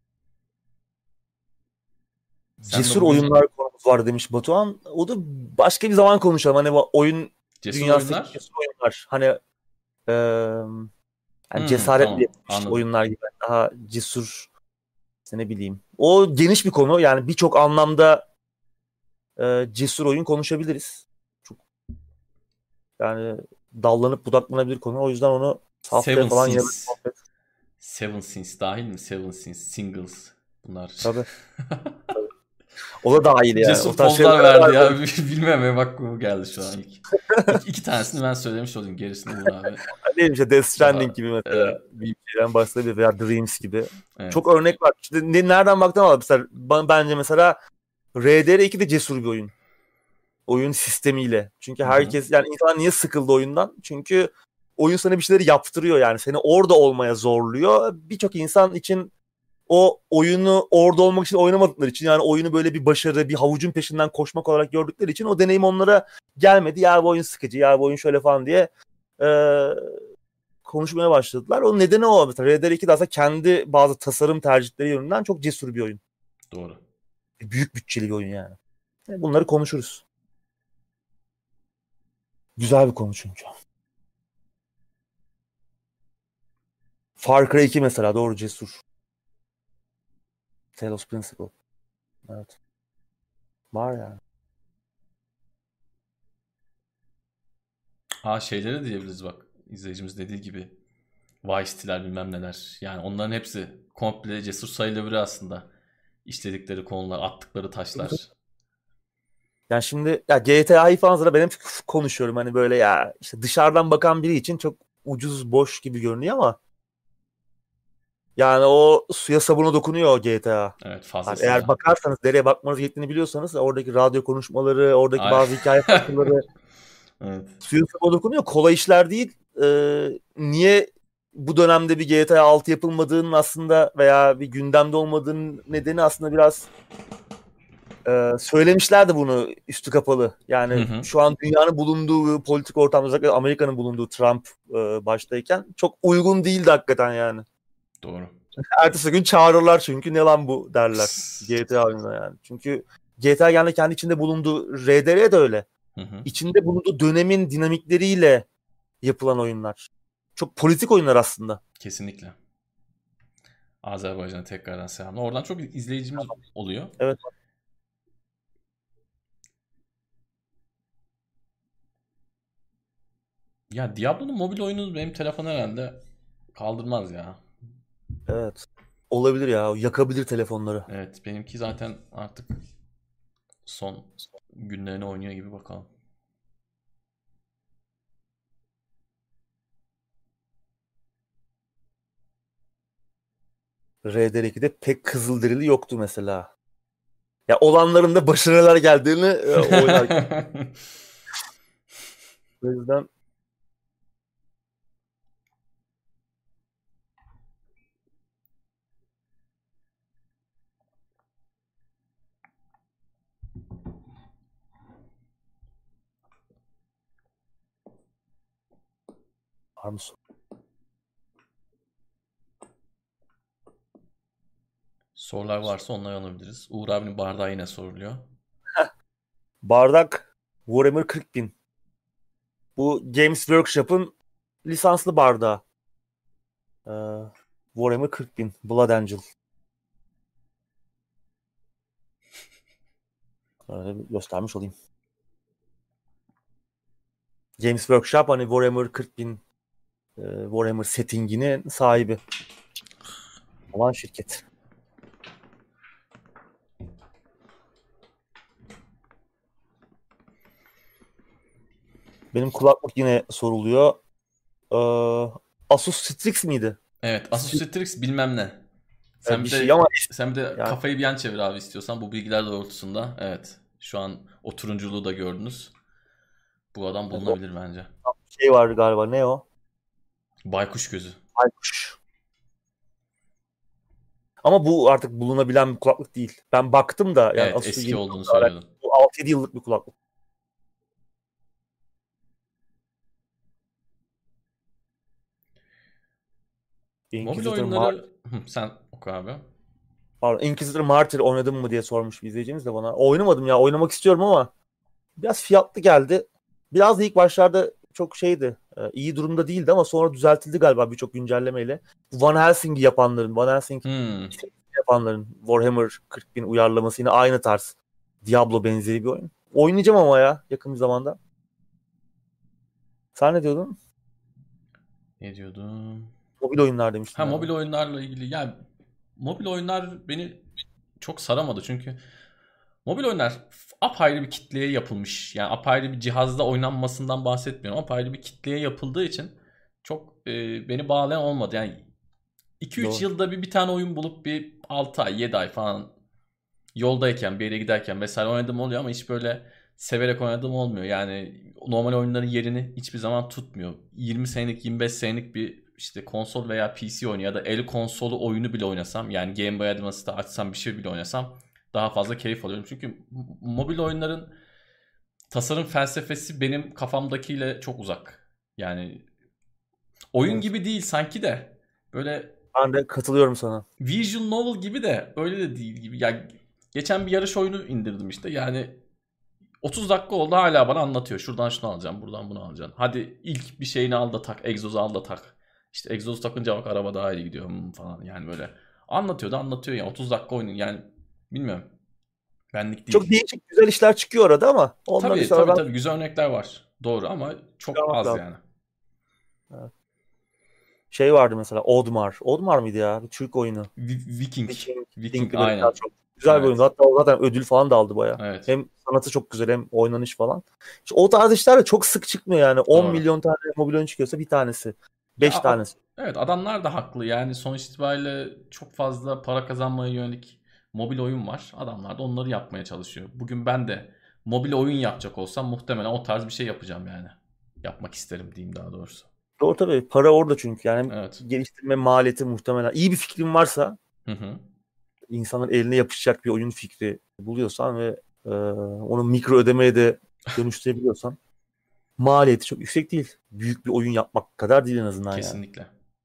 Sen de Cesur bugün oyunlar konumuz var demiş Batuhan. O da başka bir zaman konuşalım. Hani bu oyun cesur dünyasındaki oyunlar. cesur oyunlar. Hani eee, yani Hmm, cesaretle tamam, yapılmış anladım. oyunlar gibi. Daha cesur, işte ne bileyim. O geniş bir konu. Yani birçok anlamda eee, cesur oyun konuşabiliriz. Çok yani dallanıp budaklanabilir konu. O yüzden onu haftaya Seven falan yarın Sins. sohbet. Seven Sins dahil mi? Seven Sins, Singles. Bunlar. Tabii. O da dahil yani. O Cesur tarz şeyler pozlar var verdi ya. böyle. Bilmem, bak bu geldi şu an ilk. İki, iki tanesini ben söylemiş olayım. Gerisini Uğur abi. Neymiş işte Death Daha Stranding gibi e, mesela bir şeyden bahsedebilir veya Dreams gibi. Çok evet. örnek var. İşte ne, nereden baktın ama mesela ba- bence mesela R D R iki de cesur bir oyun. Oyun sistemiyle. Çünkü Hı hı. herkes yani insan niye sıkıldı oyundan? Çünkü oyun sana bir şeyleri yaptırıyor yani. Seni orada olmaya zorluyor. Birçok insan için o oyunu orada olmak için oynamadıkları için, yani oyunu böyle bir başarı, bir havucun peşinden koşmak olarak gördükleri için o deneyim onlara gelmedi. Ya bu oyun sıkıcı, ya bu oyun şöyle falan diye eee, konuşmaya başladılar. Onun nedeni o. Mesela R D R iki de aslında kendi bazı tasarım tercihleri yönünden çok cesur bir oyun. Doğru. Büyük bütçeli bir oyun yani. E, Bunları konuşuruz. Güzel bir konu çünkü. Far Cry iki mesela doğru cesur. Talos Principle. Evet. Var yani. Ha, şeyleri diyebiliriz bak. İzleyicimiz dediği gibi. Vice City'ler bilmem neler. Yani onların hepsi komple cesur sayılabilir aslında. İşledikleri konular, attıkları taşlar. Yani şimdi ya G T A'yı falan zaten ben hep konuşuyorum. Hani böyle ya işte dışarıdan bakan biri için çok ucuz boş gibi görünüyor ama yani o suya sabuna dokunuyor o G T A. Evet, Yani eğer fazlasıyla. bakarsanız, nereye bakmanız gerektiğini biliyorsanız oradaki radyo konuşmaları, oradaki Ay. bazı hikaye parçaları Evet. suya sabuna dokunuyor. Kolay işler değil. Ee, niye bu dönemde bir G T A altı yapılmadığının aslında veya bir gündemde olmadığının nedeni aslında biraz e, söylemişlerdi bunu üstü kapalı. Hı Yani hı. şu an dünyanın bulunduğu politik ortamda, özellikle Amerika'nın bulunduğu Trump e, baştayken çok uygun değildi hakikaten yani. Doğru. Ertesi gün çağırırlar çünkü ne lan bu derler G T A oyununa yani. Çünkü G T A yani kendi içinde bulunduğu, R D R de öyle. Hı hı. İçinde bulunduğu dönemin dinamikleriyle yapılan oyunlar. Çok politik oyunlar aslında. Kesinlikle. Azerbaycan'a tekrardan selamlar. Oradan çok izleyicimiz oluyor. Evet. Ya Diablo'nun mobil oyunu benim telefon herhalde kaldırmaz ya. Evet. Olabilir ya. Yakabilir telefonları. Evet, benimki zaten artık son günlerini oynuyor gibi, bakalım. R D R ikide pek Kızılderili yoktu mesela. Ya olanların da başına neler geldiğini e, oynarken. O yüzden var mısın? Sorular varsa onları alabiliriz. Uğur abinin bardağı yine soruluyor. Bardak Warhammer kırk bin. Bu Games Workshop'ın lisanslı bardağı. Ee, Warhammer kırk bin. Blood Angel. Öyle bir göstermiş olayım. Games Workshop hani Warhammer kırk bin e, Warhammer settinginin sahibi olan şirket. Benim kulaklık yine soruluyor. Ee, Asus Strix miydi? Evet, Asus Strix bilmem ne. Sen Evet, bir bir de şey ama sen bir de yani- kafayı bir yan çevir abi istiyorsan bu bilgiler doğrultusunda. Evet. Şu an o turunculuğu da gördünüz. Bu adam bulunabilir bence. şey var galiba. Ne o? Baykuş gözü. Baykuş. Ama bu artık bulunabilen bir kulaklık değil. Ben baktım da yani Evet, Asus'un eski yeni olduğunu kulaklığı söylüyordun. bu altı yedi yıllık bir kulaklık. Mobil Inquisitor, Mar- oyunları Hı, sen oku abi. Pardon, Inquisitor Martyr oynadın mı diye sormuş bir izleyicimiz de bana. Oynamadım ya, oynamak istiyorum ama biraz fiyatlı geldi. Biraz da ilk başlarda çok şeydi, e, iyi durumda değildi ama sonra düzeltildi galiba birçok güncellemeyle. Van Helsing'i yapanların, Van Helsing Hmm. yapanların Warhammer kırk bin uyarlaması yine aynı tarz. Diablo benzeri bir oyun. Oynayacağım ama ya yakın bir zamanda. Sen ne diyordun? Ne diyordum? Mobil oyunlar demiştin. Ha, yani. mobil oyunlarla ilgili. Yani mobil oyunlar beni çok saramadı çünkü mobil oyunlar f- apayrı bir kitleye yapılmış. Yani apayrı bir cihazda oynanmasından bahsetmiyorum. Apayrı bir kitleye yapıldığı için çok e, beni bağlayan olmadı. Yani iki üç Doğru. yılda bir bir tane oyun bulup bir altı ay yedi ay falan yoldayken bir yere giderken vesaire oynadığım oluyor ama hiç böyle severek oynadığım olmuyor. Yani normal oyunların yerini hiçbir zaman tutmuyor. yirmi senelik yirmi beş senelik bir işte konsol veya P C oyunu ya da el konsolu oyunu bile oynasam, yani Game Boy Advance'da açsam bir şey bile oynasam daha fazla keyif alıyorum. Çünkü m- mobil oyunların tasarım felsefesi benim kafamdakiyle çok uzak. Yani oyun Evet. gibi değil sanki de böyle Ben de katılıyorum sana. visual novel gibi de öyle de değil gibi. Ya geçen bir yarış oyunu indirdim işte. Yani otuz dakika oldu hala bana anlatıyor. Şuradan şunu alacağım, buradan bunu alacaksın. Hadi ilk bir şeyini al da tak, egzozu al da tak. İşte egzozu takınca bak araba daha iyi gidiyor hmm falan. Yani böyle anlatıyor da anlatıyor ya. otuz dakika oyunu yani bilmiyorum. Benlik değil. Çok değişik güzel işler çıkıyor arada ama onları Tabii işte tabii aradan tabii güzel örnekler var. Doğru ama çok çıkarmak az lazım. yani. Evet. Şey vardı mesela Odmar. Odmar mıydı ya? Bir Türk oyunu. Vi- Viking. Viking. Viking Viking'de aynen. çok güzel bir Evet. oyundu. Hatta o zaten ödül falan da aldı baya. Evet. Hem sanatı çok güzel hem oynanış falan. İşte o tarz işler de çok sık çıkmıyor yani. on Doğru. milyon tane mobil oyun çıkıyorsa bir tanesi. Ya beş ad- tanesi. evet, adamlar da haklı yani sonuç itibariyle çok fazla para kazanmaya yönelik mobil oyun var. Adamlar da onları yapmaya çalışıyor. Bugün ben de mobil oyun yapacak olsam muhtemelen o tarz bir şey yapacağım yani. Yapmak isterim diyeyim daha doğrusu. Doğru tabii. Para orada çünkü. Yani Evet. geliştirme maliyeti muhtemelen. İyi bir fikrin varsa Hı hı. insanın eline yapışacak bir oyun fikri buluyorsan ve e, onu mikro ödemeye de dönüştürebiliyorsan maliyeti çok yüksek değil. Büyük bir oyun yapmak kadar değil en azından yani. Kesinlikle.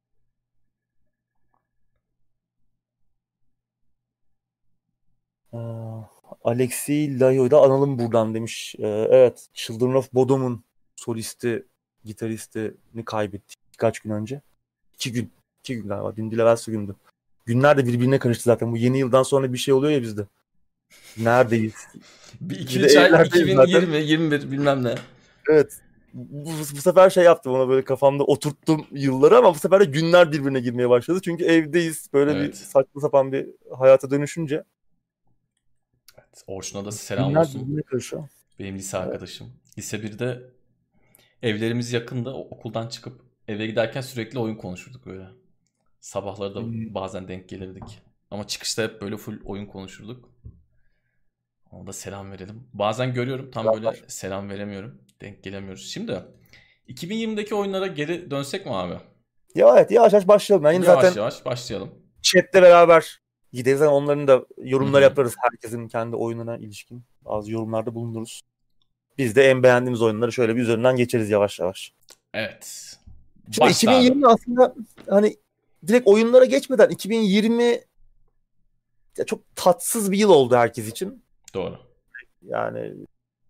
Ee, Alexei Laio'yu da analım buradan demiş. Ee, evet, Children of Bodom'un solisti, gitaristini kaybettik birkaç gün önce. İki gün. İki gün galiba. Dün değil evvelsi gündü. Günler de birbirine karıştı zaten. Bu yeni yıldan sonra bir şey oluyor ya bizde. Neredeyiz? Bir Bir iki de üç ay evlerdeyiz zaten. iki bin yirmi yirmi bir bilmem ne. Evet. Bu, bu sefer şey yaptım, ona böyle kafamda oturttum yılları ama bu sefer de günler birbirine girmeye başladı. Çünkü evdeyiz. Böyle bir Evet. saçma sapan bir hayata dönüşünce Evet. Orçun'a da selam günler olsun. birbirine karışıyor. Benim lise Evet. arkadaşım. Lise birde evlerimiz yakında, o- okuldan çıkıp eve giderken sürekli oyun konuşurduk böyle. Sabahları da Hmm. bazen denk gelirdik. Ama çıkışta hep böyle full oyun konuşurduk. Ona da selam verelim. Bazen görüyorum tam böyle selam veremiyorum. Denk gelemiyoruz. Şimdi iki bin yirmideki oyunlara geri dönsek mi abi? Ya evet, yavaş yavaş başlayalım. Ben yine Yavaş zaten yavaş başlayalım. chatle beraber gideriz. Yani onların da yorumlar Hı hı. yaparız. Herkesin kendi oyununa ilişkin bazı yorumlarda bulunuruz. Biz de en beğendiğimiz oyunları şöyle bir üzerinden geçeriz yavaş yavaş. Evet. Şimdi Başla abi. iki bin yirmi aslında hani direkt oyunlara geçmeden iki bin yirmi ya çok tatsız bir yıl oldu herkes için. Doğru. Yani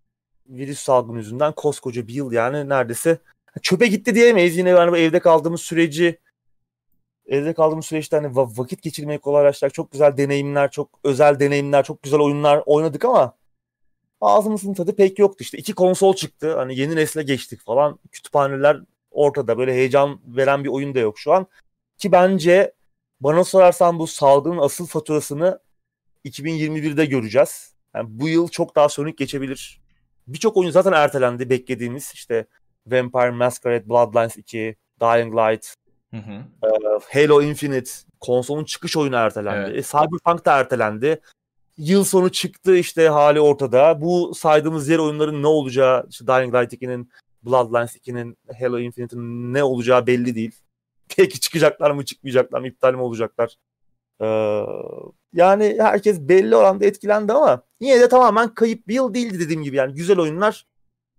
virüs salgını yüzünden koskoca bir yıl yani neredeyse çöpe gitti diyemeyiz. Yine yani evde kaldığımız süreci evde kaldığımız süreçte hani vakit geçirmeyi kolaylaştırarak çok güzel deneyimler, çok özel deneyimler, çok güzel oyunlar oynadık ama ağzımızın tadı pek yoktu. İşte iki konsol çıktı. Hani yeni nesle geçtik falan. Kütüphaneler ortada. Böyle heyecan veren bir oyun da yok şu an. Ki bence bana sorarsan bu salgının asıl faturasını iki bin yirmi birde göreceğiz. Yani bu yıl çok daha sönük geçebilir. Birçok oyun zaten ertelendi beklediğimiz. İşte Vampire Masquerade, Bloodlines iki, Dying Light, Hı hı. Halo Infinite, konsolun çıkış oyunu ertelendi. Evet. E, Cyberpunk da ertelendi. Yıl sonu çıktı işte hali ortada. Bu saydığımız diğer oyunların ne olacağı, işte Dying Light ikinin, Bloodlines ikinin, Halo Infinite'in ne olacağı belli değil. Peki çıkacaklar mı, çıkmayacaklar mı, iptal mi olacaklar? Ee, yani herkes belli oranda etkilendi ama yine de tamamen kayıp bir yıl değildi dediğim gibi. Yani güzel oyunlar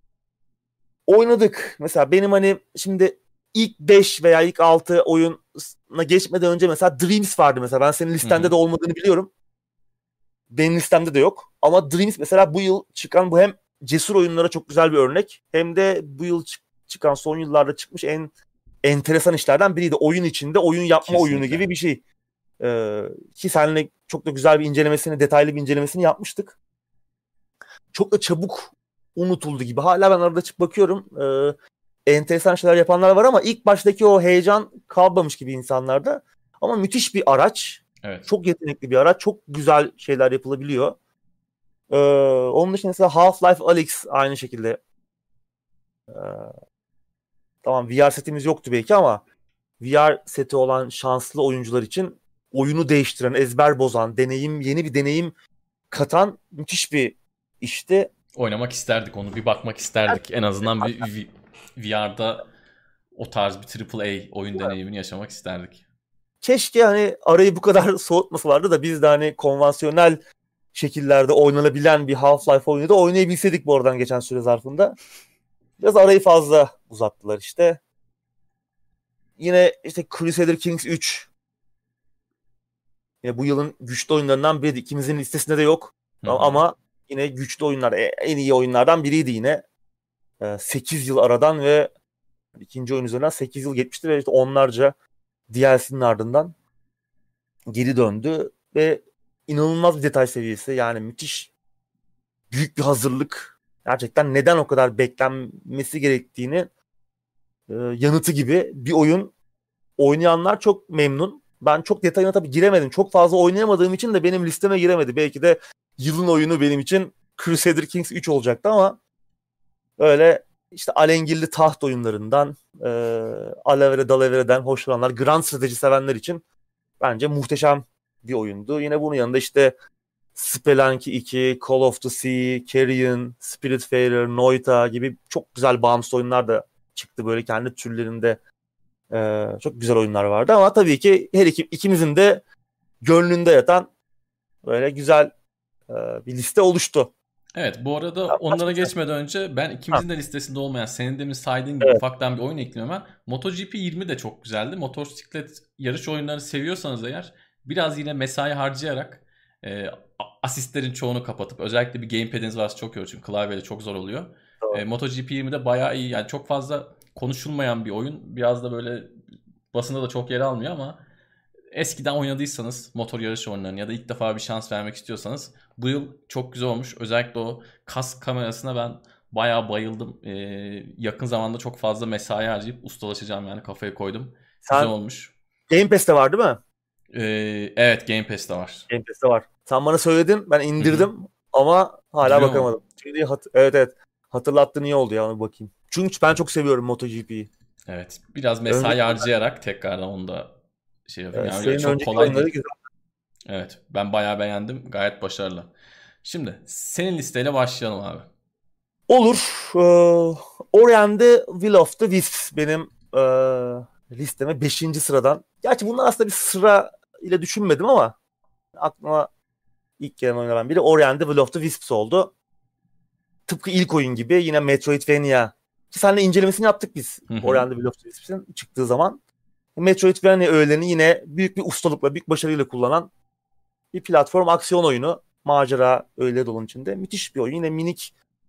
oynadık. Mesela benim hani şimdi ilk beş veya ilk altı oyuna geçmeden önce mesela Dreams vardı mesela. Ben senin listende Hı hı. de olmadığını biliyorum. Benim listemde de yok. Ama Dreams mesela bu yıl çıkan bu hem cesur oyunlara çok güzel bir örnek hem de bu yıl çık- çıkan son yıllarda çıkmış en enteresan işlerden biriydi. Oyun içinde oyun yapma oyunu Kesinlikle. gibi bir şey. Ee, ki seninle çok da güzel bir incelemesini, detaylı bir incelemesini yapmıştık. Çok da çabuk unutuldu gibi. Hala ben arada çıkıp bakıyorum. Ee, enteresan şeyler yapanlar var ama ilk baştaki o heyecan kalmamış gibi insanlarda. Ama müthiş bir araç. Evet. Çok yetenekli bir araç. Çok güzel şeyler yapılabiliyor. Ee, onun dışında mesela Half-Life Alyx aynı şekilde. Ee, tamam V R setimiz yoktu belki ama V R seti olan şanslı oyuncular için oyunu değiştiren, ezber bozan, deneyim, yeni bir deneyim katan müthiş bir işti. Oynamak isterdik onu. Bir bakmak isterdik. En azından bir V- VR'da o tarz bir triple A oyun deneyimini yaşamak isterdik. Keşke hani arayı bu kadar soğutmasalardı da biz de hani konvansiyonel şekillerde oynanabilen bir Half-Life oyunu da oynayabilseydik bu oradan geçen süre zarfında. Biraz arayı fazla uzattılar işte. Yine işte Crusader Kings üç. Yine bu yılın güçlü oyunlarından biriydi. İkimizin listesinde de yok. Hı hı. Ama yine güçlü oyunlar, en iyi oyunlardan biriydi yine. sekiz yıl aradan ve ikinci oyun üzerinden sekiz yıl geçmişti ve işte onlarca D L C'nin ardından geri döndü ve inanılmaz bir detay seviyesi. Yani müthiş büyük bir hazırlık. Gerçekten neden o kadar beklenmesi gerektiğini e, yanıtı gibi bir oyun. Oynayanlar çok memnun. Ben çok detayına tabii giremedim. Çok fazla oynayamadığım için de benim listeme giremedi. Belki de yılın oyunu benim için Crusader Kings üç olacaktı ama öyle işte alengirli taht oyunlarından e, alevere dalavereden hoşlananlar, grand strateji sevenler için bence muhteşem bir oyundu. Yine bunun yanında işte Spelunky iki, Call of the Sea, Carrion, Spiritfarer, Noita gibi çok güzel bağımsız oyunlar da çıktı böyle kendi türlerinde. Ee, çok güzel oyunlar vardı ama tabii ki her iki, ikimizin de gönlünde yatan böyle güzel e, bir liste oluştu. Evet, bu arada Ya, onlara başka- geçmeden önce ben Ha, ikimizin de listesinde olmayan, senin demin saydığın gibi evet. ufaktan bir oyun ekliyorum ben. MotoGP yirmi de çok güzeldi. Motosiklet yarış oyunları seviyorsanız eğer biraz yine mesai harcayarak e, a- asistlerin çoğunu kapatıp özellikle bir gamepad'iniz varsa çok iyi olur çünkü klavyeyle çok zor oluyor. E, Doğru. MotoGP yirmi de bayağı iyi. Yani çok fazla konuşulmayan bir oyun. Biraz da böyle basında da çok yer almıyor ama eskiden oynadıysanız motor yarış oyunlarını ya da ilk defa bir şans vermek istiyorsanız bu yıl çok güzel olmuş. Özellikle o kask kamerasına ben bayağı bayıldım. Ee, yakın zamanda çok fazla mesai harcayıp ustalaşacağım yani kafaya koydum. Güzel Sen olmuş. Game Pass'te var değil mi? Ee, evet, Game Pass'te var. Game Pass'te var. Sen bana söyledin, ben Hı hı. indirdim ama hala Duruyor mu? bakamadım. Şimdi hat- evet evet hatırlattın iyi oldu ya ona bakayım. Çünkü ben çok seviyorum MotoGP'yi. Evet. Biraz mesai Önceki, harcayarak tekrardan onu da şey yapayım. e, Yani öyle senin çok önceki kolay oyunları değil. güzel. Evet. Ben bayağı beğendim. Gayet başarılı. Şimdi senin listeyle başlayalım abi. Olur. Ee, Ori and the Will of the Wisps benim e, listeme beşinci sıradan. Gerçi bunlar aslında bir sıra ile düşünmedim ama aklıma ilk gelen oyunlardan biri Ori and the Will of the Wisps oldu. Tıpkı ilk oyun gibi yine Metroidvania. Ki seninle incelemesini yaptık biz. Hı Ori hı. and the Will of the Wisps'in çıktığı zaman. Metroidvania öğelerini yine büyük bir ustalıkla, büyük başarıyla kullanan bir platform aksiyon oyunu. Macera öğeleri dolu içinde. Müthiş bir oyun. Yine minik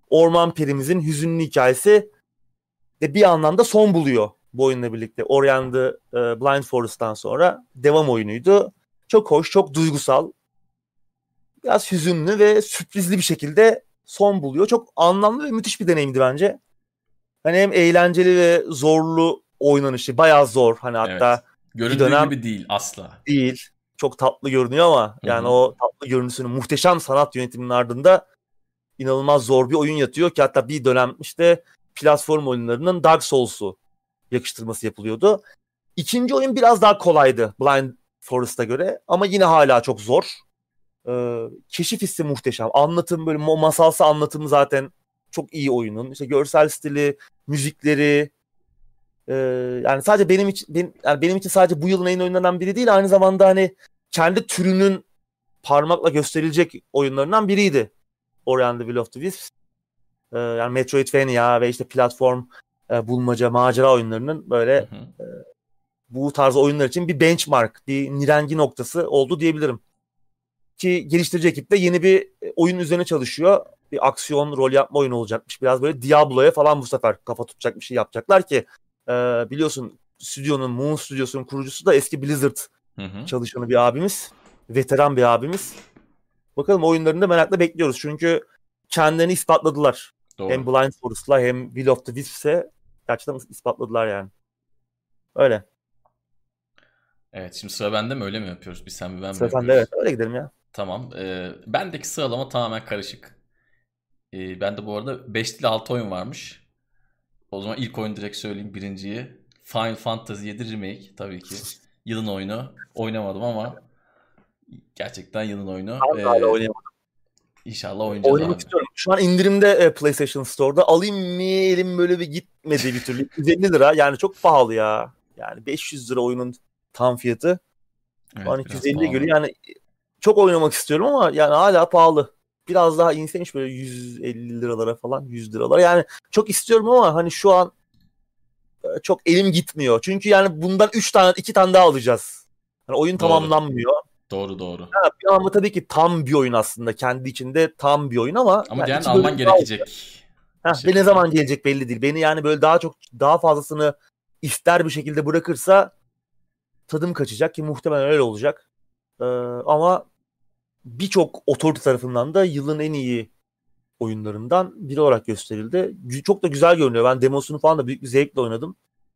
orman perimizin hüzünlü hikayesi de bir anlamda son buluyor bu oyunla birlikte. Ori and the Blind Forest'tan sonra devam oyunuydu. Çok hoş, çok duygusal. Biraz hüzünlü ve sürprizli bir şekilde son buluyor. Çok anlamlı ve müthiş bir deneyimdi bence. Hani hem eğlenceli ve zorlu oynanışı. Bayağı zor. Hani hatta Evet. Göründüğü dönem gibi değil asla. değil. Çok tatlı görünüyor ama yani Hı hı. o tatlı görüntüsünün muhteşem sanat yönetiminin ardında inanılmaz zor bir oyun yatıyor ki hatta bir dönem işte platform oyunlarının Dark Souls'u yakıştırması yapılıyordu. İkinci oyun biraz daha kolaydı Blind Forest'a göre ama yine hala çok zor. Ee, keşif hissi muhteşem. Anlatım böyle masalsı anlatımı zaten çok iyi oyunun. İşte görsel stili, müzikleri, e, yani sadece benim için benim, yani benim için sadece bu yılın en iyi oyunlarından biri değil, aynı zamanda hani kendi türünün parmakla gösterilecek oyunlarından biriydi. Ori and the Will of the Wisps. Ee, yani Metroidvania ve işte platform e, bulmaca, macera oyunlarının böyle Hı hı. e, bu tarz oyunlar için bir benchmark, bir nirengi noktası oldu diyebilirim. Ki geliştirici ekip de yeni bir oyun üzerine çalışıyor. Bir aksiyon, rol yapma oyunu olacakmış. Biraz böyle Diablo'ya falan bu sefer kafa tutacak bir şey yapacaklar ki e, biliyorsun stüdyonun, Moon Studios'un kurucusu da eski Blizzard Hı hı. çalışanı bir abimiz. Veteran bir abimiz. Bakalım oyunlarını da merakla bekliyoruz. Çünkü kendilerini ispatladılar. Hem Doğru. Blind Forest'la hem Will of the Wisps'e gerçekten ispatladılar yani. Öyle. Evet, şimdi sıra bende mi, öyle mi yapıyoruz? Bir sen bir ben mi Sıra sende, evet. yapıyoruz? Öyle gidelim ya. Tamam. Ee, bendeki sıralama tamamen karışık. Ee, bende bu arada beş ile altı oyun varmış. O zaman ilk oyun direkt söyleyeyim, birinciyi. Final Fantasy yedi Remake tabii ki. Yılın oyunu. Oynamadım ama gerçekten yılın oyunu. Ben de hala Ee, oynayamadım. inşallah oynayacağız Oynamak abi. istiyorum. Şu an indirimde e, PlayStation Store'da. Alayım mı? Elim böyle bir gitmedi bir türlü. yüz elli lira. Yani çok pahalı ya. Yani beş yüz lira oyunun tam fiyatı. Şu an Evet, biraz iki yüz elliye göre pahalı. yani çok oynamak istiyorum ama yani hala pahalı. Biraz daha inseymiş böyle yüz elli liralara falan, yüz liralara. Yani çok istiyorum ama hani şu an e, çok elim gitmiyor. Çünkü yani bundan üç tane, iki tane daha alacağız. Hani oyun Doğru. tamamlanmıyor. Doğru doğru. Ha, bir anlamda tabii ki tam bir oyun aslında. Kendi içinde tam bir oyun ama Ama yani diğerini iki bölüm alman daha olacak. gerekecek bir Heh, ve ne şekilde. zaman gelecek belli değil. Beni yani böyle daha çok, daha fazlasını ister bir şekilde bırakırsa tadım kaçacak ki muhtemelen öyle olacak. Ee, ama birçok otorite tarafından da yılın en iyi oyunlarından biri olarak gösterildi. Çok da güzel görünüyor. Ben demosunu falan da büyük bir zevkle oynadım.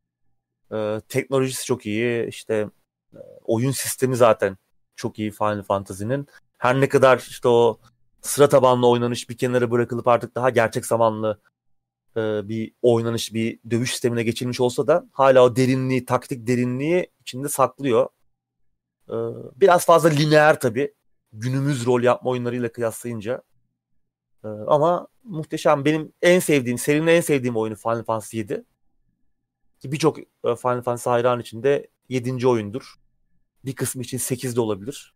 Ee, teknolojisi çok iyi. İşte e, oyun sistemi zaten çok iyi Final Fantasy'nin. Her ne kadar işte o sıra tabanlı oynanış bir kenara bırakılıp artık daha gerçek zamanlı e, bir oynanış, bir dövüş sistemine geçilmiş olsa da hala o derinliği, taktik derinliği içinde saklıyor. Ee, biraz fazla lineer tabii. Günümüz rol yapma oyunlarıyla kıyaslayınca. Ee, ama muhteşem. Benim en sevdiğim, serinin en sevdiğim oyunu Final Fantasy yedi. Ki birçok e, Final Fantasy hayran için de yedinci oyundur. Bir kısmı için sekiz de olabilir.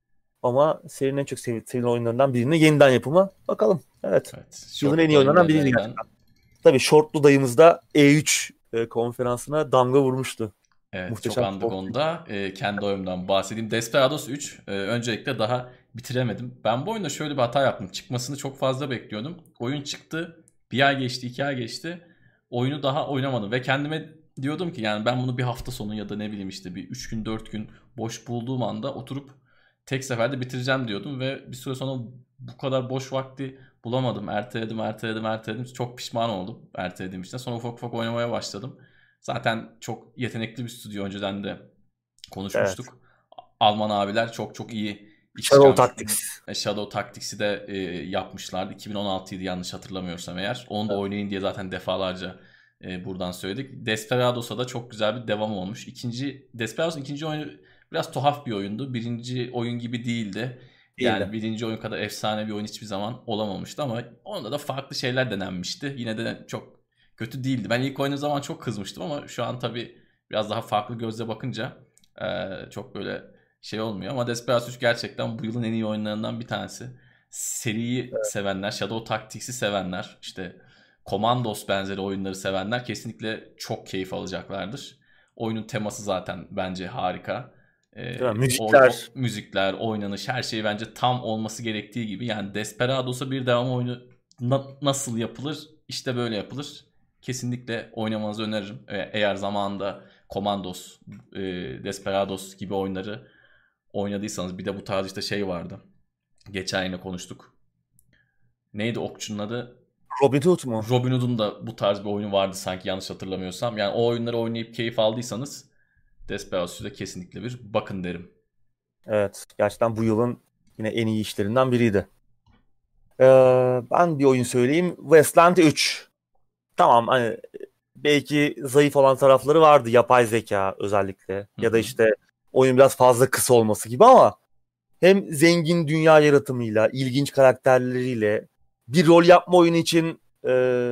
Ama serinin en çok sev- sevilen oyunlarından birinin yeniden yapımı. Bakalım. Evet. Evet. Yılın en Short iyi oyunlarından biriydi dayımlarından. gerçekten. Tabii Shortlu dayımız da E üç e, konferansına damga vurmuştu. Evet, çok Muhteşem andık Short. onu da. Ee, kendi oyunumdan bahsedeyim. Desperados üç. Ee, öncelikle daha bitiremedim. Ben bu oyunda şöyle bir hata yaptım. Çıkmasını çok fazla bekliyordum. Oyun çıktı. Bir ay geçti, iki ay geçti. Oyunu daha oynamadım. Ve kendime diyordum ki yani ben bunu bir hafta sonu ya da ne bileyim işte bir üç gün, dört gün boş bulduğum anda oturup tek seferde bitireceğim diyordum. Ve bir süre sonra bu kadar boş vakti bulamadım. Erteledim, erteledim, erteledim. Çok pişman oldum ertelediğim için. Sonra ufak ufak oynamaya başladım. Zaten çok yetenekli bir stüdyo, önceden de Evet. konuşmuştuk. Alman abiler çok çok iyi iş Shadow çıkarmış. Tactics. E, Shadow Tactics'i de e, yapmışlardı. iki bin on altıydı yanlış hatırlamıyorsam eğer. Onu da Evet. oynayın diye zaten defalarca e, buradan söyledik. Desperados'a da çok güzel bir devam olmuş. İkinci, Desperados ikinci oyunu biraz tuhaf bir oyundu. Birinci oyun gibi değildi. Değildi. Yani birinci oyun kadar efsane bir oyun hiçbir zaman olamamıştı ama onda da farklı şeyler denenmişti. Yine de çok kötü değildi. Ben ilk oynadığım zaman çok kızmıştım ama şu an tabii biraz daha farklı gözle bakınca eee, çok böyle şey olmuyor. Ama Desperados üç gerçekten bu yılın en iyi oyunlarından bir tanesi. Seriyi sevenler, Shadow Tactics'i sevenler, işte Commandos benzeri oyunları sevenler kesinlikle çok keyif alacaklardır. Oyunun teması zaten bence harika. Değil mi? Ee, o, o- Müzikler. müzikler, oynanış, her şey bence tam olması gerektiği gibi. Yani Desperados'a bir devam oyunu na- nasıl yapılır? İşte böyle yapılır. Kesinlikle oynamanızı öneririm. E- Eğer zamanında Commandos, e, Desperados gibi oyunları oynadıysanız, bir de bu tarz işte şey vardı. Geçen yine konuştuk. Neydi okçunun adı? Robin Hood mu? Robin Hood'un da bu tarz bir oyunu vardı sanki, yanlış hatırlamıyorsam. Yani o oyunları oynayıp keyif aldıysanız Desperatos'u da kesinlikle bir bakın derim. Evet. Gerçekten bu yılın yine en iyi işlerinden biriydi. Ee, ben bir oyun söyleyeyim. Wasteland üç. Tamam, hani belki zayıf olan tarafları vardı. Yapay zeka özellikle. Hı Ya da hı. işte oyun biraz fazla kısa olması gibi ama hem zengin dünya yaratımıyla, ilginç karakterleriyle bir rol yapma oyunu için e,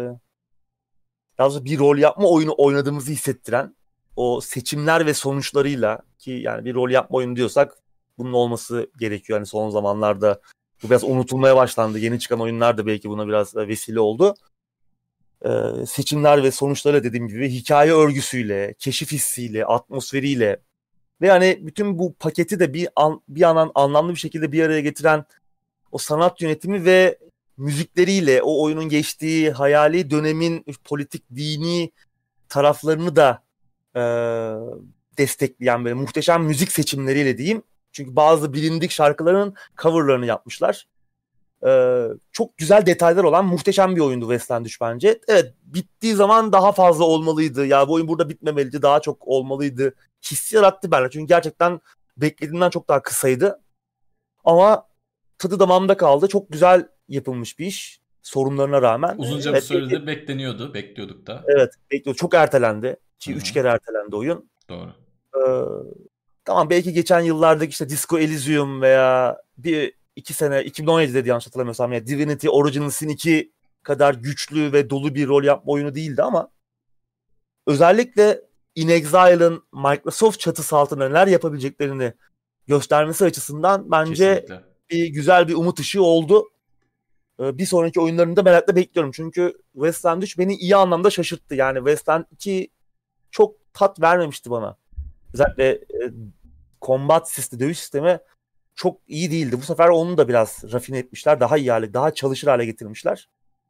daha doğrusu bir rol yapma oyunu oynadığımızı hissettiren o seçimler ve sonuçlarıyla, ki yani bir rol yapma oyunu diyorsak bunun olması gerekiyor. Yani son zamanlarda bu biraz unutulmaya başlandı. Yeni çıkan oyunlar da belki buna biraz vesile oldu. Ee, seçimler ve sonuçlarıyla, dediğim gibi, hikaye örgüsüyle, keşif hissiyle, atmosferiyle ve yani bütün bu paketi de bir an, bir an anlamlı bir şekilde bir araya getiren o sanat yönetimi ve müzikleriyle o oyunun geçtiği hayali dönemin politik, dini taraflarını da e, destekleyen böyle muhteşem müzik seçimleriyle diyeyim. Çünkü bazı bilindik şarkıların coverlarını yapmışlar. Ee, çok güzel detaylar olan muhteşem bir oyundu Wasteland üç bence. Evet, bittiği zaman daha fazla olmalıydı. Ya bu oyun burada bitmemeliydi, daha çok olmalıydı hissi yarattı bende. Çünkü gerçekten beklediğimden çok daha kısaydı. Ama tadı damağımda kaldı. Çok güzel yapılmış bir iş. Sorunlarına rağmen. Uzunca bir Evet, süredir bekleniyordu. Bekliyorduk da. evet, bekliyor. Çok ertelendi. Hı Ki hı. üç kere ertelendi oyun. Doğru. Ee, tamam, belki geçen yıllardaki işte Disco Elysium veya bir iki sene iki bin on yedide yanlış hatırlamıyorsam ya Divinity Original Sin iki kadar güçlü ve dolu bir rol yapma oyunu değildi ama özellikle In Exile'ın Microsoft çatısı altında neler yapabileceklerini göstermesi açısından bence Kesinlikle. bir güzel bir umut ışığı oldu. Ee, bir sonraki oyunlarını da merakla bekliyorum. Çünkü Wasteland üç beni iyi anlamda şaşırttı. Yani Wasteland iki çok tat vermemişti bana. Özellikle e, combat sistemi, dövüş sistemi çok iyi değildi. Bu sefer onu da biraz rafine etmişler. Daha iyi hale, daha çalışır hale getirmişler.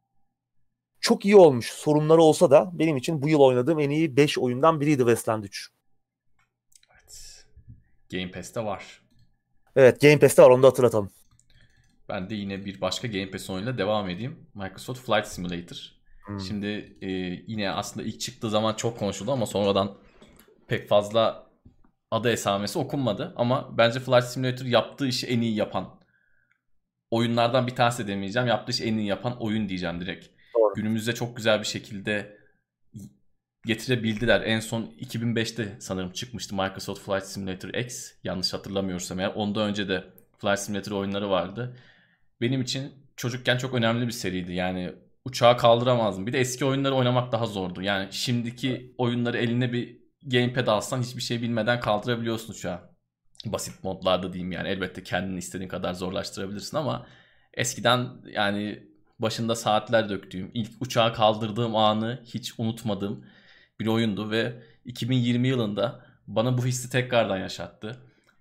Çok iyi olmuş. Sorunları olsa da benim için bu yıl oynadığım en iyi beş oyundan biriydi Wasteland üç. Evet. Game Pass'te var. Evet, Game Pass'te var, onu da hatırlatalım. Ben de yine bir başka Game Pass oyunuyla devam edeyim. Microsoft Flight Simulator. Hmm. Şimdi e, yine aslında ilk çıktığı zaman çok konuşuldu ama sonradan pek fazla adı esamesi okunmadı. Ama bence Flight Simulator yaptığı işi en iyi yapan oyunlardan bir tanesi demeyeceğim. Yaptığı işi en iyi yapan oyun diyeceğim direkt. Doğru. Günümüzde çok güzel bir şekilde getirebildiler. En son iki bin beşte sanırım çıkmıştı Microsoft Flight Simulator X. Yanlış hatırlamıyorsam eğer. Ondan önce de Flight Simulator oyunları vardı. Benim için çocukken çok önemli bir seriydi. Yani uçağı kaldıramazdım. Bir de eski oyunları oynamak daha zordu. Yani şimdiki oyunları eline bir gamepad alsan hiçbir şey bilmeden kaldırabiliyorsun uçağı. Basit modlarda diyeyim yani. Elbette kendini istediğin kadar zorlaştırabilirsin ama eskiden yani başında saatler döktüğüm, ilk uçağı kaldırdığım anı hiç unutmadığım bir oyundu ve iki bin yirmi yılında bana bu hissi tekrardan yaşattı.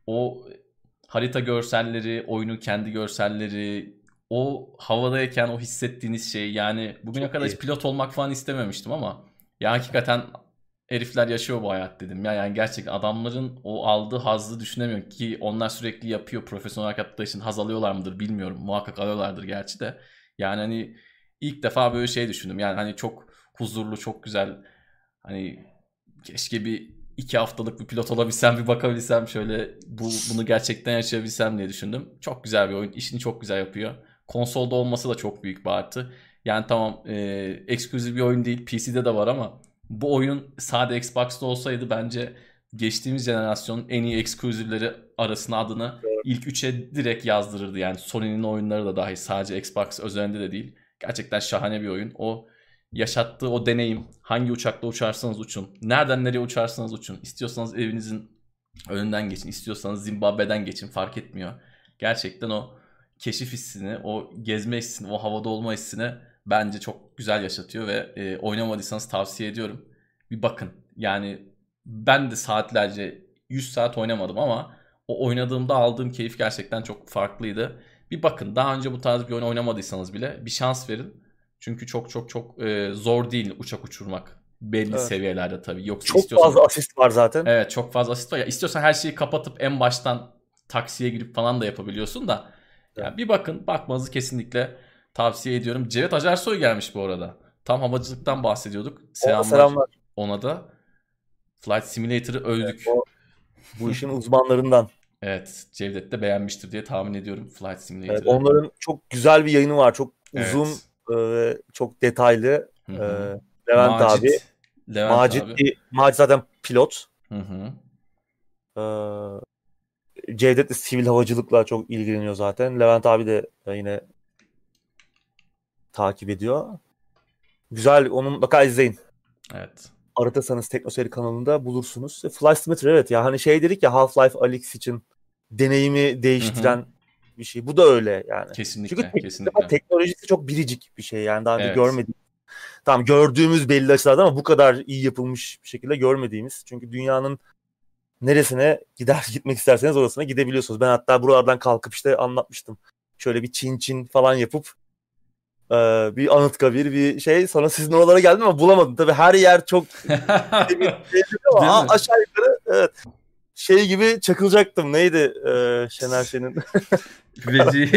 O harita görselleri, oyunun kendi görselleri, o havadayken o hissettiğiniz şey, yani bugüne Çok kadar hiç iyi. pilot olmak falan istememiştim ama ya hakikaten herifler yaşıyor bu hayat dedim. Ya yani gerçekten adamların o aldığı hazzı düşünemiyorum ki onlar sürekli yapıyor. Profesyonel olarak yaptıkları için haz alıyorlar mıdır bilmiyorum. Muhakkak alıyorlardır gerçi de. Yani hani ilk defa böyle şey düşündüm. Yani hani çok huzurlu, çok güzel. Hani keşke bir iki haftalık bir pilot olabilsem, bir bakabilsem şöyle bu bunu gerçekten yaşayabilsem diye düşündüm. Çok güzel bir oyun. İşini çok güzel yapıyor. Konsolda olması da çok büyük bir artı. Yani tamam e, ekskluzif bir oyun değil. P C'de de var ama bu oyun sadece Xbox'ta olsaydı bence geçtiğimiz jenerasyonun en iyi ekskluzivleri arasına adını ilk üçe direkt yazdırırdı. Yani Sony'nin oyunları da dahil, sadece Xbox özelinde de değil. Gerçekten şahane bir oyun. O yaşattığı o deneyim, hangi uçakla uçarsanız uçun, nereden nereye uçarsanız uçun, istiyorsanız evinizin önünden geçin, istiyorsanız Zimbabwe'den geçin, fark etmiyor. Gerçekten o keşif hissini, o gezme hissini, o havada olma hissini bence çok güzel yaşatıyor ve e, oynamadıysanız tavsiye ediyorum. Bir bakın. Yani ben de saatlerce yüz saat oynamadım ama o oynadığımda aldığım keyif gerçekten çok farklıydı. Bir bakın. Daha önce bu tarz bir oyun oynamadıysanız bile bir şans verin. Çünkü çok çok çok e, zor değil uçak uçurmak. Belli Evet. seviyelerde tabii. Yoksa Çok istiyorsan... fazla asist var zaten. Evet, çok fazla asist var. Ya istiyorsan her şeyi kapatıp en baştan taksiye girip falan da yapabiliyorsun da. Evet. Yani bir bakın, bakmanızı kesinlikle tavsiye ediyorum. Cevdet Acarsoy gelmiş bu arada. Tam havacılıktan bahsediyorduk. Selamlar, selamlar ona da. Flight Simulator'ı övdük. Evet, o bu işin uzmanlarından. Evet, Cevdet de beğenmiştir diye tahmin ediyorum Flight Simulator'ı. Evet, onların çok güzel bir yayını var. Çok uzun ve Evet. çok detaylı. Hı hı. Ee, Levent Macit. abi. Levent Macit, abi. Macit zaten pilot. Hı hı. Ee, Cevdet de sivil havacılıkla çok ilgileniyor zaten. Levent abi de yine takip ediyor. Güzel, onu mutlaka izleyin. Evet. Aratırsanız Teknoseyir kanalında bulursunuz. Flight Simulator, evet ya, hani şey dedik ya, Half-Life Alyx için deneyimi değiştiren Hı hı. bir şey. Bu da öyle yani. Kesinlikle, Çünkü tek, kesinlikle. teknolojisi çok biricik bir şey yani, daha önce Evet. görmedik. Tamam, gördüğümüz belli açılarda ama bu kadar iyi yapılmış bir şekilde görmediğimiz. Çünkü dünyanın neresine gider gitmek isterseniz orasına gidebiliyorsunuz. Ben hatta buralardan kalkıp işte anlatmıştım. Şöyle bir Çin Çin falan yapıp e, bir Anıtkabir bir şey, sonra sizin oralara geldim ama bulamadım. Tabii her yer çok ama Değil mi? aşağı yukarı evet, şey gibi çakılacaktım. Neydi e, Şener Şen'in? Veci.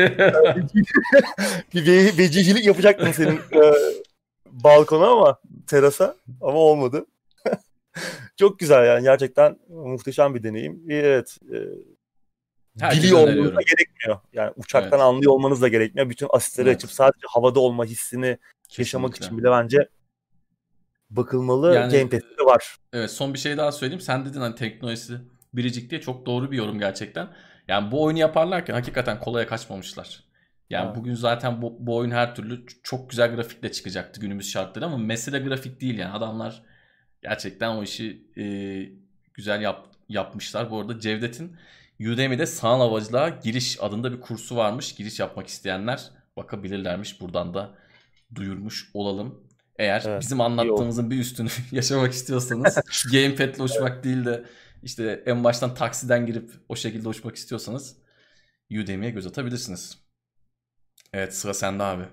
bir ve- vecicilik yapacaktım senin e, balkona ama terasa, ama olmadı. Çok güzel yani, gerçekten muhteşem bir deneyim. Evet. E, Herkese biliyor olmanız da öneriyorum. gerekmiyor. Yani uçaktan Evet. anlıyor olmanız da gerekmiyor. Bütün asistleri Evet. açıp sadece havada olma hissini yaşamak Kesinlikle. için bile bence bakılmalı. Yani Gamepass'te var. evet, son bir şey daha söyleyeyim. Sen dedin hani teknolojisi biricik diye, çok doğru bir yorum gerçekten. Yani bu oyunu yaparlarken hakikaten kolaya kaçmamışlar. Yani Evet. bugün zaten bu, bu oyun her türlü çok güzel grafikle çıkacaktı günümüz şartları, ama mesele grafik değil yani. Adamlar gerçekten o işi e, güzel yap, yapmışlar. Bu arada Cevdet'in Udemy'de sanal havacılığa giriş adında bir kursu varmış. Giriş yapmak isteyenler bakabilirlermiş. Buradan da duyurmuş olalım. Eğer Evet. bizim İyi oldu. anlattığımızın bir üstünü yaşamak istiyorsanız, gamepad'le uçmak değil de işte en baştan taksiden girip o şekilde uçmak istiyorsanız Udemy'ye göz atabilirsiniz. Evet, sıra sende abi.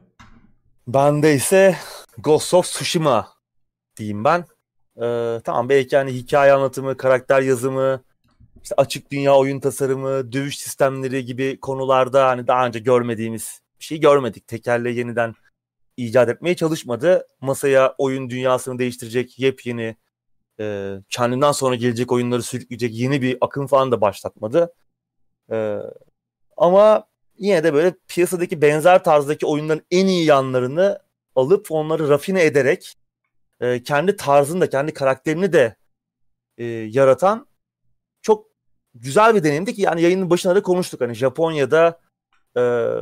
Bende ise Ghost of Tsushima diyeyim ben. Ee, tamam, belki hani hikaye anlatımı, karakter yazımı, işte açık dünya oyun tasarımı, dövüş sistemleri gibi konularda hani daha önce görmediğimiz bir şey görmedik. Tekerleği yeniden icat etmeye çalışmadı. Masaya oyun dünyasını değiştirecek yepyeni, e, kendinden sonra gelecek oyunları sürükleyecek yeni bir akım falan da başlatmadı. E, ama yine de böyle piyasadaki benzer tarzdaki oyunların en iyi yanlarını alıp onları rafine ederek e, kendi tarzını da kendi karakterini de e, yaratan çok güzel bir deneyimdi ki, yani yayının başında da konuştuk, hani Japonya'da e,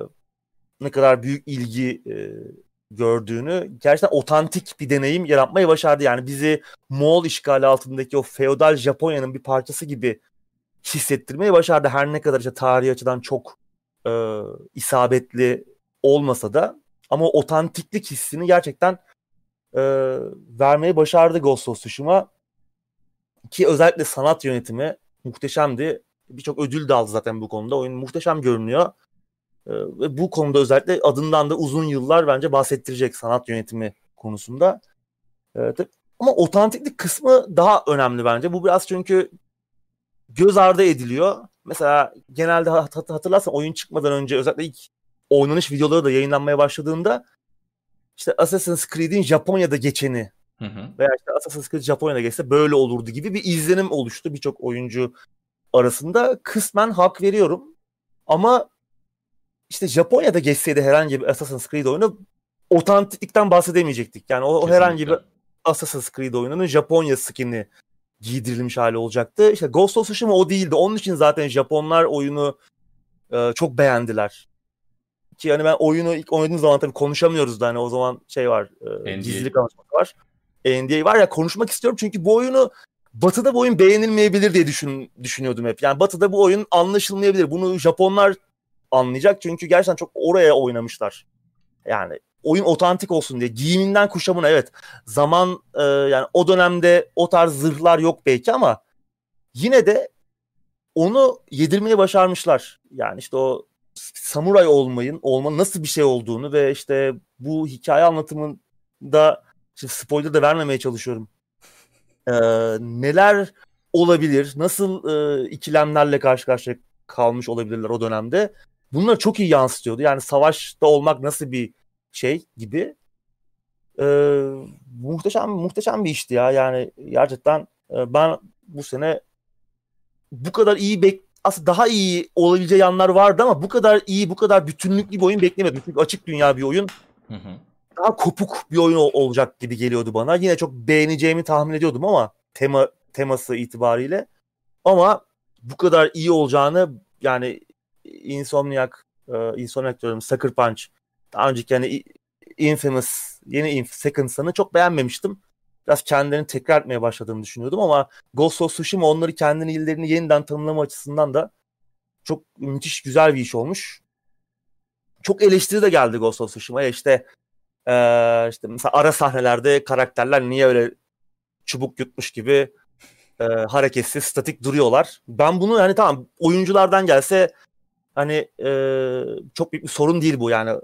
ne kadar büyük ilgi e, gördüğünü, gerçekten otantik bir deneyim yaratmayı başardı. Yani bizi Moğol işgali altındaki o feodal Japonya'nın bir parçası gibi hissettirmeyi başardı. Her ne kadar işte tarihi açıdan çok e, isabetli olmasa da, ama o otantiklik hissini gerçekten e, vermeyi başardı Ghost of Tsushima. Ki özellikle sanat yönetimi muhteşemdi. Birçok ödül de aldı zaten bu konuda. Oyun muhteşem görünüyor. Ee, ve bu konuda özellikle adından da uzun yıllar bence bahsettirecek, sanat yönetimi konusunda. Ee, ama otantiklik kısmı daha önemli bence. Bu biraz çünkü göz ardı ediliyor. Mesela genelde hat- hatırlarsan oyun çıkmadan önce, özellikle ilk oynanış videoları da yayınlanmaya başladığında, işte Assassin's Creed'in Japonya'da geçeni Hı hı. veya işte Assassin's Creed Japonya'da geçse böyle olurdu gibi bir izlenim oluştu birçok oyuncu arasında. Kısmen hak veriyorum. Ama işte Japonya'da geçseydi herhangi bir Assassin's Creed oyunu, otantiklikten bahsedemeyecektik. Yani o, o herhangi bir Kesinlikle. Assassin's Creed oyununun Japonya skin'i giydirilmiş hali olacaktı. İşte Ghost of Tsushima o değildi. Onun için zaten Japonlar oyunu e, çok beğendiler. Ki hani ben oyunu ilk oynadığım zaman tabii konuşamıyoruz da, hani o zaman şey var, e, N D A. gizlilik anlaşması var. N D A var ya, konuşmak istiyorum çünkü bu oyunu Batı'da bu oyun beğenilmeyebilir diye düşün, düşünüyordum hep. Yani Batı'da bu oyun anlaşılmayabilir. Bunu Japonlar anlayacak çünkü gerçekten çok oraya oynamışlar. Yani oyun otantik olsun diye. Giyiminden kuşamına, evet. Zaman e, yani o dönemde o tarz zırhlar yok belki ama yine de onu yedirmeye başarmışlar. Yani işte o samuray olmayın, olmanın nasıl bir şey olduğunu ve işte bu hikaye anlatımında, işte spoiler da vermemeye çalışıyorum. Ee, neler olabilir? Nasıl e, ikilemlerle karşı karşıya kalmış olabilirler o dönemde? Bunları çok iyi yansıtıyordu. Yani savaşta olmak nasıl bir şey gibi. Ee, muhteşem muhteşem bir işti ya. Yani gerçekten e, ben bu sene bu kadar iyi bek aslında daha iyi olabileceği yanlar vardı ama bu kadar iyi, bu kadar bütünlüklü bir oyun beklemiyordum. Çünkü açık dünya bir oyun. Hı hı. Daha kopuk bir oyun ol- olacak gibi geliyordu bana. Yine çok beğeneceğimi tahmin ediyordum ama tema teması itibariyle. Ama bu kadar iyi olacağını, yani Insomniac, e, Insomniac diyorum, Sucker Punch, daha önceki yani Infamous, yeni Inf Second Son'ı çok beğenmemiştim. Biraz kendilerini tekrar etmeye başladığını düşünüyordum ama Ghost of Tsushima onları, kendini illerini yeniden tanımlama açısından da çok müthiş güzel bir iş olmuş. Çok eleştiri de geldi Ghost of Tsushima'ya, işte ee, işte mesela ara sahnelerde karakterler niye öyle çubuk yutmuş gibi e, hareketsiz, statik duruyorlar. Ben bunu, yani tamam, oyunculardan gelse hani e, çok büyük bir sorun değil bu, yani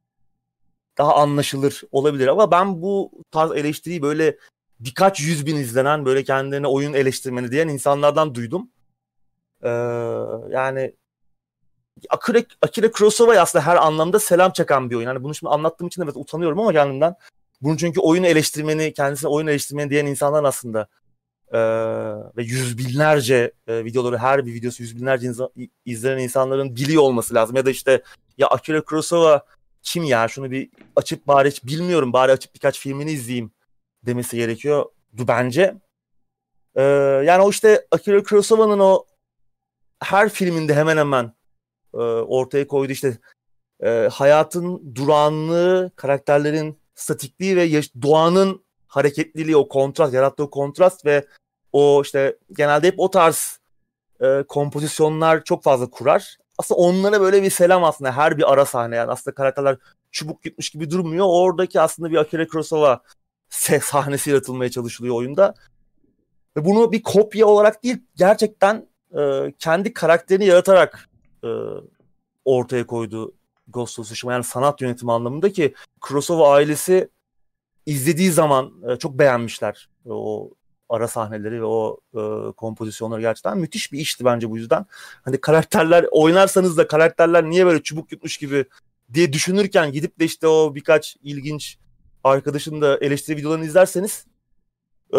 daha anlaşılır olabilir ama ben bu tarz eleştiriyi böyle birkaç yüz bin izlenen, böyle kendilerine oyun eleştirmeni diyen insanlardan duydum. Ee, yani Akira, Akira Kurosawa'ya aslında her anlamda selam çakan bir oyun. Hani bunu şimdi anlattığım için de evet utanıyorum ama kendimden. Bunun çünkü oyun eleştirmeni, kendisine oyun eleştirmeni diyen insanlar aslında e, ve yüz binlerce e, videoları, her bir videosu yüz binlerce inza- izlenen insanların biliyor olması lazım. Ya da işte ya Akira Kurosawa kim ya, şunu bir açıp bari, hiç bilmiyorum, bari açıp birkaç filmini izleyeyim demesi gerekiyordu bence. E, yani o işte Akira Kurosawa'nın o her filminde hemen hemen e, ortaya koyduğu işte e, hayatın durağanlığı, karakterlerin statikliği ve yaş- doğanın hareketliliği, o kontrast, yarattığı kontrast ve o işte genelde hep o tarz e, kompozisyonlar çok fazla kurar. Aslında onlara böyle bir selam aslında her bir ara sahne, yani aslında karakterler çubuk yutmuş gibi durmuyor. Oradaki aslında bir Akira Kurosawa sahnesi yaratılmaya çalışılıyor oyunda. Ve bunu bir kopya olarak değil, gerçekten e, kendi karakterini yaratarak e, ortaya koydu Ghost of Tsushima. Yani sanat yönetimi anlamında, ki Kurosawa ailesi izlediği zaman e, çok beğenmişler o ara sahneleri ve o e, kompozisyonları. Gerçekten müthiş bir işti bence bu yüzden. Hani karakterler oynarsanız da karakterler niye böyle çubuk yutmuş gibi diye düşünürken gidip de işte o birkaç ilginç arkadaşın da eleştiri videolarını izlerseniz e,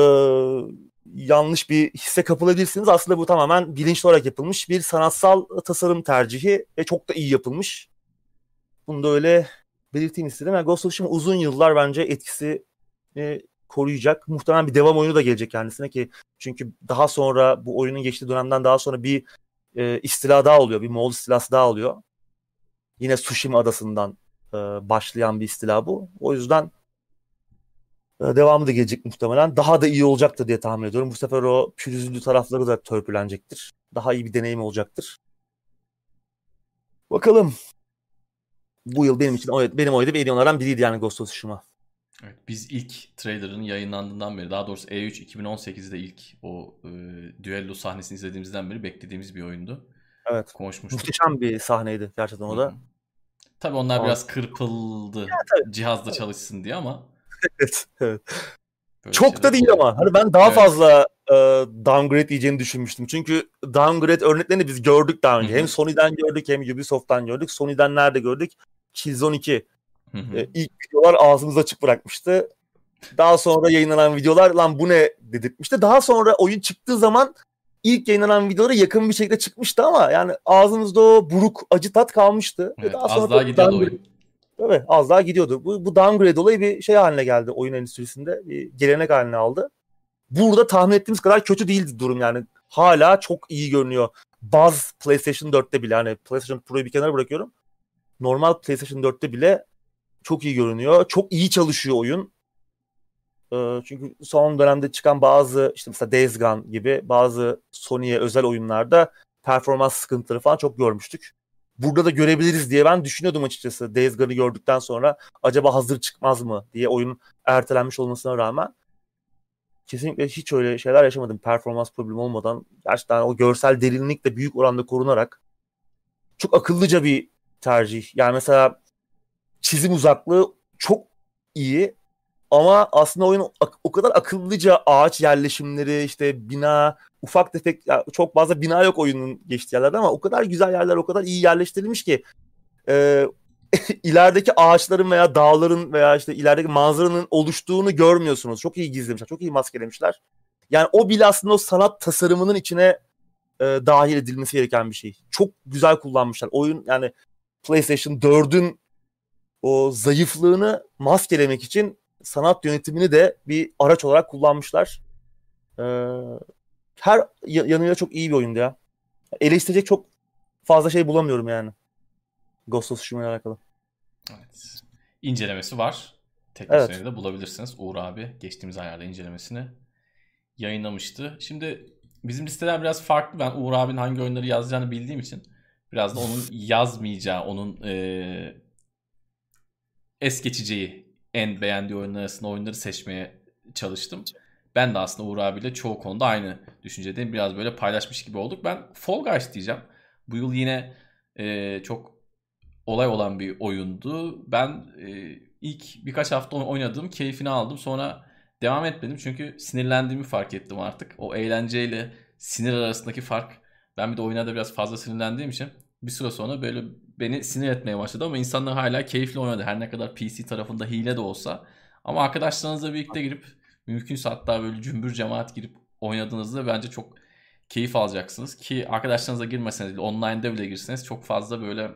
yanlış bir hisse kapılabilirsiniz. Aslında bu tamamen bilinçli olarak yapılmış bir sanatsal tasarım tercihi ve çok da iyi yapılmış. Bunu da öyle belirteyim istedim. Yani Ghost of Tsushima uzun yıllar bence etkisini koruyacak. Muhtemelen bir devam oyunu da gelecek kendisine, ki çünkü daha sonra, bu oyunun geçtiği dönemden daha sonra bir e, istila daha oluyor. Bir Moğol istilası daha oluyor. Yine Tsushima adasından e, başlayan bir istila bu. O yüzden e, devamı da gelecek muhtemelen. Daha da iyi olacaktır diye tahmin ediyorum. Bu sefer o pürüzlü tarafları da törpülenecektir. Daha iyi bir deneyim olacaktır. Bakalım. Bu yıl benim için benim oynadığım en iyi oyunlardan biriydi yani Ghost of Tsushima. Evet, biz ilk trailer'ın yayınlandığından beri, daha doğrusu E üç iki bin on sekizde ilk o e, düello sahnesini izlediğimizden beri beklediğimiz bir oyundu. Evet. Konuşmuştuk. Muhteşem bir sahneydi gerçekten o da. Hı-hı. Tabii onlar Ama... biraz kırpıldı ya, tabii. cihazda çalışsın diye ama evet, evet. böyle Çok da değil oluyor. ama. Hani ben daha evet. fazla e, downgrade diyeceğini düşünmüştüm. Çünkü downgrade örneklerini biz gördük daha önce. Hı-hı. Hem Sony'den gördük hem Ubisoft'tan gördük. Sony'den nerede gördük? Killzone iki. E, ilk videolar ağzımızı açık bırakmıştı. Daha sonra yayınlanan videolar lan bu ne dedirtmişti. Daha sonra oyun çıktığı zaman ilk yayınlanan videolara yakın bir şekilde çıkmıştı ama yani ağzımızda o buruk acı tat kalmıştı. Evet, Ve daha az sonra daha gidiyordu oyun. Evet, az daha gidiyordu. Bu, bu downgrade olayı bir şey haline geldi oyun endüstrisinde. Bir gelenek haline aldı. Burada tahmin ettiğimiz kadar kötü değildi durum yani. Hala çok iyi görünüyor. Baz PlayStation dörtte bile, hani PlayStation Pro'yu bir kenara bırakıyorum. Normal PlayStation dörtte bile çok iyi görünüyor. Çok iyi çalışıyor oyun. Ee, çünkü son dönemde çıkan bazı, işte mesela Days Gone gibi bazı Sony'ye özel oyunlarda performans sıkıntıları falan çok görmüştük. Burada da görebiliriz diye ben düşünüyordum açıkçası. Days Gone'ı gördükten sonra acaba hazır çıkmaz mı diye, oyunun ertelenmiş olmasına rağmen. Kesinlikle hiç öyle şeyler yaşamadım. Performans problemi olmadan gerçekten o görsel derinlik de büyük oranda korunarak çok akıllıca bir tercih. Yani mesela çizim uzaklığı çok iyi. Ama aslında oyun o kadar akıllıca ağaç yerleşimleri, işte bina, ufak tefek, çok fazla bina yok oyunun geçtiği yerlerde ama o kadar güzel yerler, o kadar iyi yerleştirilmiş ki e, ilerideki ağaçların veya dağların veya işte ilerideki manzaranın oluştuğunu görmüyorsunuz. Çok iyi gizlemişler, çok iyi maskelemişler. Yani o bile aslında o sanat tasarımının içine e, dahil edilmesi gereken bir şey. Çok güzel kullanmışlar. Oyun yani PlayStation dördün o zayıflığını maskelemek için sanat yönetimini de bir araç olarak kullanmışlar. Ee, her yanıyla çok iyi bir oyundu ya. Eleştirecek çok fazla şey bulamıyorum yani. Ghost of Tsushima ile alakalı. Evet. İncelemesi var. Evet. Teknoseyir'de bulabilirsiniz. Uğur abi geçtiğimiz aylarda incelemesini yayınlamıştı. Şimdi bizim listeler biraz farklı. Ben Uğur abinin hangi oyunları yazacağını bildiğim için biraz da onun yazmayacağı, onun e, es geçeceği en beğendiği oyunlar arasında oyunları seçmeye çalıştım. Ben de aslında Uğur abiyle çoğu konuda aynı düşüncedeyim. Biraz böyle paylaşmış gibi olduk. Ben Fall Guys diyeceğim. Bu yıl yine e, çok olay olan bir oyundu. Ben e, ilk birkaç hafta oynadım, keyfini aldım. Sonra devam etmedim çünkü sinirlendiğimi fark ettim artık. O eğlenceyle sinir arasındaki fark. Ben bir de oyuna da biraz fazla sinirlendiğim için bir süre sonra böyle beni sinir etmeye başladı ama insanlar hala keyifli oynadı. Her ne kadar P C tarafında hile de olsa. Ama arkadaşlarınızla birlikte girip mümkünse hatta böyle cümbür cemaat girip oynadığınızda bence çok keyif alacaksınız. Ki arkadaşlarınızla girmeseniz bile online'da bile girseniz çok fazla böyle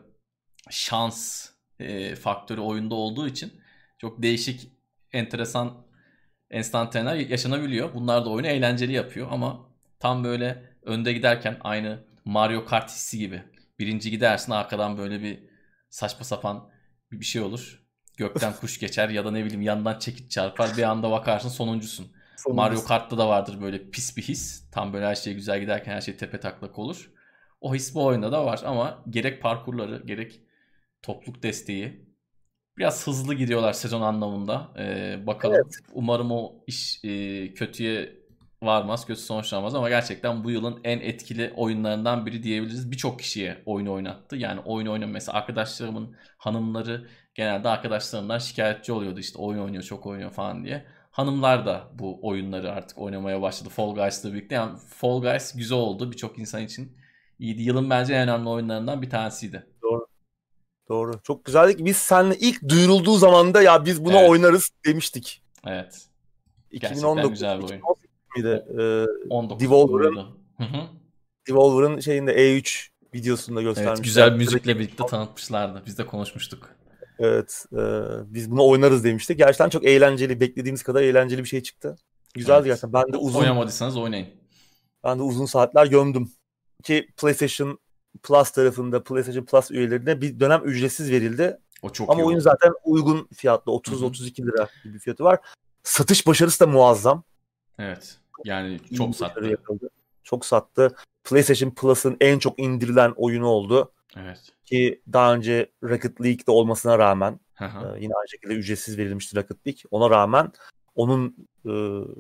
şans e, faktörü oyunda olduğu için çok değişik, enteresan enstantaneler yaşanabiliyor. Bunlar da oyunu eğlenceli yapıyor ama tam böyle önde giderken aynı Mario Kart hissi gibi. Birinci gidersin, arkadan böyle bir saçma sapan bir şey olur. Gökten kuş geçer ya da ne bileyim yandan çekiç çarpar, bir anda bakarsın sonuncusun. Mario Sonuncusu. Kart'ta da vardır böyle pis bir his. Tam böyle her şey güzel giderken her şey tepe taklak olur. O his bu oyunda da var ama gerek parkurları gerek topluluk desteği. Biraz hızlı gidiyorlar sezon anlamında. Ee, bakalım. Evet. Umarım o iş e, kötüye varmaz, kötü sonuçlanmaz ama gerçekten bu yılın en etkili oyunlarından biri diyebiliriz. Birçok kişiye oyunu oynattı. Yani oyun oynayan mesela arkadaşlarımın hanımları genelde arkadaşlarımdan şikayetçi oluyordu işte oyun oynuyor, çok oynuyor falan diye. Hanımlar da bu oyunları artık oynamaya başladı Fall Guys'la birlikte. Yani Fall Guys güzel oldu birçok insan için. İyiydi. Yılın bence en önemli oyunlarından bir tanesiydi. Doğru. Doğru. Çok güzeldi ki biz seninle ilk duyurulduğu zaman da ya biz buna Evet. oynarız demiştik. Evet. Gerçekten iki bin on dokuz güzel bir oyun. iki bin on sekiz miydi? Ee, on dokuz Devolver'ın doğruydu. Hı hı. Devolver'ın şeyinde E üç videosunda Evet, güzel göstermişler. müzikle birlikte tanıtmışlardı. Biz de konuşmuştuk. Evet. E, biz bunu oynarız demiştik. Gerçekten çok eğlenceli. Beklediğimiz kadar eğlenceli bir şey çıktı. Güzeldi Evet. gerçekten. Ben de uzun Oynamadıysanız oynayın. ben de uzun saatler gömdüm. Ki PlayStation Plus tarafında PlayStation Plus üyelerine bir dönem ücretsiz verildi. O çok Ama iyi oyun oldu. zaten uygun fiyatlı. Hı otuz hı. otuz iki lira gibi bir fiyatı var. Satış başarısı da muazzam. Evet. Yani İyi çok bir başarı sattı. yapıldı. Çok sattı. PlayStation Plus'ın en çok indirilen oyunu oldu. Evet. Ki daha önce Rocket League'de olmasına rağmen Hı hı. e, yine aynı şekilde ücretsiz verilmişti Rocket League. Ona rağmen onun e,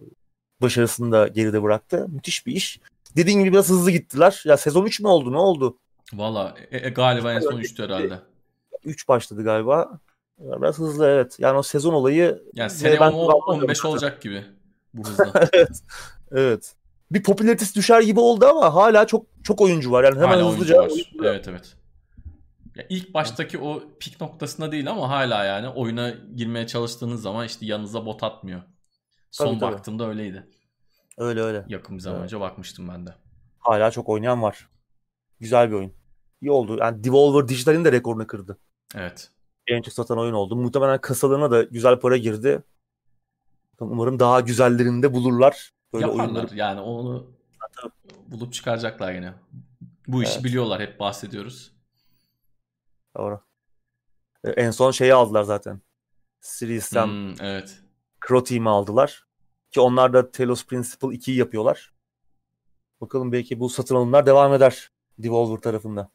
başarısını da geride bıraktı. Müthiş bir iş. Dediğim gibi biraz hızlı gittiler. Ya sezon üç mü oldu? Ne oldu? Valla e, e, galiba en son üçtü herhalde. üç başladı galiba. Biraz hızlı evet. Yani o sezon olayı Yani ve seneye ben on beş olacak gibi bu hızla. evet. Evet. Bir popülaritesi düşer gibi oldu ama hala çok çok oyuncu var. Yani hemen Hala oyuncu hızlıca oyun var. Evet, evet. Ya ilk baştaki o pik noktasında değil ama hala yani oyuna girmeye çalıştığınız zaman işte yanınıza bot atmıyor. tabii Son tabii. baktığımda öyleydi. Öyle öyle. Yakın bir zaman Evet. önce bakmıştım ben de. Hala çok oynayan var. Güzel bir oyun. İyi oldu. Yani Devolver Digital'in de rekorunu kırdı. Evet. En çok satan oyun oldu. Muhtemelen kasalarına da güzel para girdi. Umarım daha güzellerini de bulurlar. Böyle oyunları. Yaparlar yani onu bulup çıkaracaklar yine. Bu işi Evet. biliyorlar, hep bahsediyoruz. Doğru. Ee, En son şeyi aldılar zaten. Serious Sam Hmm, evet. Crow Team'i aldılar. Ki onlar da Talos Principle ikiyi yapıyorlar. Bakalım belki bu satın alımlar devam eder Devolver tarafında.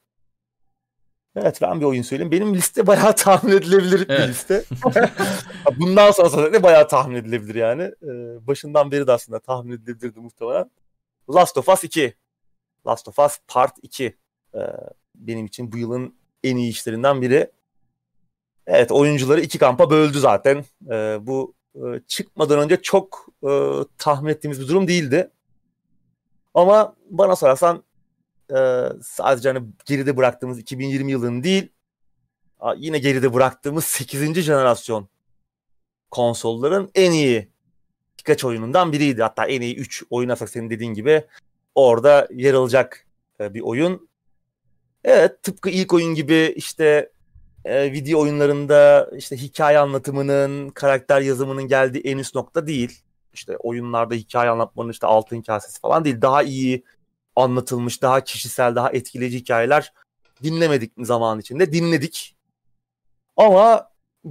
Evet ben bir oyun söyleyeyim. Benim liste bayağı tahmin edilebilir bir Evet. liste. Bundan sonra zaten bayağı tahmin edilebilir yani. Ee, başından beri de aslında tahmin edilebilirdi muhtemelen. Last of Us iki. Last of Us Part iki. Ee, benim için bu yılın en iyi işlerinden biri. Evet, oyuncuları iki kampa böldü zaten. Ee, bu e, çıkmadan önce çok e, tahmin ettiğimiz bir durum değildi. Ama bana sorarsan e, sadece hani geride bıraktığımız iki bin yirmi yılının değil, yine geride bıraktığımız sekizinci jenerasyon konsolların en iyi birkaç oyunundan biriydi. Hatta en iyi üç oyun aslında senin dediğin gibi orada yer alacak bir oyun. Evet, tıpkı ilk oyun gibi işte e, video oyunlarında işte hikaye anlatımının, karakter yazımının geldiği en üst nokta değil. İşte oyunlarda hikaye anlatmanın işte altın kasesi falan değil. Daha iyi anlatılmış, daha kişisel, daha etkileyici hikayeler dinlemedik mi zaman içinde? Dinledik. Ama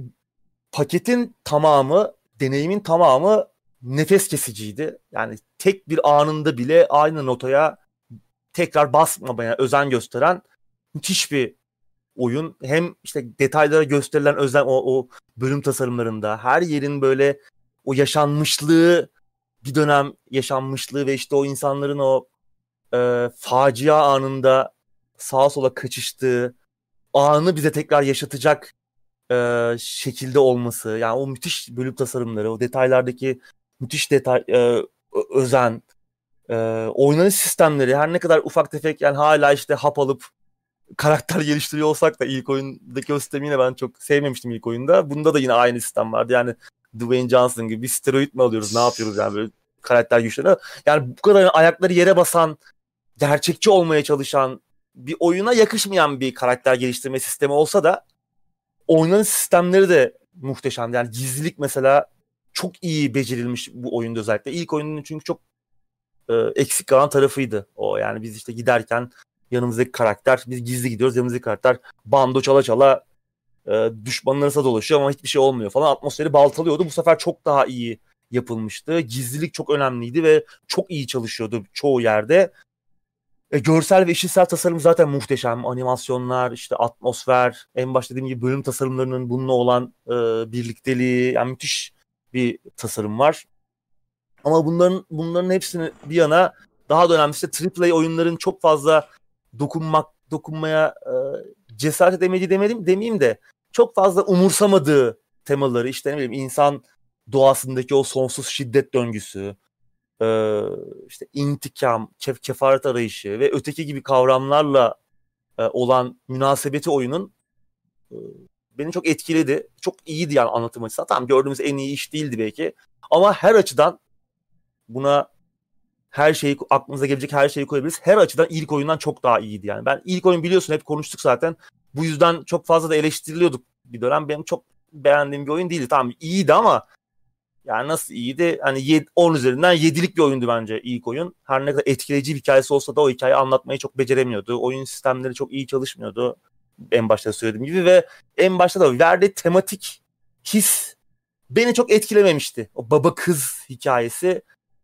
paketin tamamı, deneyimin tamamı nefes kesiciydi. Yani tek bir anında bile aynı notaya tekrar basmamaya özen gösteren müthiş bir oyun. Hem işte detaylara gösterilen özen o, o bölüm tasarımlarında her yerin böyle o yaşanmışlığı, bir dönem yaşanmışlığı ve işte o insanların o e, facia anında sağa sola kaçıştığı anı bize tekrar yaşatacak e, şekilde olması. Yani o müthiş bölüm tasarımları, o detaylardaki müthiş detay e, özen, e, oynanış sistemleri her ne kadar ufak tefek yani hala işte hap alıp karakter geliştiriyor olsak da ilk oyundaki o sistemi yine ben çok sevmemiştim ilk oyunda. Bunda da yine aynı sistem vardı. Yani Dwayne Johnson gibi bir steroid mi alıyoruz, ne yapıyoruz yani böyle karakter güçlerine. Yani bu kadar ayakları yere basan, gerçekçi olmaya çalışan bir oyuna yakışmayan bir karakter geliştirme sistemi olsa da oynanış sistemleri de muhteşem. Yani gizlilik mesela çok iyi becerilmiş bu oyunda özellikle. İlk oyunun çünkü çok e, eksik kalan tarafıydı o. Yani biz işte giderken yanımızdaki karakter, biz gizli gidiyoruz, yanımızdaki karakter bando çala çala e, düşmanın arasında dolaşıyor ama hiçbir şey olmuyor falan. Atmosferi baltalıyordu. Bu sefer çok daha iyi yapılmıştı. Gizlilik çok önemliydi ve çok iyi çalışıyordu çoğu yerde. E, görsel ve işitsel tasarım zaten muhteşem. Animasyonlar, işte atmosfer, en başta dediğim gibi bölüm tasarımlarının bununla olan e, birlikteliği, yani müthiş bir tasarım var. Ama bunların bunların hepsini bir yana daha da önemlisi triple A oyunların çok fazla dokunmak dokunmaya e, cesaret edemediği demedim demeyeyim de çok fazla umursamadığı temaları işte ne bileyim insan doğasındaki o sonsuz şiddet döngüsü, e, işte intikam, kef kefaret arayışı ve öteki gibi kavramlarla e, olan münasebeti oyunun e, beni çok etkiledi. Çok iyiydi yani anlatım açısından. Tamam, gördüğümüz en iyi iş değildi belki ama her açıdan buna her şeyi aklınıza gelecek her şeyi koyabiliriz. Her açıdan ilk oyundan çok daha iyiydi yani. Ben ilk oyun biliyorsun hep konuştuk zaten. Bu yüzden çok fazla da eleştiriliyorduk bir dönem. Benim çok beğendiğim bir oyun değildi. Tamam iyiydi ama yani nasıl iyiydi? Hani on üzerinden yedilik bir oyundu bence ilk oyun. Her ne kadar etkileyici bir hikayesi olsa da o hikayeyi anlatmayı çok beceremiyordu. Oyun sistemleri çok iyi çalışmıyordu. En başta söylediğim gibi ve en başta da verdiği tematik his beni çok etkilememişti. O baba kız hikayesi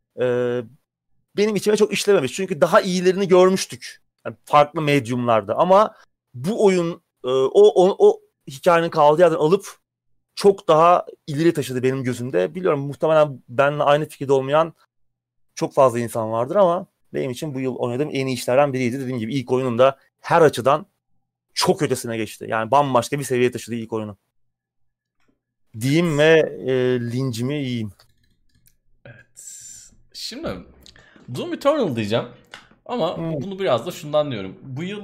e, benim içime çok işlememiş. Çünkü daha iyilerini görmüştük. Yani farklı medyumlarda. Ama bu oyun e, o, o, o hikayenin kaldığı yerden alıp çok daha ileri taşıdı benim gözümde. Biliyorum muhtemelen benimle aynı fikirde olmayan çok fazla insan vardır ama benim için bu yıl oynadığım en iyi işlerden biriydi. Dediğim gibi ilk oyunum da her açıdan çok ötesine geçti. Yani bambaşka bir seviyeye taşıdı ilk oyunu. Diyeyim ve e, lincimi yiyeyim. Evet. Şimdi Doom Eternal diyeceğim. Ama Hmm. bunu biraz da şundan diyorum. Bu yıl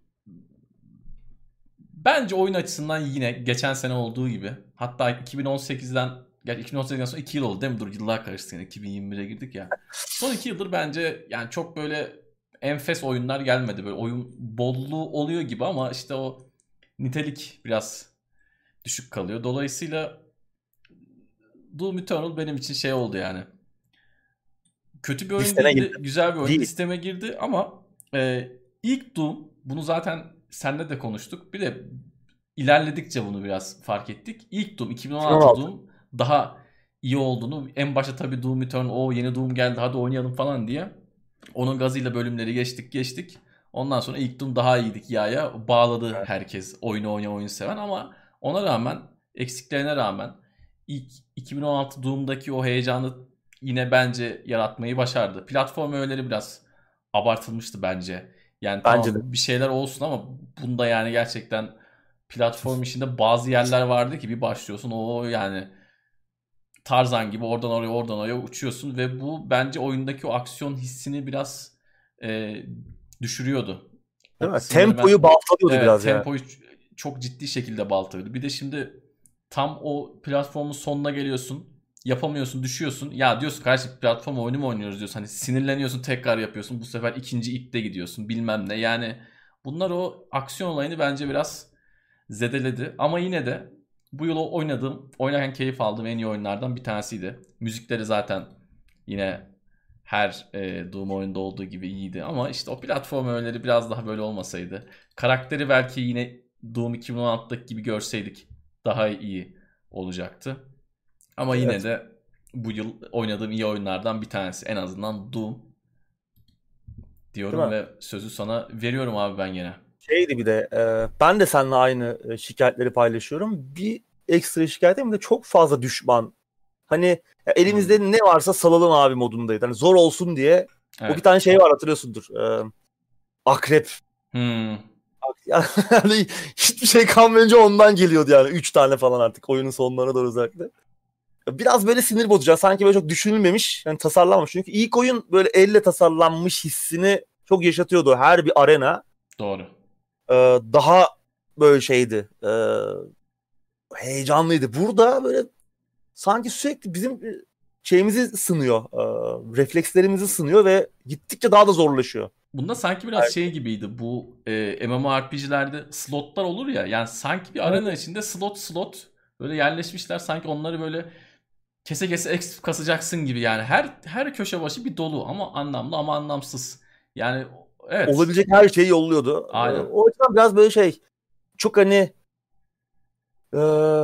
bence oyun açısından yine geçen sene olduğu gibi, hatta iki bin on sekizden, gerçi iki bin on sekizden sonra iki yıl oldu değil mi? Dur, yıllar karıştı yine. iki bin yirmi bire girdik ya. Son iki yıldır bence yani çok böyle enfes oyunlar gelmedi. Böyle oyun bolluğu oluyor gibi ama işte o nitelik biraz düşük kalıyor. Dolayısıyla Doom Eternal benim için şey oldu yani. Kötü bir oyun Listene değildi. girdim. Güzel bir oyun. Değil. Listeme girdi ama e, ilk Doom, bunu zaten seninle de konuştuk. Bir de ilerledikçe bunu biraz fark ettik. İlk Doom, iki bin on altı iki bin on altı. Doom daha iyi olduğunu, en başta tabii Doom Eternal, o yeni Doom geldi hadi oynayalım falan diye onun gazıyla bölümleri geçtik geçtik. Ondan sonra ilk Doom daha iyiydik yaya bağladı herkes, oyunu oynayan oyun seven, ama ona rağmen, eksiklerine rağmen ilk iki bin on altı Doom'daki o heyecanı yine bence yaratmayı başardı. Platform öğeleri biraz abartılmıştı bence. Yani Bence de. tamam bir şeyler olsun ama bunda yani gerçekten platform işinde bazı yerler vardı ki bir başlıyorsun o yani Tarzan gibi oradan oraya oradan oraya uçuyorsun ve bu bence oyundaki o aksiyon hissini biraz e, düşürüyordu. Değil O mi? kısımları ben Tempoyu baltalıyordu evet biraz yani. tempoyu çok ciddi şekilde baltalıyordu. Bir de şimdi tam o platformun sonuna geliyorsun. Yapamıyorsun, düşüyorsun. Ya diyorsun kardeşim platform oyunu mu oynuyoruz diyorsun. Hani sinirleniyorsun, tekrar yapıyorsun. Bu sefer ikinci ipte gidiyorsun bilmem ne. Yani bunlar o aksiyon olayını bence biraz zedeledi. Ama yine de bu yıl oynadığım, oynarken keyif aldığım en iyi oyunlardan bir tanesiydi. Müzikleri zaten yine her e, Doom oyunda olduğu gibi iyiydi. Ama işte o platform öğeleri biraz daha böyle olmasaydı. Karakteri belki yine Doom iki bin on altıdaki gibi görseydik daha iyi olacaktı. Ama yine Evet. de bu yıl oynadığım iyi oyunlardan bir tanesi. En azından Doom Değil diyorum mi? ve sözü sana veriyorum abi ben gene. Şeydi bir de e, ben de seninle aynı e, şikayetleri paylaşıyorum. Bir ekstra şikayetim de çok fazla düşman. Hani ya elimizde Hmm. ne varsa salalım abi modundaydı. Hani zor olsun diye. O bir Evet. tane şey var hatırlıyorsundur. E, akrep. Hmm. Yani hiçbir şey kalmayınca ondan geliyordu yani. Üç tane falan artık oyunun sonlarına doğru özellikle. Biraz böyle sinir bozucu. Sanki böyle çok düşünülmemiş. Yani tasarlanmamış. Çünkü ilk oyun böyle elle tasarlanmış hissini çok yaşatıyordu. Her bir arena Doğru. e, daha böyle şeydi. E, heyecanlıydı. Burada böyle sanki sürekli bizim şeyimizi sınıyor. E, reflekslerimizi sınıyor ve gittikçe daha da zorlaşıyor. Bunda sanki biraz şey gibiydi. Bu e, MMORPG'lerde slotlar olur ya. Yani sanki bir arena içinde slot slot böyle yerleşmişler. Sanki onları böyle kese kese X P kasacaksın gibi yani. Her her köşe başı bir dolu ama anlamlı ama anlamsız. Yani evet. Olabilecek her şeyi yolluyordu. E, Aynen. o yüzden biraz böyle şey çok hani e,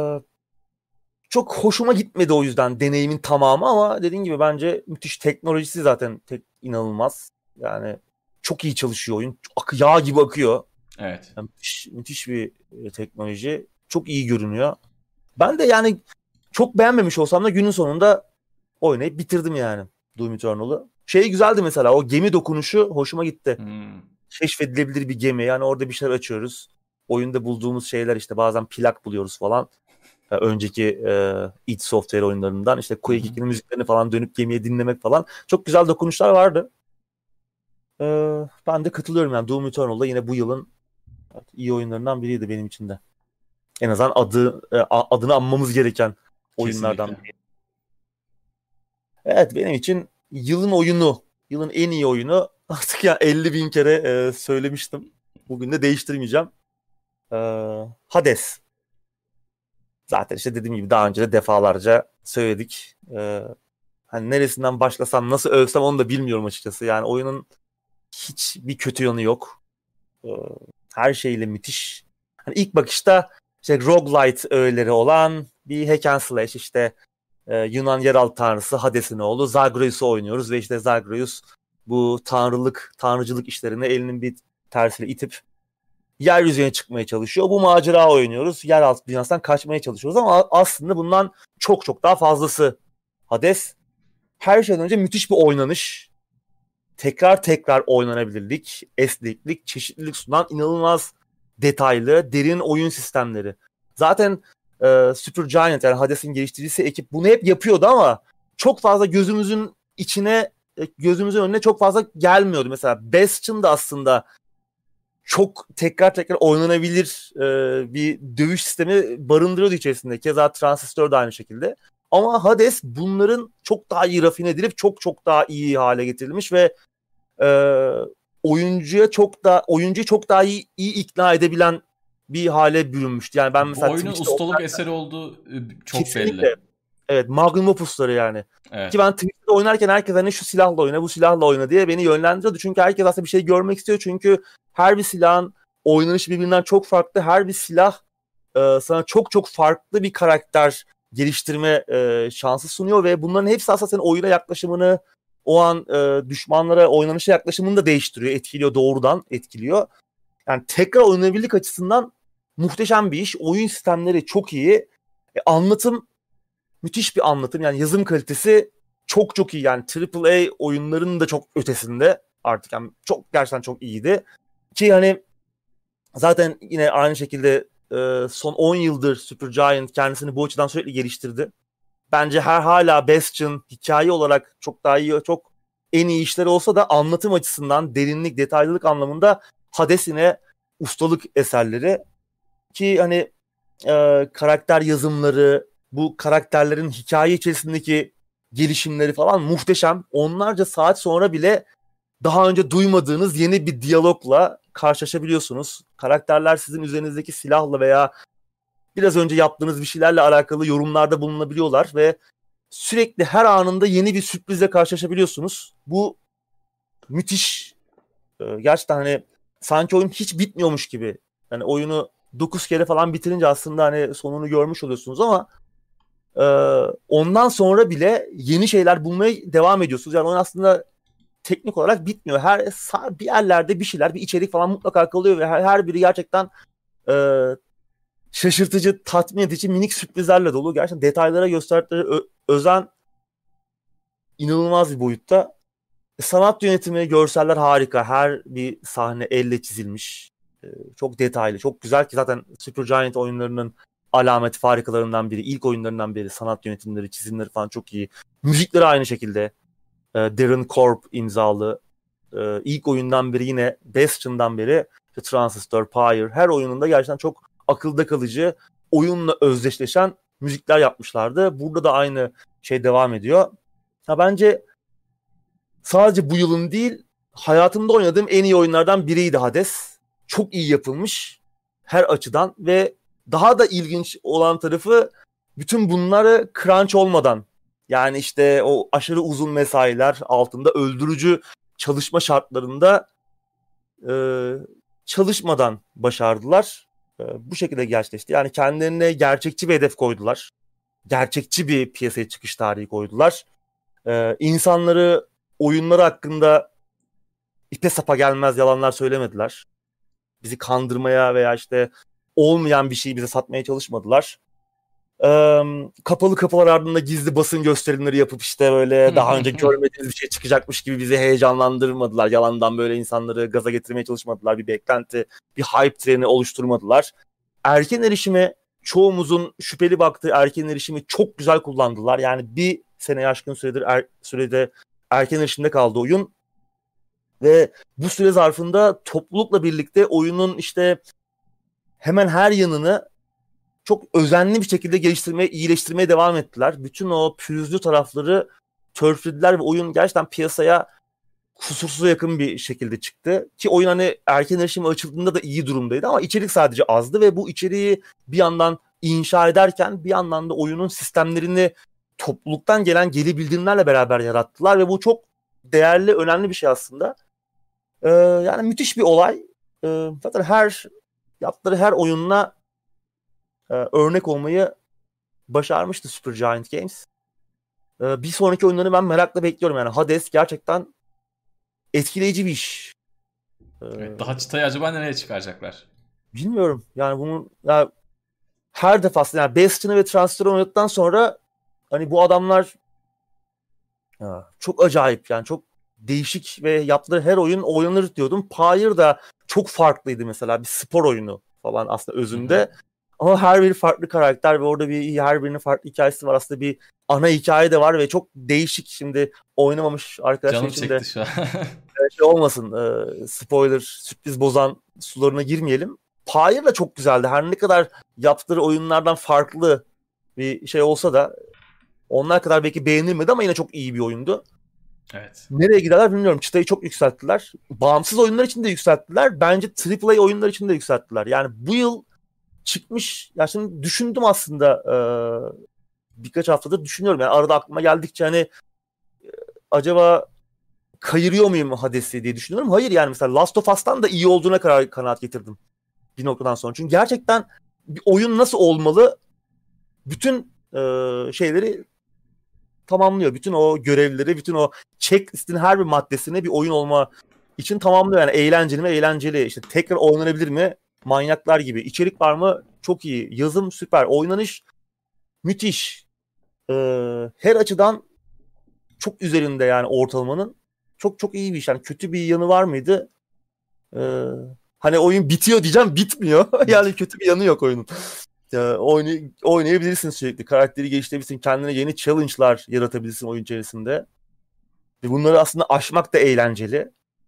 çok hoşuma gitmedi o yüzden deneyimin tamamı ama dediğin gibi bence müthiş teknolojisi zaten tek inanılmaz. Yani çok iyi çalışıyor oyun. Ak yağ gibi akıyor. Evet. Yani müthiş, müthiş bir e, teknoloji. Çok iyi görünüyor. Ben de yani çok beğenmemiş olsam da günün sonunda oynayıp bitirdim yani Doom Eternal'ı. Şey güzeldi mesela o gemi dokunuşu hoşuma gitti. Hmm. Keşfedilebilir bir gemi. Yani orada bir şeyler açıyoruz. Oyunda bulduğumuz şeyler işte bazen plak buluyoruz falan. E, önceki e, id Software oyunlarından işte Hı Quake hı. ikinin müziklerini falan dönüp gemiye dinlemek falan. Çok güzel dokunuşlar vardı. E, ben de katılıyorum yani Doom Eternal'da yine bu yılın evet, iyi oyunlarından biriydi benim için de. En azından adı e, adını anmamız gereken oyunlardan Kesinlikle. biri. Evet benim için yılın oyunu, yılın en iyi oyunu artık ya elli bin kere e, söylemiştim. Bugün de değiştirmeyeceğim. E, Hades. Zaten işte dediğim gibi daha önce de defalarca söyledik. E, hani neresinden başlasam, nasıl övsem onu da bilmiyorum açıkçası. Yani oyunun hiçbir kötü yanı yok. E, her şeyle müthiş. Hani ilk bakışta işte roguelite öğeleri olan bir hack and slash işte e, Yunan yeraltı tanrısı Hades'in oğlu Zagreus'u oynuyoruz ve işte Zagreus bu tanrılık, tanrıcılık işlerini elinin bir tersiyle itip yeryüzüne çıkmaya çalışıyor. Bu macera oynuyoruz. Yeraltı dünyasından kaçmaya çalışıyoruz ama aslında bundan çok çok daha fazlası Hades. Her şeyden önce müthiş bir oynanış. Tekrar tekrar oynanabilirlik, esneklik, çeşitlilik sunan inanılmaz detaylı, derin oyun sistemleri. Zaten e, Supergiant yani Hades'in geliştiricisi ekip bunu hep yapıyordu ama çok fazla gözümüzün içine, e, gözümüzün önüne çok fazla gelmiyordu. Mesela Bastion da aslında çok tekrar tekrar oynanabilir e, bir dövüş sistemi barındırıyordu içerisinde. Keza Transistor da aynı şekilde. Ama Hades bunların çok daha iyi rafine edilip çok çok daha iyi hale getirilmiş ve e, oyuncuya çok da oyuncuyu çok daha iyi, iyi ikna edebilen bir hale bürünmüştü. Yani ben Bu mesela oyunun Twitch'te ustalık eseri olduğu e, çok belli. kesinlikle evet Magnum Opus'ları yani. Ki Evet. ben Twitch'te oynarken herkes hani şu silahla oyna, bu silahla oyna diye beni yönlendiriyordu. Çünkü herkes aslında bir şey görmek istiyor. Çünkü her bir silahın oynanışı birbirinden çok farklı. Her bir silah e, sana çok çok farklı bir karakter geliştirme e, şansı sunuyor ve bunların hepsi aslında senin oyuna yaklaşımını, o an e, düşmanlara oynanışa yaklaşımını da değiştiriyor, etkiliyor, doğrudan etkiliyor. Yani tekrar oynanabilirlik açısından muhteşem bir iş. Oyun sistemleri çok iyi. E, anlatım müthiş bir anlatım. Yani yazım kalitesi çok çok iyi. Yani Triple A oyunlarının da çok ötesinde artık. Yani çok gerçekten çok iyiydi. Ki hani zaten yine aynı şekilde e, son on yıldır Supergiant kendisini bu açıdan sürekli geliştirdi. Bence her hala Bastion hikaye olarak çok daha iyi, çok en iyi işleri olsa da anlatım açısından derinlik, detaylılık anlamında Hades yine ustalık eserleri. Ki hani e, karakter yazımları, bu karakterlerin hikaye içerisindeki gelişimleri falan muhteşem. Onlarca saat sonra bile daha önce duymadığınız yeni bir diyalogla karşılaşabiliyorsunuz. Karakterler sizin üzerinizdeki silahla veya biraz önce yaptığınız bir şeylerle alakalı yorumlarda bulunabiliyorlar ve sürekli her anında yeni bir sürprizle karşılaşabiliyorsunuz. Bu müthiş. Gerçekten hani sanki oyun hiç bitmiyormuş gibi. Yani oyunu dokuz kere falan bitirince aslında hani sonunu görmüş oluyorsunuz ama e, ondan sonra bile yeni şeyler bulmaya devam ediyorsunuz. Yani oyun aslında teknik olarak bitmiyor. Her bir yerlerde bir şeyler, bir içerik falan mutlaka kalıyor ve her, her biri gerçekten e, şaşırtıcı, tatmin edici minik sürprizlerle dolu. Gerçekten detaylara gösterdikleri ö- özen inanılmaz bir boyutta. Sanat yönetimi, görseller harika. Her bir sahne elle çizilmiş. Ee, çok detaylı, çok güzel ki zaten Supergiant oyunlarının alamet farikalarından biri. İlk oyunlarından biri. Sanat yönetimleri, çizimleri falan çok iyi. Müzikleri aynı şekilde. Ee, Darren Korb imzalı. Ee, ilk oyundan beri yine Bastion'dan beri işte Transistor, Pyre her oyununda gerçekten çok akılda kalıcı, oyunla özdeşleşen müzikler yapmışlardı. Burada da aynı şey devam ediyor. Ha, bence sadece bu yılın değil, hayatımda oynadığım en iyi oyunlardan biriydi Hades. Çok iyi yapılmış her açıdan ve daha da ilginç olan tarafı bütün bunları crunch olmadan, yani işte o aşırı uzun mesailer altında öldürücü çalışma şartlarında e, çalışmadan başardılar. E, bu şekilde gerçekleşti. Yani kendilerine gerçekçi bir hedef koydular. Gerçekçi bir piyasaya çıkış tarihi koydular. E, insanları oyunları hakkında ipe sapa gelmez yalanlar söylemediler. Bizi kandırmaya veya işte olmayan bir şeyi bize satmaya çalışmadılar. Ee, kapalı kapılar ardında gizli basın gösterimleri yapıp işte böyle daha önce görmediğiniz bir şey çıkacakmış gibi bizi heyecanlandırmadılar. Yalandan böyle insanları gaza getirmeye çalışmadılar. Bir beklenti, bir hype treni oluşturmadılar. Erken erişime, çoğumuzun şüpheli baktığı erken erişimi çok güzel kullandılar. Yani bir sene aşkın süredir er, sürede erken erişimde kaldı oyun. Ve bu süre zarfında toplulukla birlikte oyunun işte hemen her yanını çok özenli bir şekilde geliştirmeye, iyileştirmeye devam ettiler. Bütün o pürüzlü tarafları törpülediler ve oyun gerçekten piyasaya kusursuza yakın bir şekilde çıktı. Ki oyun hani erken erişime açıldığında da iyi durumdaydı ama içerik sadece azdı ve bu içeriği bir yandan inşa ederken bir yandan da oyunun sistemlerini topluluktan gelen geri bildirimlerle beraber yarattılar ve bu çok değerli, önemli bir şey aslında. Ee, yani müthiş bir olay. Ee, zaten her yaptıkları her oyunla e, örnek olmayı başarmıştı Supergiant Games. Ee, bir sonraki oyunlarını ben merakla bekliyorum. Yani Hades gerçekten etkileyici bir iş. Ee, Evet, daha çıtayı acaba nereye çıkaracaklar? Bilmiyorum. Yani bunun yani her defasında yani Bastion'ı ve Transistor'u oynadıktan sonra hani bu adamlar ya, çok acayip yani çok değişik ve yaptıkları her oyun oynanır diyordum. Pyre da çok farklıydı mesela. Bir spor oyunu falan aslında özünde. Hı hı. Ama her biri farklı karakter ve orada bir her birinin farklı hikayesi var. Aslında bir ana hikaye de var ve çok değişik. Şimdi oynamamış arkadaşlar Canım için de çekti şu an. şey olmasın, e, spoiler, sürpriz bozan sularına girmeyelim. Pyre da çok güzeldi. Her ne kadar yaptığı oyunlardan farklı bir şey olsa da onlar kadar belki beğenilmedi ama yine çok iyi bir oyundu. Evet. Nereye giderler bilmiyorum. Çıtayı çok yükselttiler. Bağımsız oyunlar için de yükselttiler. Bence Triple A oyunlar için de yükselttiler. Yani bu yıl çıkmış. Ya şimdi düşündüm aslında e, birkaç haftadır düşünüyorum. Yani arada aklıma geldikçe hani e, acaba kayırıyor muyum Hades'i diye düşünüyorum. Hayır yani mesela Last of Us'tan da iyi olduğuna karar kanaat getirdim bir noktadan sonra. Çünkü gerçekten bir oyun nasıl olmalı bütün e, şeyleri tamamlıyor. Bütün o görevleri, bütün o checklistin her bir maddesini bir oyun olma için tamamlıyor. Yani eğlenceli mi? Eğlenceli. İşte tekrar oynanabilir mi? Manyaklar gibi. İçerik var mı? Çok iyi. Yazım süper. Oynanış müthiş. Ee, her açıdan çok üzerinde yani ortalamanın. Çok çok iyi bir iş. Yani kötü bir yanı var mıydı? Ee, Hani oyun bitiyor diyeceğim, bitmiyor. Yani kötü bir yanı yok oyunun. Ya, oynay oynayabilirsin sürekli. Karakteri geliştirebilirsin. Kendine yeni challenge'lar yaratabilirsin oyun içerisinde. Ve bunları aslında aşmak da eğlenceli.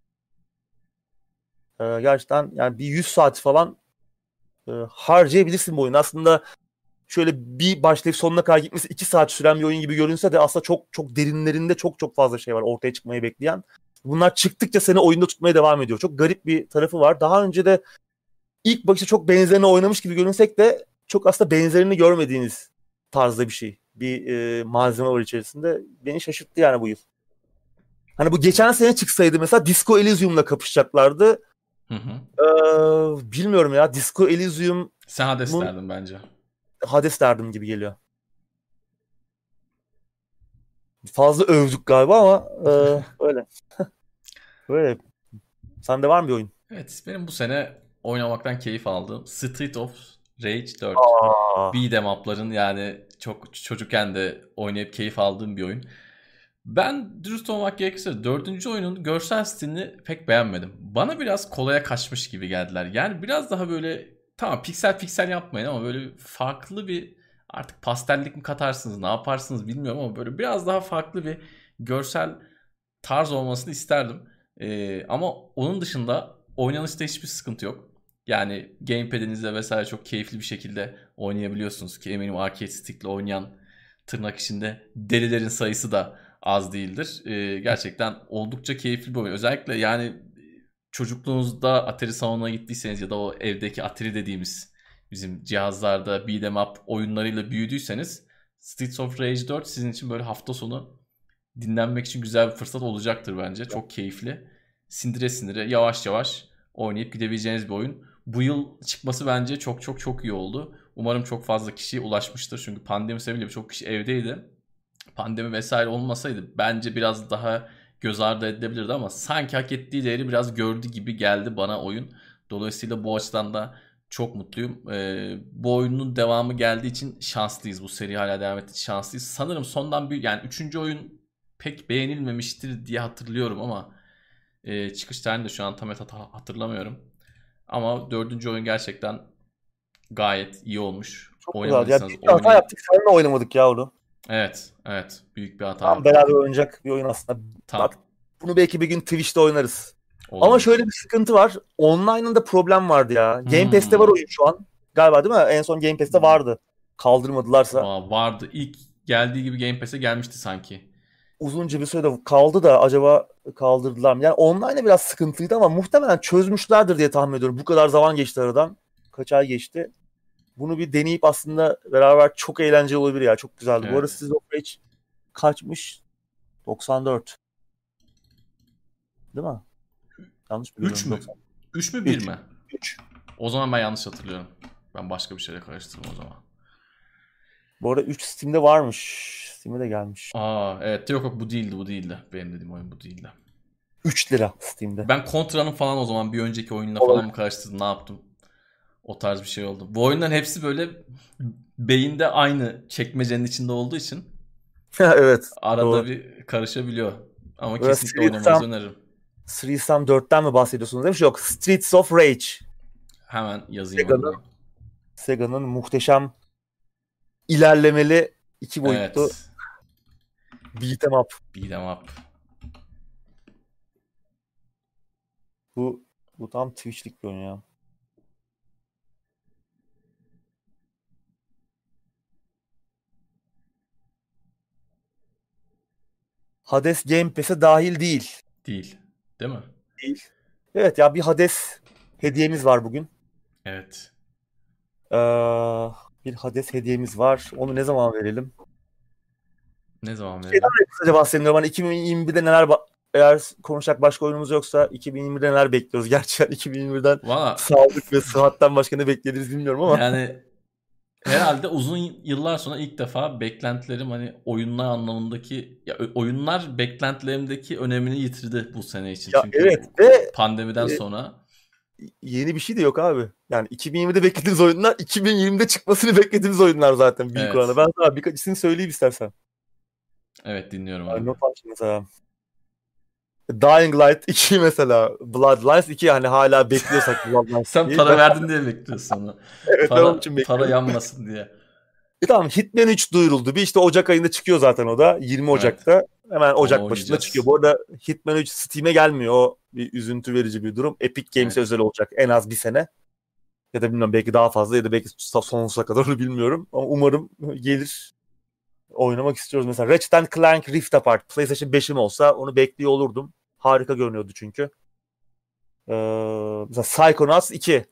Ee, gerçekten yani bir yüz saat falan e, harcayabilirsin bu oyunu. Aslında şöyle bir başlayıp sonuna kadar gitmesi iki saat süren bir oyun gibi görünse de aslında çok çok derinlerinde çok çok fazla şey var ortaya çıkmayı bekleyen. Bunlar çıktıkça seni oyunda tutmaya devam ediyor. Çok garip bir tarafı var. Daha önce de ilk bakışta çok benzerini oynamış gibi görünsek de çok aslında benzerini görmediğiniz tarzda bir şey. Bir e, malzeme var içerisinde. Beni şaşırttı yani bu yıl. Hani bu geçen sene çıksaydı mesela Disco Elysium'la kapışacaklardı. Hı hı. Ee, bilmiyorum ya. Disco Elysium Sen Hades derdin bence. Hades derdim gibi geliyor. Fazla övdük galiba ama e, öyle. Böyle. Sende var mı bir oyun? Evet, benim bu sene oynamaktan keyif aldığım Street of Rage dört. Aa. Beat'em up'ların yani çok çocukken de oynayıp keyif aldığım bir oyun. Ben dürüst olmak gerekirse dördüncü oyunun görsel stilini pek beğenmedim. Bana biraz kolaya kaçmış gibi geldiler. Yani biraz daha böyle tamam piksel piksel yapmayın ama böyle farklı bir artık pastellik mi katarsınız ne yaparsınız bilmiyorum ama böyle biraz daha farklı bir görsel tarz olmasını isterdim. Ee, ama onun dışında oynanışta hiçbir sıkıntı yok. Yani gamepad'inizle vesaire çok keyifli bir şekilde oynayabiliyorsunuz ki eminim arcade stick'le oynayan tırnak içinde delilerin sayısı da az değildir. Ee, gerçekten oldukça keyifli bir oyun. Özellikle yani çocukluğunuzda Atari salonuna gittiyseniz ya da o evdeki Atari dediğimiz bizim cihazlarda beat'em up oyunlarıyla büyüdüyseniz Streets of Rage dört sizin için böyle hafta sonu dinlenmek için güzel bir fırsat olacaktır bence. Çok keyifli. Sindire sindire yavaş yavaş oynayıp gidebileceğiniz bir oyun. Bu yıl çıkması bence çok çok çok iyi oldu. Umarım çok fazla kişiye ulaşmıştır. Çünkü pandemi sebebiyle çok kişi evdeydi. Pandemi vesaire olmasaydı bence biraz daha göz ardı edilebilirdi ama sanki hak ettiği değeri biraz gördü gibi geldi bana oyun. Dolayısıyla bu açıdan da çok mutluyum. Ee, bu oyunun devamı geldiği için şanslıyız. Bu seri hala devam ettiği için şanslıyız. Sanırım sondan bir yani üçüncü oyun pek beğenilmemiştir diye hatırlıyorum ama e, çıkış tarihini de şu an tam net hatırlamıyorum. Ama dördüncü oyun gerçekten gayet iyi olmuş. Çok güzel. Ya Oynamadıysanız büyük bir hata oynayın. yaptık. Seninle oynamadık ya onu. Evet, evet. Büyük bir hata Tam yaptık. beraber oynayacak bir oyun aslında. Bak Tam bunu belki bir gün Twitch'te oynarız. Ama olabilir. şöyle bir sıkıntı var. Online'ında problem vardı ya. Game Pass'te var Hmm. oyun şu an. Galiba değil mi? En son Game Pass'te vardı. Kaldırmadılarsa. Va- vardı. İlk geldiği gibi Game Pass'e gelmişti sanki. Uzunca bir sürede kaldı da acaba kaldırdılar mı? Yani online'da biraz sıkıntılıydı ama muhtemelen çözmüşlerdir diye tahmin ediyorum. Bu kadar zaman geçti aradan. Kaç ay geçti. Bunu bir deneyip aslında beraber çok eğlenceli olabilir ya. Çok güzeldi. Bu arada Evet. Streets of Rage kaçmış? doksan dört. Değil mi? Yanlış biliyorum. üç mü? doksan. üç mü bir üç. mi? üç. O zaman ben yanlış hatırlıyorum. Ben başka bir şeyle karıştırdım o zaman. Bu arada üç Steam'de varmış. Steam'e de gelmiş. Aa evet yok yok bu değildi bu değildi. Benim dediğim oyun bu değildi. üç lira Steam'de. Ben Contra'nın falan o zaman bir önceki oyunla Olabilir. falan mı karıştırdım ne yaptım? O tarz bir şey oldu. Bu oyunların hepsi böyle beyinde aynı çekmecenin içinde olduğu için Evet. arada Doğru. bir karışabiliyor. Ama Böyle kesinlikle oynamanızı Streets'ten öneririm. Streets'ten dörtten mi bahsediyorsunuz demiş? Yok. Streets of Rage. Hemen yazayım Sega'nın, adını. Sega'nın muhteşem ilerlemeli iki boyutlu Evet. beat'em up. Beat'em up. Bu, bu tam Twitch'lik bir oyun ya. Hades Game Pass'e dahil değil. Değil. Değil mi? Değil. Evet ya bir Hades hediyemiz var bugün. Evet. Ee, bir Hades hediyemiz var. Onu ne zaman verelim? Ne zaman verelim? Şeyden de kısaca bahsedelim. Hani iki bin yirmi birde neler ba- eğer konuşacak başka oyunumuz yoksa iki bin yirmi birde neler bekliyoruz? Gerçi yani iki bin yirmi birden Valla sağlık ve sıhhatten başka ne bekleriz bilmiyorum ama. yani herhalde uzun yıllar sonra ilk defa beklentilerim hani oyunlar anlamındaki ya ö- oyunlar beklentilerimdeki önemini yitirdi bu sene için. Ya Çünkü evet ve pandemiden e, sonra yeni bir şey de yok abi. Yani iki bin yirmide beklediğimiz oyunlar iki bin yirmide çıkmasını beklediğimiz oyunlar zaten büyük evet. oranda. Ben sana birkaç isim söyleyeyim istersen. Evet dinliyorum Yani abi. not al şimdi mesela. Dying Light iki mesela. Bloodlines iki hani hala bekliyorsak Bloodlines Sen ikiyi. para Ben, verdin diye bekliyorsun onu. evet ben onun Para için para bekliyorum. yanmasın diye. E tamam, Hitman üç duyuruldu. Bir işte Ocak ayında çıkıyor zaten o da. yirmi Evet. Ocak'ta. Hemen Onu Ocak başında çıkıyor. oynayacağız. Bu arada Hitman üç Steam'e gelmiyor. O bir üzüntü verici bir durum. Epic Games'e Evet. özel olacak. En az bir sene. Ya da bilmiyorum, belki daha fazla ya da belki sonsuza kadar, onu bilmiyorum. Ama umarım gelir. Oynamak istiyoruz. Mesela Ratchet and Clank Rift Apart. PlayStation beşim olsa onu bekliyor olurdum. Harika görünüyordu çünkü. Ee, mesela Psychonauts iki.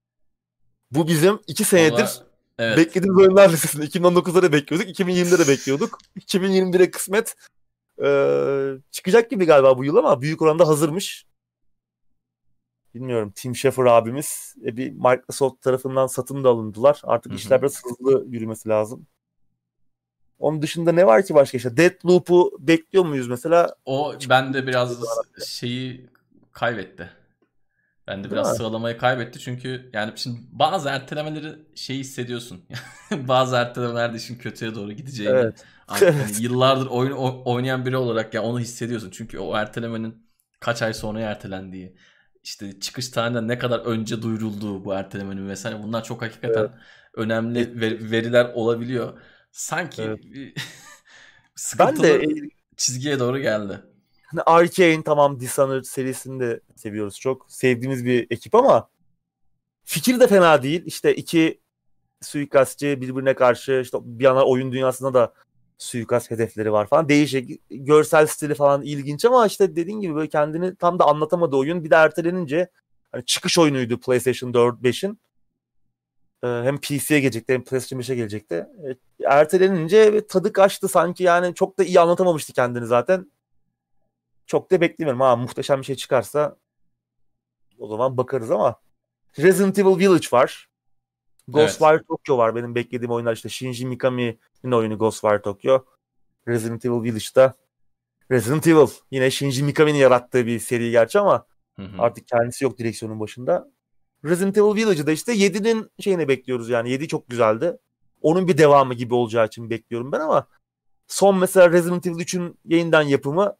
Bu bizim iki Onlar senedir evet. beklediğimiz oyunlar listesinde. iki bin on dokuzda da bekliyorduk. iki bin yirmide de bekliyorduk. iki bin yirmi bire kısmet. Ee, çıkacak gibi galiba bu yıl ama büyük oranda hazırmış. Bilmiyorum. Tim Schafer abimiz e, bir Microsoft tarafından satın da alındılar. Artık Hı işler hı. biraz hızlı yürümesi lazım. Onun dışında ne var ki başka işte? Deathloop'u bekliyor muyuz mesela? O bende biraz şeyi kaybetti. Bende Değil biraz mi? sıralamayı kaybetti çünkü yani şimdi bazı ertelemeleri şey hissediyorsun. Bazı ertelemelerde işin kötüye doğru gideceğini Evet. artık hani Evet. yıllardır oyun o- oynayan biri olarak ya onu hissediyorsun. Çünkü o ertelemenin kaç ay sonra ertelendiği, işte çıkış tarihinden ne kadar önce duyurulduğu bu ertelemenin vesaire, bunlar çok Evet. hakikaten önemli Etkili. ver- veriler olabiliyor. Sanki Evet. bir Ben de sıkıntılı çizgiye doğru geldi. hani Arcane, tamam, Dishonored serisini de seviyoruz çok. Sevdiğimiz bir ekip ama fikir de fena değil. İşte iki suikastçı birbirine karşı, işte bir yana oyun dünyasında da suikast hedefleri var falan. Değişik. Görsel stili falan ilginç ama işte dediğin gibi böyle kendini tam da anlatamadı oyun. Bir de ertelenince, hani çıkış oyunuydu PlayStation dört beşin. Ee, hem P C'ye gelecekti hem PlayStation beşe gelecekti. Ee, ertelenince tadı kaçtı sanki, yani çok da iyi anlatamamıştı kendini zaten. Çok da beklemiyorum. Ha, muhteşem bir şey çıkarsa o zaman bakarız ama Resident Evil Village var. Evet. Ghostwire Tokyo var. Benim beklediğim oyunlar işte Shinji Mikami'nin oyunu Ghostwire Tokyo. Resident Evil Village'da Resident Evil. Yine Shinji Mikami'nin yarattığı bir seri gerçi ama Hı hı. artık kendisi yok direksiyonun başında. Resident Evil Village'da işte yedinin şeyini bekliyoruz yani. yedi çok güzeldi. Onun bir devamı gibi olacağı için bekliyorum ben ama son mesela Resident Evil üçün yeniden yapımı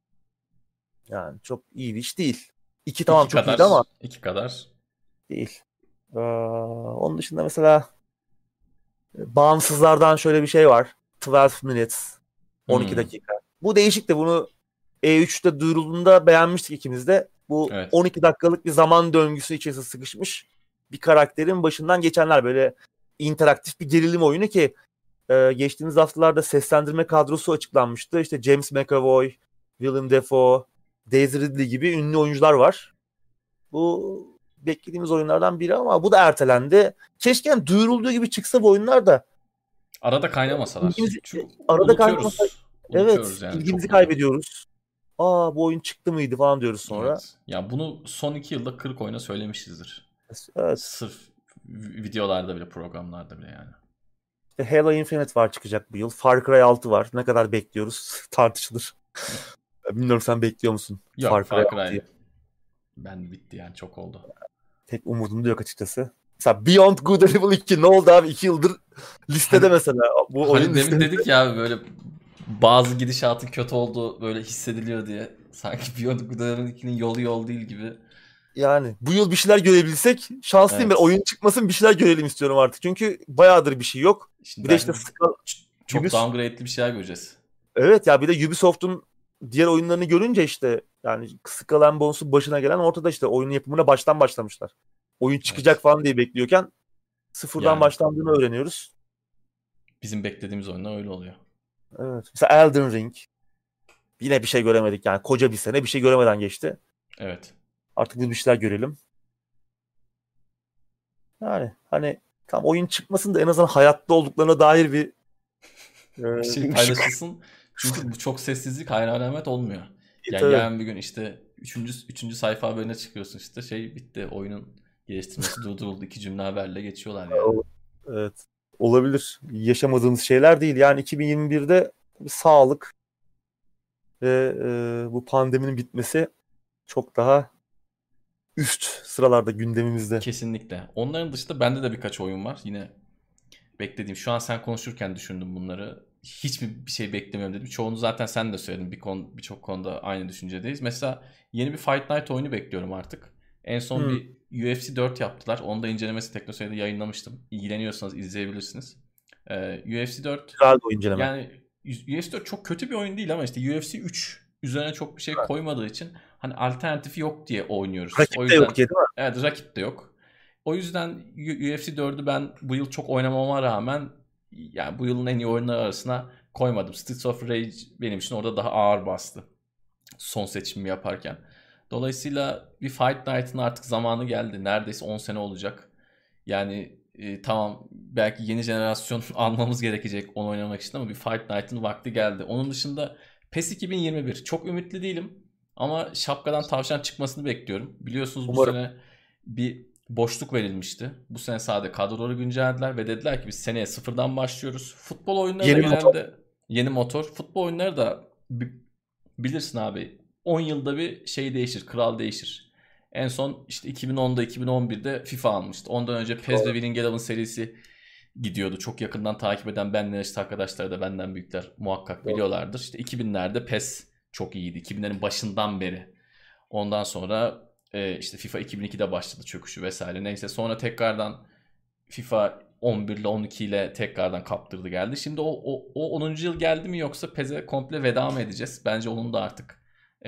yani çok iyi bir iş değil. iki tamam İki çok iyiydi kadar. ama iki kadar. değil. Ee, onun dışında mesela bağımsızlardan şöyle bir şey var. on iki minutes. on iki Hmm. dakika. Bu değişik de, bunu E üçte duyurulduğunda beğenmiştik ikimiz de. Bu Evet. on iki dakikalık bir zaman döngüsü içerisinde sıkışmış bir karakterin başından geçenler, böyle interaktif bir gerilim oyunu ki e, geçtiğimiz haftalarda seslendirme kadrosu açıklanmıştı. İşte James McAvoy, Willem Dafoe, Daisy Ridley gibi ünlü oyuncular var. Bu beklediğimiz oyunlardan biri ama bu da ertelendi. Keşke yani duyurulduğu gibi çıksa bu oyunlar da Arada kaynamasalar. ilgimizi Çünkü arada kaynaması, unutuyoruz. evet, Unutuyoruz yani ilgimizi çok oluyor. kaybediyoruz. Aa, bu oyun çıktı mıydı falan diyoruz sonra. Evet. Ya bunu son iki yılda kırk oyuna söylemişizdir. Evet. Sırf videolarda bile, programlarda bile yani. İşte Halo Infinite var çıkacak bu yıl. Far Cry altı var. Ne kadar bekliyoruz tartışılır. Bilmiyorum, sen bekliyor musun Yok, Far Cry Far altıyı? Cry ben bitti yani, çok oldu. Pek umudum da yok açıkçası. Mesela Beyond Good and Evil iki ne oldu abi? iki yıldır listede Hani mesela. Bu oyun hani demin listede. dedik ya böyle bazı gidişatın kötü olduğu böyle hissediliyor diye. Sanki Beyond Good and Evil ikinin yolu yol değil gibi. Yani bu yıl bir şeyler görebilsek şanslıyım ben. Evet. Oyun çıkmasın, bir şeyler görelim istiyorum artık. Çünkü bayağıdır bir şey yok. Şimdi Bir de işte belki Ska- ç- çok Ubis- downgrade'li bir şeyler göreceğiz. evet ya, bir de Ubisoft'un diğer oyunlarını görünce işte yani Skull and Bones'un başına gelen ortada, işte oyunun yapımına baştan başlamışlar. Oyun çıkacak Evet. falan diye bekliyorken sıfırdan Yani başlandığını öğreniyoruz. bizim beklediğimiz oyunlar öyle oluyor. Evet. Mesela Elden Ring. Yine bir şey göremedik yani. Koca bir sene bir şey göremeden geçti. Evet. Artık bir şeyler görelim. Yani hani tam oyun çıkmasın da en azından hayatta olduklarına dair bir Bir e, şey bir ışık. paylaşılsın. Çünkü bu çok sessizlik hayra alamet olmuyor. Yani Tabii. yarın bir gün işte üçüncü, üçüncü sayfa haberine çıkıyorsun, işte şey bitti, oyunun geliştirmesi durduruldu, iki cümle haberle geçiyorlar yani. Evet. Olabilir. Yaşamadığımız şeyler değil. Yani iki bin yirmi birde bir sağlık ve e, bu pandeminin bitmesi çok daha üst sıralarda gündemimizde. Kesinlikle. Onların dışında bende de birkaç oyun var. Yine beklediğim. Şu an sen konuşurken düşündüm bunları. hiç mi bir şey beklemiyorum dedim. Çoğunu zaten sen de söyledin. Bir konu, birçok konuda aynı düşüncedeyiz. Mesela yeni bir Fight Night oyunu bekliyorum artık. En son Hmm. bir U F C dört yaptılar. Onu da incelemesi Teknoseyir'de yayınlamıştım. İlgileniyorsanız izleyebilirsiniz. Ee, U F C dört Güzel bir inceleme. yani U F C dört çok kötü bir oyun değil ama işte U F C üç üzerine çok bir şey Evet. koymadığı için hani alternatifi yok diye oynuyoruz. O Rakip de yüzden yok diye değil mi? evet, rakip de yok. O yüzden U F C dördü ben bu yıl çok oynamama rağmen yani bu yılın en iyi oyunları arasına koymadım. Streets of Rage benim için orada daha ağır bastı. Son seçimimi yaparken. Dolayısıyla bir Fight Night'ın artık zamanı geldi. Neredeyse on sene olacak. Yani e, tamam belki yeni jenerasyon almamız gerekecek onu oynamak için ama bir Fight Night'ın vakti geldi. Onun dışında PES iki bin yirmi bir. Çok ümitli değilim. Ama şapkadan tavşan çıkmasını bekliyorum. Biliyorsunuz bu Umarım. sene bir boşluk verilmişti. Bu sene sadece kadroları güncellediler ve dediler ki biz seneye sıfırdan başlıyoruz. Futbol oyunları da Yeni motor. genelde yeni motor. Futbol oyunları da bilirsin abi on yılda bir şey değişir, kral değişir. En son işte iki bin onda iki bin on birde FIFA almıştı. Ondan önce PES ve Doğru. Winning Eleven serisi gidiyordu. Çok yakından takip eden benle işte arkadaşlar da benden büyükler muhakkak Doğru. biliyorlardır. İşte iki binlerde PES çok iyiydi. iki binlerin başından beri. Ondan sonra e, işte FIFA iki bin ikide başladı çöküşü vesaire. Neyse sonra tekrardan FIFA on bir ile on iki ile tekrardan kaptırdı geldi. Şimdi o, o, o onuncu yıl geldi mi yoksa PES'e komple veda mı edeceğiz? Bence onun da artık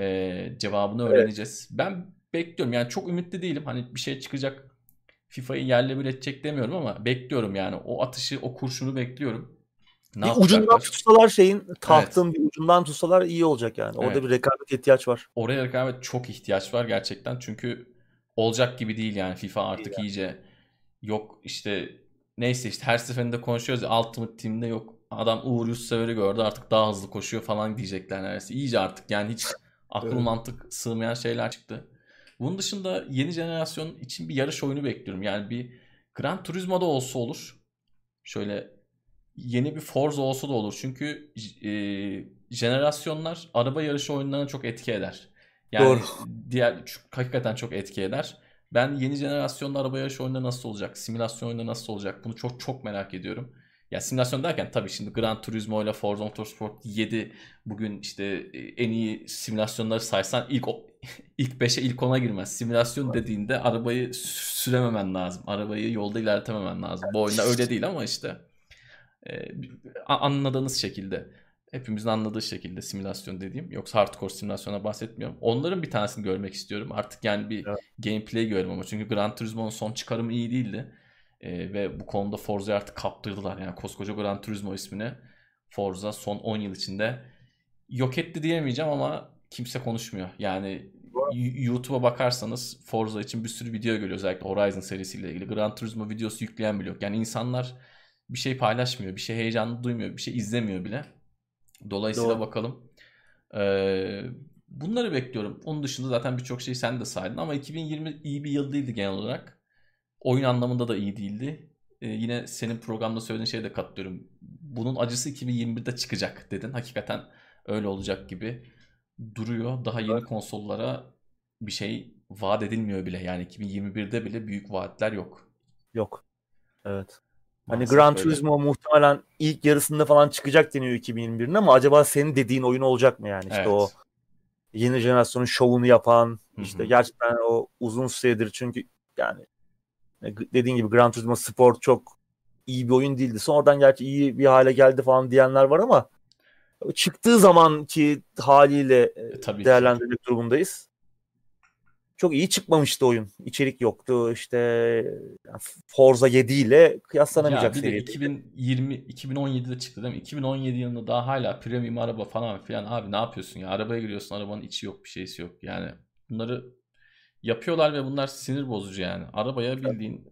e, cevabını Evet. öğreneceğiz. Ben bekliyorum yani çok ümitli değilim. Hani bir şey çıkacak FIFA'yı yerle bir edecek demiyorum ama bekliyorum yani. O atışı, o kurşunu bekliyorum. Ne Bir ucundan yapacaklar? tutsalar şeyin Evet. tahtın bir ucundan tutsalar iyi olacak yani. Orada bir Evet. rekabet ihtiyaç var. Oraya rekabet çok ihtiyaç var gerçekten. Çünkü olacak gibi değil yani. FIFA İyi artık yani. iyice yok işte neyse işte her seferinde konuşuyoruz ya Ultimate Team'de yok. Adam Uğur Yurtsever'i gördü artık daha hızlı koşuyor falan diyecekler neredeyse. İyice artık yani hiç akıl Evet. mantık sığmayan şeyler çıktı. Bunun dışında yeni jenerasyon için bir yarış oyunu bekliyorum. Yani bir Gran Turismo'da olsa olur. Şöyle yeni bir Forza olsa da olur. Çünkü e, jenerasyonlar araba yarışı oyunlarına çok etki eder. Doğru. Yani diğer çok- hakikaten çok etki eder. Ben yeni jenerasyonda araba yarışı oyunları nasıl olacak? Simülasyon oyunları nasıl olacak? Bunu çok çok merak ediyorum. Ya simülasyon derken tabii şimdi Gran Turismo ile Forza Motorsport yedi bugün işte e, en iyi simülasyonları saysan ilk o- ilk beşe ilk ona girmez. Simülasyon dediğinde arabayı sürememen lazım. Arabayı yolda ilerletememen lazım. Bu oyunda öyle değil ama işte e, anladığınız şekilde hepimizin anladığı şekilde simülasyon dediğim yoksa hardcore simülasyona bahsetmiyorum. Onların bir tanesini görmek istiyorum. Artık yani bir Evet. gameplay görelim ama çünkü Gran Turismo'nun son çıkarımı iyi değildi. E, ve bu konuda Forza'yı artık kaptırdılar. Yani koskoca Gran Turismo ismini Forza son on yıl içinde yok etti diyemeyeceğim ama kimse konuşmuyor. Yani YouTube'a bakarsanız Forza için bir sürü video görüyor. Özellikle Horizon serisiyle ilgili. Gran Turismo videosu yükleyen bile yok. Yani insanlar bir şey paylaşmıyor, bir şey heyecanlı duymuyor, bir şey izlemiyor bile. Dolayısıyla Doğru. bakalım. Ee, bunları bekliyorum. Onun dışında zaten birçok şeyi sen de saydın ama iki bin yirmi iyi bir yıl değildi genel olarak. Oyun anlamında da iyi değildi. Ee, yine senin programda söylediğin şeye de katılıyorum. Bunun acısı iki bin yirmi birde çıkacak dedin. Hakikaten öyle olacak gibi duruyor. Daha yeni konsollara bir şey vaat edilmiyor bile. Yani iki bin yirmi birde bile büyük vaatler yok. Yok. Evet. Hani Maalesef Gran böyle. Turismo muhtemelen ilk yarısında falan çıkacak deniyor iki bin yirmi birin ama acaba senin dediğin oyun olacak mı yani? İşte o Evet. yeni jenerasyonun şovunu yapan Hı işte hı. gerçekten o uzun süredir çünkü yani dediğin gibi Gran Turismo Sport çok iyi bir oyun değildi. Sonradan gerçi iyi bir hale geldi falan diyenler var ama çıktığı zamanki haliyle e, E, tabii ki. değerlendirmek durumundayız. Çok iyi çıkmamıştı oyun. İçerik yoktu. İşte yani Forza yedi ile Ya kıyaslanamayacak bir de seviyedeydi. iki bin yirmi iki bin on yedide çıktı değil mi? iki bin on yedi yılında daha hala premium araba falan filan abi ne yapıyorsun ya? Arabaya giriyorsun arabanın içi yok bir şeysi yok. Yani bunları yapıyorlar ve bunlar sinir bozucu yani. Arabaya bildiğin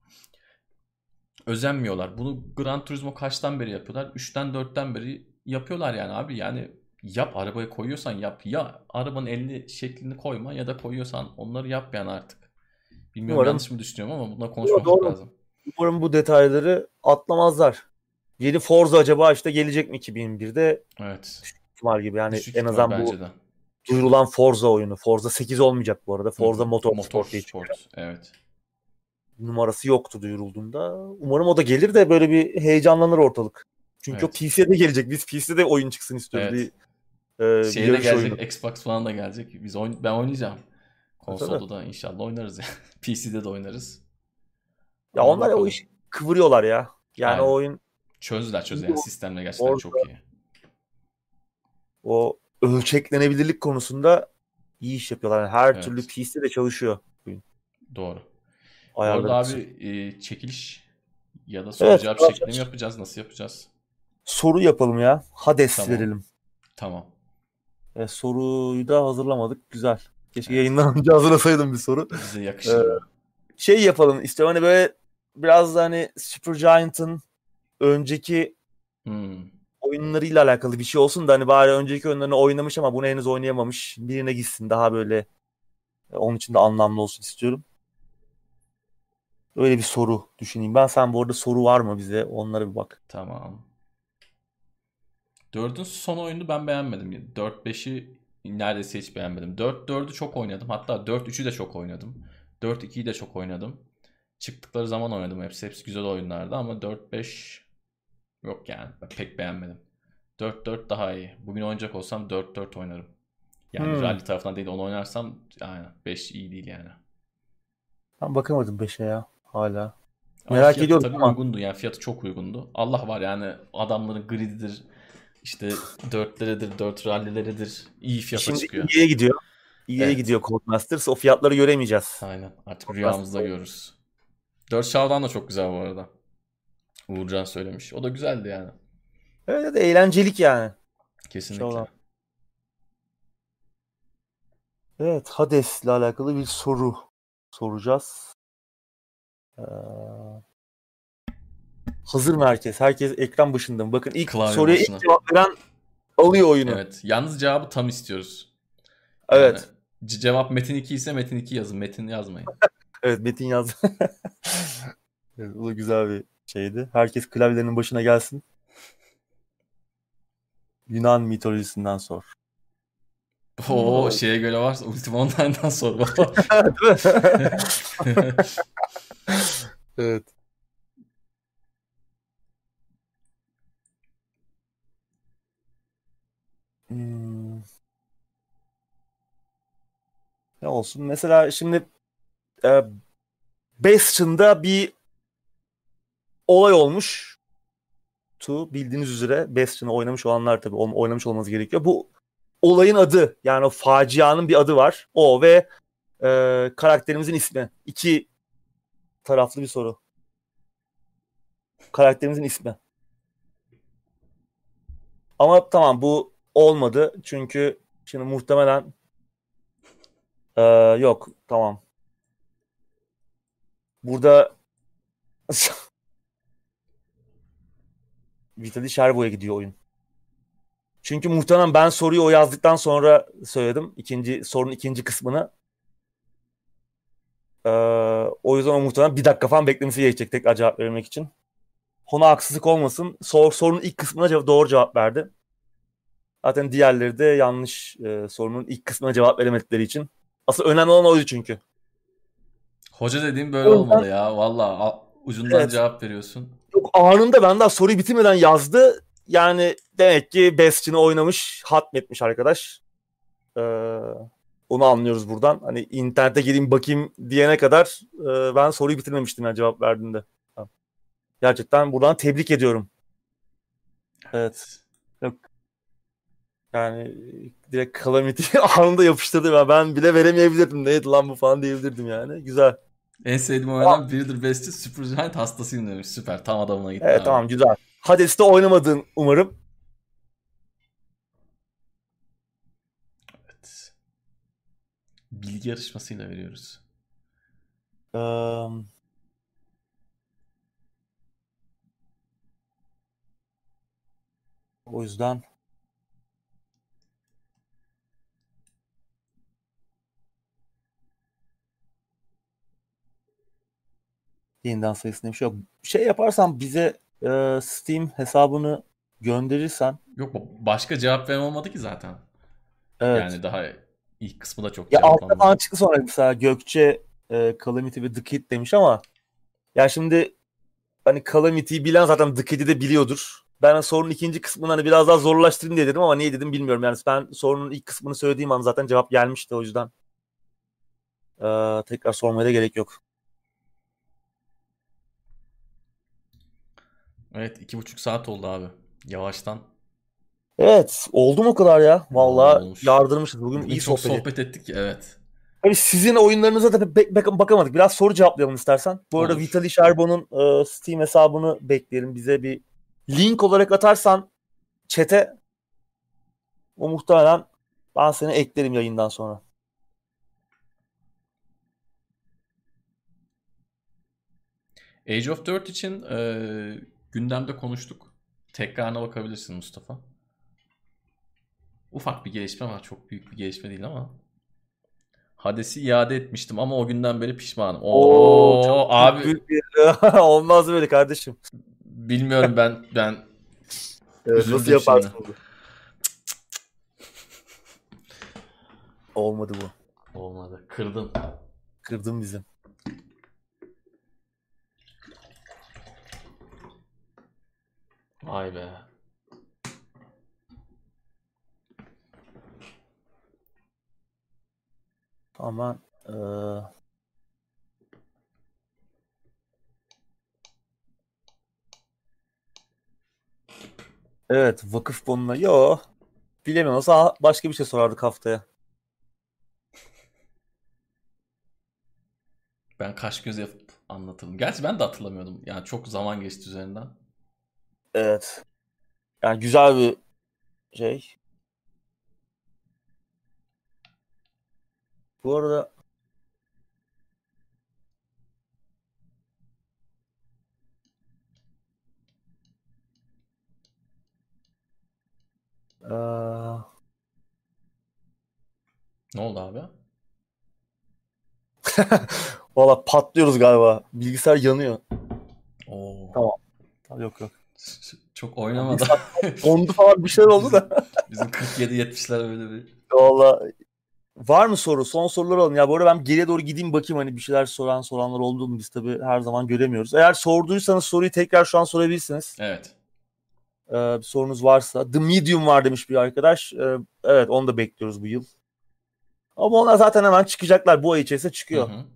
özenmiyorlar. Bunu Gran Turismo kaçtan beri yapıyorlar? üçten dörtten beri yapıyorlar yani abi. Yani yap arabayı koyuyorsan yap. Ya arabanın elini şeklini koyma ya da koyuyorsan onları yap yani artık. Bilmiyorum Umarım yanlış mı düşünüyorum ama bunları doğru, konuşmamak doğru. lazım. Umarım bu detayları atlamazlar. Yeni Forza acaba işte gelecek mi iki bin yirmi birde? Evet. İhtimal gibi. Yani Düşük en ihtimal azından bu bence de. duyurulan Forza oyunu. Forza sekiz olmayacak bu arada. Hı hı. Forza Motorsport diye çıkıyor. Motorsport. Evet. Numarası yoktu duyurulduğunda. Umarım o da gelir de böyle bir heyecanlanır ortalık. Çünkü Evet. o P C'ye de gelecek. Biz P C'de de oyun çıksın istiyoruz. Evet. Bir, e, Şeye bir de yarış gelecek, oyunu. Xbox falan da gelecek. Biz oyn- ben oynayacağım. Ha, tabii. Konsolda da inşallah oynarız ya. P C'de de oynarız. Ya Ama onlar o bakalım. işi kıvırıyorlar ya. Yani Aynen. o oyun Çözdüler çözdüler. Yani sistemle gerçekten orada çok iyi. o ölçeklenebilirlik konusunda iyi iş yapıyorlar. Yani her türlü Evet. P C'de de çalışıyor oyun. Doğru. Bu arada Ayarları kısım. abi e, çekiliş ya da soru Evet. cevap şeklinde mi yapacağız? Nasıl yapacağız? Soru yapalım ya. Hades Tamam. verelim. Tamam. E, soruyu da hazırlamadık. Güzel. Keşke Evet. yayından önce hazırlasaydım bir soru. Bize Ee, yakışır mı? şey yapalım istiyorum. Hani böyle biraz da hani Supergiant'ın önceki Hmm. oyunlarıyla alakalı bir şey olsun da hani bari önceki oyunlarını oynamış ama bunu henüz oynayamamış birine gitsin. Daha böyle e, onun için de anlamlı olsun istiyorum. Öyle bir soru düşüneyim. Ben sen bu arada soru var mı bize? Onlara bir bak. Tamam. Dördün son oyunu ben beğenmedim. dört beşi neredeyse hiç beğenmedim. dört dördü çok oynadım. Hatta dört üçü de çok oynadım. dört ikiyi de çok oynadım. Çıktıkları zaman oynadım hepsi. Hepsi güzel oyunlardı ama dört beş yok yani. Ben pek beğenmedim. dört dört daha iyi. Bugün oynayacak olsam dört dört oynarım. Yani Hmm. rally tarafından değil onu oynarsam yani beş iyi değil yani. Ben bakamadım beşe ya hala. Ama Merak fiyatı ediyorum tabii ama uygundu yani fiyatı çok uygundu. Allah var yani adamların grididir işte dörtleridir, dört rallileridir iyi fiyata şimdi çıkıyor. iyiye gidiyor. İyiye Evet. gidiyor Codemasters. O fiyatları göremeyeceğiz. Aynen. Artık Codemasters. rüyamızda görürüz. dört Shadow'dan da çok güzel bu arada. Uğurcan söylemiş. O da güzeldi yani. Evet, evet eğlencelik yani. Kesinlikle. İnşallah. Evet, Hades'le alakalı bir soru soracağız. Ee, hazır mı herkes? Herkes ekran başında mı? Bakın ilk Klavye soruya başına. ilk cevap veren alıyor oyunu. Evet. Yalnız cevabı tam istiyoruz. Yani Evet. c- cevap Metin iki ise Metin iki yazın. Metin yazmayın. Evet, Metin yazdı. Evet, o da güzel bir şeydi. Herkes klavyelerinin başına gelsin. Yunan mitolojisinden sor. O şeye göre varsa Ultima Online'dan sor baba. Evet. Hmm. Ne olsun? Mesela şimdi e, Bastion'da bir olay olmuş. Tu bildiğiniz üzere Bastion'ı oynamış olanlar tabii oynamış olmanız gerekiyor. Bu olayın adı yani o facianın bir adı var. O ve e, karakterimizin ismi. İki taraflı bir soru. Karakterimizin ismi. Ama tamam bu olmadı. Çünkü şimdi muhtemelen e, yok tamam. Burada Vitaly Sherbo'ya gidiyor oyun. Çünkü muhtemelen ben soruyu o yazdıktan sonra söyledim. İkinci, sorunun ikinci kısmını. Ee, o yüzden o muhtemelen bir dakika falan beklemesi gerekecek tekrar cevap vermek için. Ona haksızlık olmasın. Sor, sorunun ilk kısmına cevap, doğru cevap verdi. Zaten diğerleri de yanlış e, sorunun ilk kısmına cevap veremedikleri için. Asıl önemli olan oydu çünkü. Hoca dediğim böyle O yüzden olmalı ya. Valla ucundan evet. cevap veriyorsun. Yok, anında ben daha soruyu bitirmeden yazdı. Yani demek ki Bastion'ı oynamış, hatmetmiş arkadaş. Ee, onu anlıyoruz buradan. Hani internete gireyim bakayım diyene kadar e, ben soruyu bitirmemiştim yani cevap verdiğinde. Gerçekten buradan tebrik ediyorum. Evet. Yok. Yani direkt Calamity anında yapıştırdı. Ben, ben bile veremeyebilirdim. Neydi lan bu falan diyebilirdim yani. Güzel. En sevdiğim oyunlardan biridir Best'i. Supergiant hastasıyım demiş. Süper. Tam adamına gitti Evet abi. tamam güzel. Hades'te oynamadın umarım. Evet. Bilgi yarışmasıyla veriyoruz. Ee, o yüzden yeniden sayısında bir şey yok. Şey yaparsan bize e, Steam hesabını gönderirsen. Yok başka cevap veren olmadı ki zaten. Evet. Yani daha ilk kısmı da çok Ya altta cevaplanmadı. falan çıktı sonra mesela Gökçe e, Calamity ve The Kid demiş ama ya şimdi hani Calamity'yi bilen zaten The Kid'i de biliyordur. Ben sorunun ikinci kısmını hani biraz daha zorlaştırayım diye dedim ama niye dedim bilmiyorum. Yani ben sorunun ilk kısmını söylediğim an zaten cevap gelmişti, o yüzden ee, tekrar sormaya da gerek yok. Evet, iki buçuk saat oldu abi. Yavaştan. Evet, oldu mu o kadar ya? Vallahi Vallahi olmuş. yardırmışız. Bugün Bugün iyi çok sohbet ettik. sohbet ettik ki, evet. Tabii sizin oyunlarınıza da pek bak- bakamadık. Biraz soru cevaplayalım istersen. Bu arada Olur. Vitali Şerbon'un e, Steam hesabını bekleyelim. Bize bir link olarak atarsan chat'e, o muhtemelen ben seni eklerim yayından sonra. Age of Dirt için e, gündemde konuştuk. Tekrarına bakabilirsin Mustafa. Ufak bir gelişme var. Çok büyük bir gelişme değil ama. Hades'i iade etmiştim ama o günden beri pişmanım. Oo, Oo çok, çok abi, büyük bir olmaz böyle kardeşim. bilmiyorum, ben ben Evet, nasıl üzüldüm şimdi. yaparsın bunu? Olmadı bu. Olmadı. Kırdın. Kırdın bizi. Vay be. Ama e, evet, vakıf fonuna yo, bilemiyorum. Olsa başka bir şey sorardık haftaya. Ben kaş göz yapıp anlatırım. Gerçi ben de hatırlamıyordum. Yani çok zaman geçti üzerinden. Evet. Yani güzel bir şey. Bu arada e, Ne oldu abi? valla patlıyoruz galiba. Bilgisayar yanıyor. Oo. Tamam. Tamam, yok yok. Çok Yani bir oynamadı. saat dondu falan, bir şeyler oldu Bizim da. bizim kırk yedi yetmişler böyle bir. Valla var mı soru? Son soruları alalım. Ya bu arada ben geriye doğru gideyim bakayım, hani bir şeyler soran soranlar oldu mu? Biz tabii her zaman göremiyoruz. Eğer sorduysanız soruyu tekrar şu an sorabilirsiniz. Evet. Ee, bir sorunuz varsa. The Medium var demiş bir arkadaş. Ee, evet, onu da bekliyoruz bu yıl. Ama onlar zaten hemen çıkacaklar. Bu ay içerisinde Hı çıkıyor. hı.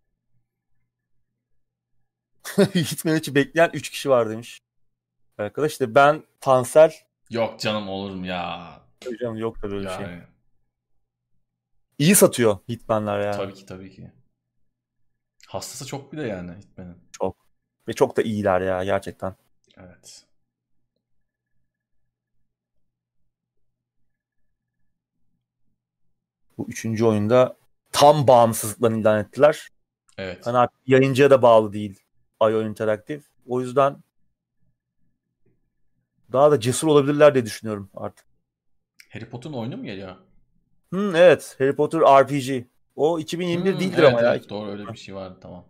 Hitman için bekleyen üç kişi var demiş. Arkadaş işte ben, Tansel. Yok canım, olur mu ya? Hocam yok da böyle bir şey. Yani İyi satıyor Hitman'lar yani. tabii ki, tabii ki. Hastası çok bir de yani Hitman'in. Çok. Ve çok da iyiler ya gerçekten. Evet. Bu üçüncü oyunda tam bağımsızlıklarını ilan ettiler. Evet. Hani artık yayıncıya da bağlı değil I O Interactive. O yüzden daha da cesur olabilirler diye düşünüyorum artık. Harry Potter'ın oyunu mu geliyor? Hmm, evet, Harry Potter R P G. O iki bin yirmi bir Hmm, değildir evet ama ya. evet, doğru, öyle bir şey vardı, tamam.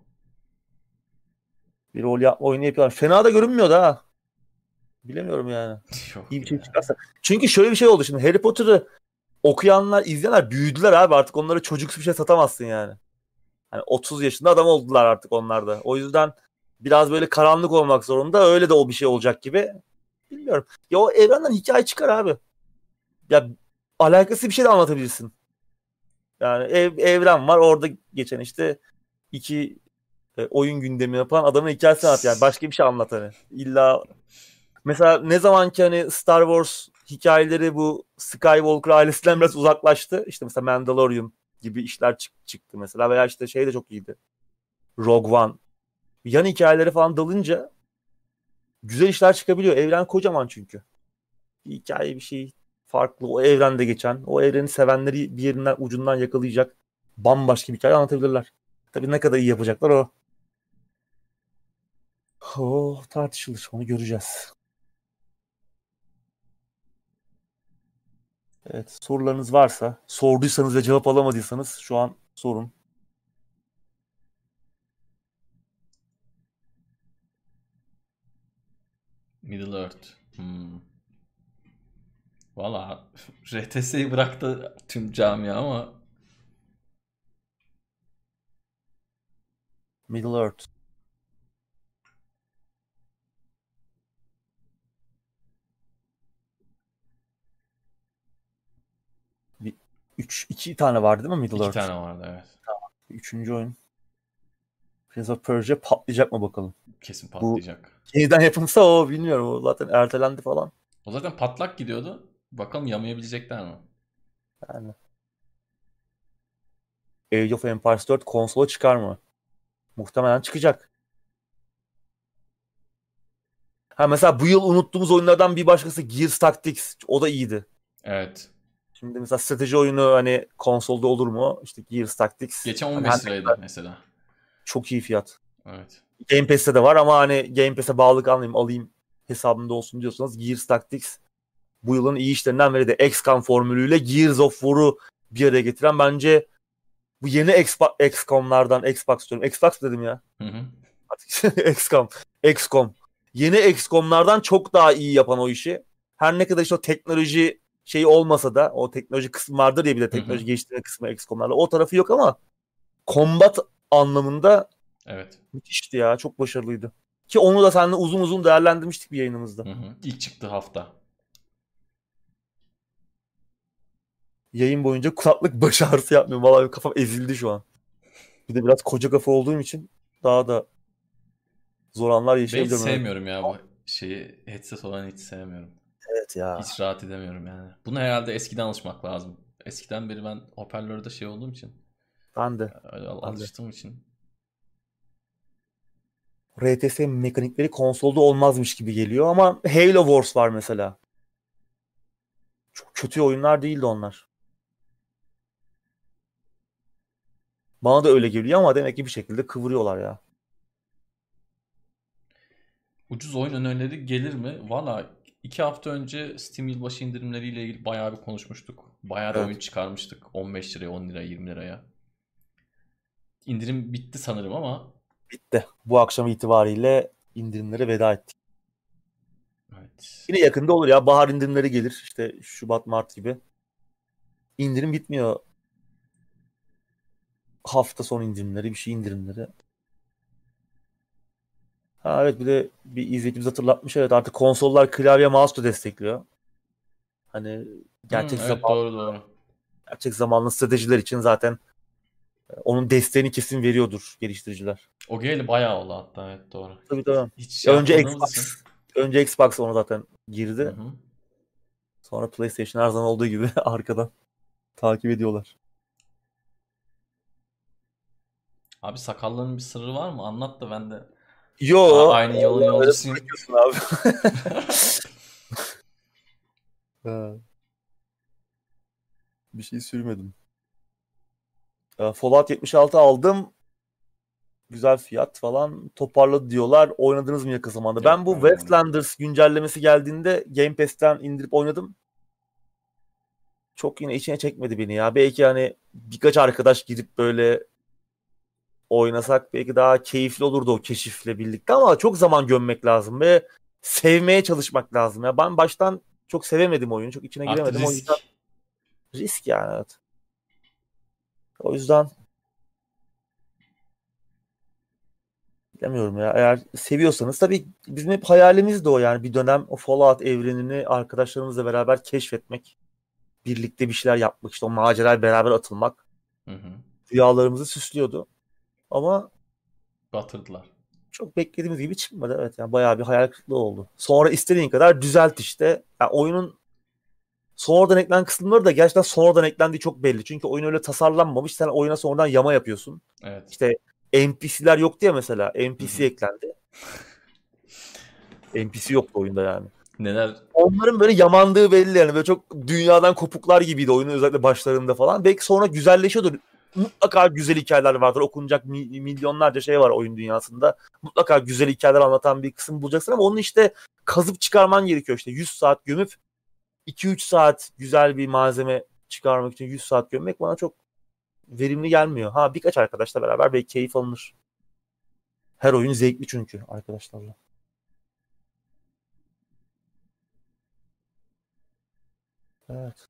Bir rol yapma oyunu yapıyorlar. Fena da görünmüyor da ha. Bilemiyorum yani. İyi Yok bir şey ya. çıkarsa. Çünkü şöyle bir şey oldu şimdi. Harry Potter'ı okuyanlar, izleyenler büyüdüler abi. Artık onlara çocuksu bir şey satamazsın yani. Hani otuz yaşında adam oldular artık onlar da. O yüzden biraz böyle karanlık olmak zorunda. Öyle de o bir şey olacak gibi. Bilmiyorum. Ya o evrenden hikaye çıkar abi. Ya alakası bir şey de anlatabilirsin. Yani ev, evren var. Orada geçen işte iki e, oyun gündemi yapan adamın hikayesini anlat. Yani başka bir şey anlat hani. İlla mesela ne zaman ki hani Star Wars hikayeleri bu Skywalker ailesinden biraz uzaklaştı. İşte mesela Mandalorian gibi işler çık- çıktı mesela. Veya işte şey de çok iyiydi. Rogue One. Yan hikayeleri falan dalınca güzel işler çıkabiliyor. Evren kocaman çünkü. Bir hikaye, bir şey farklı. O evrende geçen, o evreni sevenleri bir yerinden ucundan yakalayacak bambaşka bir hikaye anlatabilirler. Tabii ne kadar iyi yapacaklar o. O tartışılır. Onu göreceğiz. Evet, sorularınız varsa, sorduysanız ve cevap alamadıysanız şu an sorun. Middle Earth. Hmm. Valla R T S'yi bıraktı tüm camia ama Middle Earth. üç iki tane vardı değil mi Middle İki Earth? tane vardı evet. Üçüncü oyun. Prince of Persia patlayacak mı bakalım? Kesin Bu patlayacak. yeniden yapılsa o bilmiyorum. O zaten ertelendi falan. O zaten patlak gidiyordu. Bakalım yamayabilecekler mi? Yani Age of Empires dört konsola çıkar mı? Muhtemelen çıkacak. Ha mesela bu yıl unuttuğumuz oyunlardan bir başkası Gears Tactics. O da iyiydi. Evet. Şimdi mesela strateji oyunu hani konsolda olur mu? İşte Gears Tactics. Geçen Hani on her beş ne liraydı kadar mesela. çok iyi fiyat. Evet. Game Pass'te de var ama hani Game Pass'e bağlı kalmayayım alayım hesabımda olsun diyorsanız Gears Tactics bu yılın iyi işlerinden biri de X COM formülüyle Gears of War'u bir araya getiren bence bu yeni Xbox, X COM'lardan Xbox diyorum. Xbox dedim ya. Hı hı. X COM. X COM. Yeni X COM'lardan çok daha iyi yapan o işi. Her ne kadar işte o teknoloji şeyi olmasa da o teknoloji kısmı vardır ya bir de Hı hı. teknoloji geliştirme kısmı X COM'larla. O tarafı yok ama combat anlamında Evet. müthişti ya. Çok başarılıydı. Ki onu da seninle uzun uzun değerlendirmiştik bir yayınımızda. Hı hı. İlk çıktığı hafta. Yayın boyunca kulaklık baş ağrısı yapmıyorum. Vallahi kafam ezildi şu an. Bir de biraz koca kafa olduğum için daha da zor anlar Ben hiç yaşayabilirim. Evet, sevmiyorum ya bu şeyi. Headset olan hiç sevmiyorum. evet ya. Hiç rahat edemiyorum yani. Buna herhalde eskiden alışmak lazım. Eskiden beri ben hoparlörde şey olduğum için. Ben de. Öyle al- Ben de. alıştığım için. R T S mekanikleri konsolda olmazmış gibi geliyor ama Halo Wars var mesela. Çok kötü oyunlar değildi onlar. Bana da öyle geliyor ama demek ki bir şekilde kıvırıyorlar ya. Ucuz oyun önerileri gelir mi? Valla iki hafta önce Steam yılbaşı indirimleriyle ilgili bayağı bir konuşmuştuk. Bayağı da oyun Evet. çıkarmıştık. on beş liraya, on liraya, yirmi liraya. İndirim bitti sanırım ama Bitti. Bu akşam itibariyle indirimlere veda ettik. evet. Yine yakında olur ya. Bahar indirimleri gelir. İşte Şubat, Mart gibi. İndirim bitmiyor. Hafta sonu indirimleri, bir şey indirimleri. Ha evet bir de bir izleyicimiz hatırlatmış. Evet artık konsollar klavye mouse da destekliyor. Hani Hmm, gerçek evet zaman doğru doğru. gerçek zamanlı stratejiler için zaten onun desteğini kesin veriyordur geliştiriciler. O geleli bayağı oldu hatta evet doğru. Tabii tabii. Hiç şey Önce yapmadığımız Xbox için. önce Xbox onu zaten Hı girdi. hı. Sonra PlayStation her zaman olduğu gibi arkadan takip ediyorlar. Abi sakallının bir sırrı var mı? Anlat da ben de a- Yo, aynı yolun Allah öyle yolcusuyum. bırakıyorsun abi. Ha, bir şey sürmedim. Ya, Fallout yetmiş altı aldım. Güzel fiyat falan toparladı diyorlar. Oynadınız mı yakın zamanda? Ben Yok bu ben oynamadım. Westlanders güncellemesi geldiğinde Game Pass'ten indirip oynadım. Çok yine içine çekmedi beni ya. Belki hani birkaç arkadaş gidip böyle oynasak belki daha keyifli olurdu o keşifle birlikte ama çok zaman gömmek lazım ve sevmeye çalışmak lazım. Ya ben baştan çok sevemedim oyunu. Çok içine Artı giremedim. O yüzden risk. risk yani evet. O yüzden bilemiyorum ya. Eğer seviyorsanız tabii bizim hep hayalimiz de o yani bir dönem o Fallout evrenini arkadaşlarımızla beraber keşfetmek, birlikte bir şeyler yapmak, işte o maceraya beraber atılmak Hı hı. rüyalarımızı süslüyordu. Ama Batırdılar. çok beklediğimiz gibi çıkmadı. Evet yani bayağı bir hayal kırıklığı oldu. Sonra istediğin kadar düzelt işte. Yani oyunun sonradan eklenen kısımları da gerçekten sonradan eklendiği çok belli. Çünkü oyun öyle tasarlanmamış. Sen oyuna sonradan yama yapıyorsun. Evet. İşte N P C'ler yoktu ya mesela. Hı N P C hı. eklendi. N P C yoktu oyunda yani. Neler Onların böyle yamandığı belli yani. Böyle çok dünyadan kopuklar gibiydi oyunun özellikle başlarında falan. Belki sonra güzelleşiyordur. Mutlaka güzel hikayeler vardır. Okunacak mi- milyonlarca şey var oyun dünyasında. Mutlaka güzel hikayeler anlatan bir kısım bulacaksın ama onun işte kazıp çıkarman gerekiyor işte. yüz saat gömüp iki üç saat güzel bir malzeme çıkarmak için yüz saat gömmek bana çok verimli gelmiyor. Ha birkaç arkadaşla beraber belki keyif alınır. Her oyun zevkli çünkü arkadaşlarla. Evet.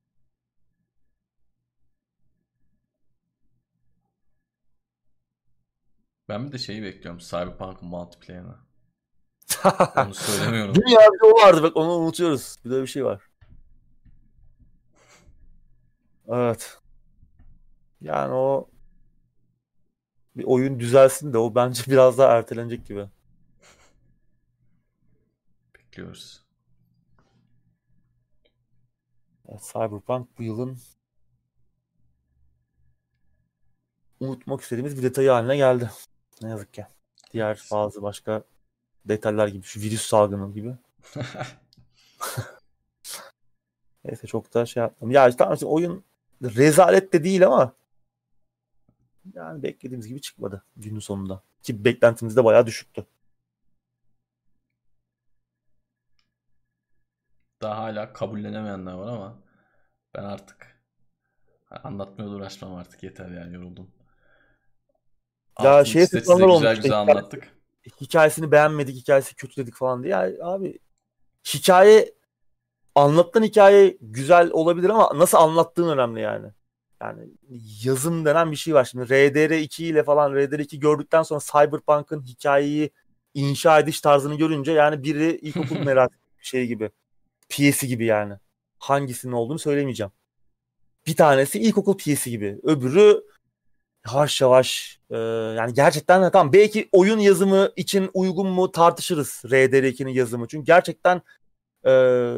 ben bir de şeyi bekliyorum. Cyberpunk'ın multiplayer'ını. Onu söylemiyorum. Dünya bir de o vardı bak onu unutuyoruz. Bir de bir şey var. Evet. Yani o bir oyun düzelsin de o bence biraz daha ertelenecek gibi. Bekliyoruz. Yani Cyberpunk bu yılın unutmak istediğimiz bir detayı haline geldi. Ne yazık ki. Diğer Evet. bazı başka detaylar gibi, şu virüs salgını gibi. Neyse çok da şey yaptım. Ya işte tamam, oyun rezalet de değil ama yani beklediğimiz gibi çıkmadı günün sonunda. Ki beklentimiz de bayağı düşüktü. Daha hala kabullenemeyenler var ama ben artık anlatmaya da uğraşmam artık, yeter yani, yoruldum. Ya Altını şeye çizde çizde takılanlar güzel olmuş işte, güzel hikayesi, anlattık. hikayesini beğenmedik, hikayesi kötü dedik falan diye. Ya abi, hikaye, anlatılan hikaye güzel olabilir ama nasıl anlattığın önemli yani. Yani yazım denen bir şey var. Şimdi R D R iki ile falan, R D R iki gördükten sonra Cyberpunk'ın hikayeyi inşa ediş tarzını görünce yani biri ilkokul merak şey gibi. Piyesi gibi yani. Hangisinin olduğunu söylemeyeceğim. Bir tanesi ilkokul piyesi gibi. Öbürü yavaş yavaş e, yani gerçekten tamam, belki oyun yazımı için uygun mu tartışırız R D R ikinin yazımı. Çünkü gerçekten e,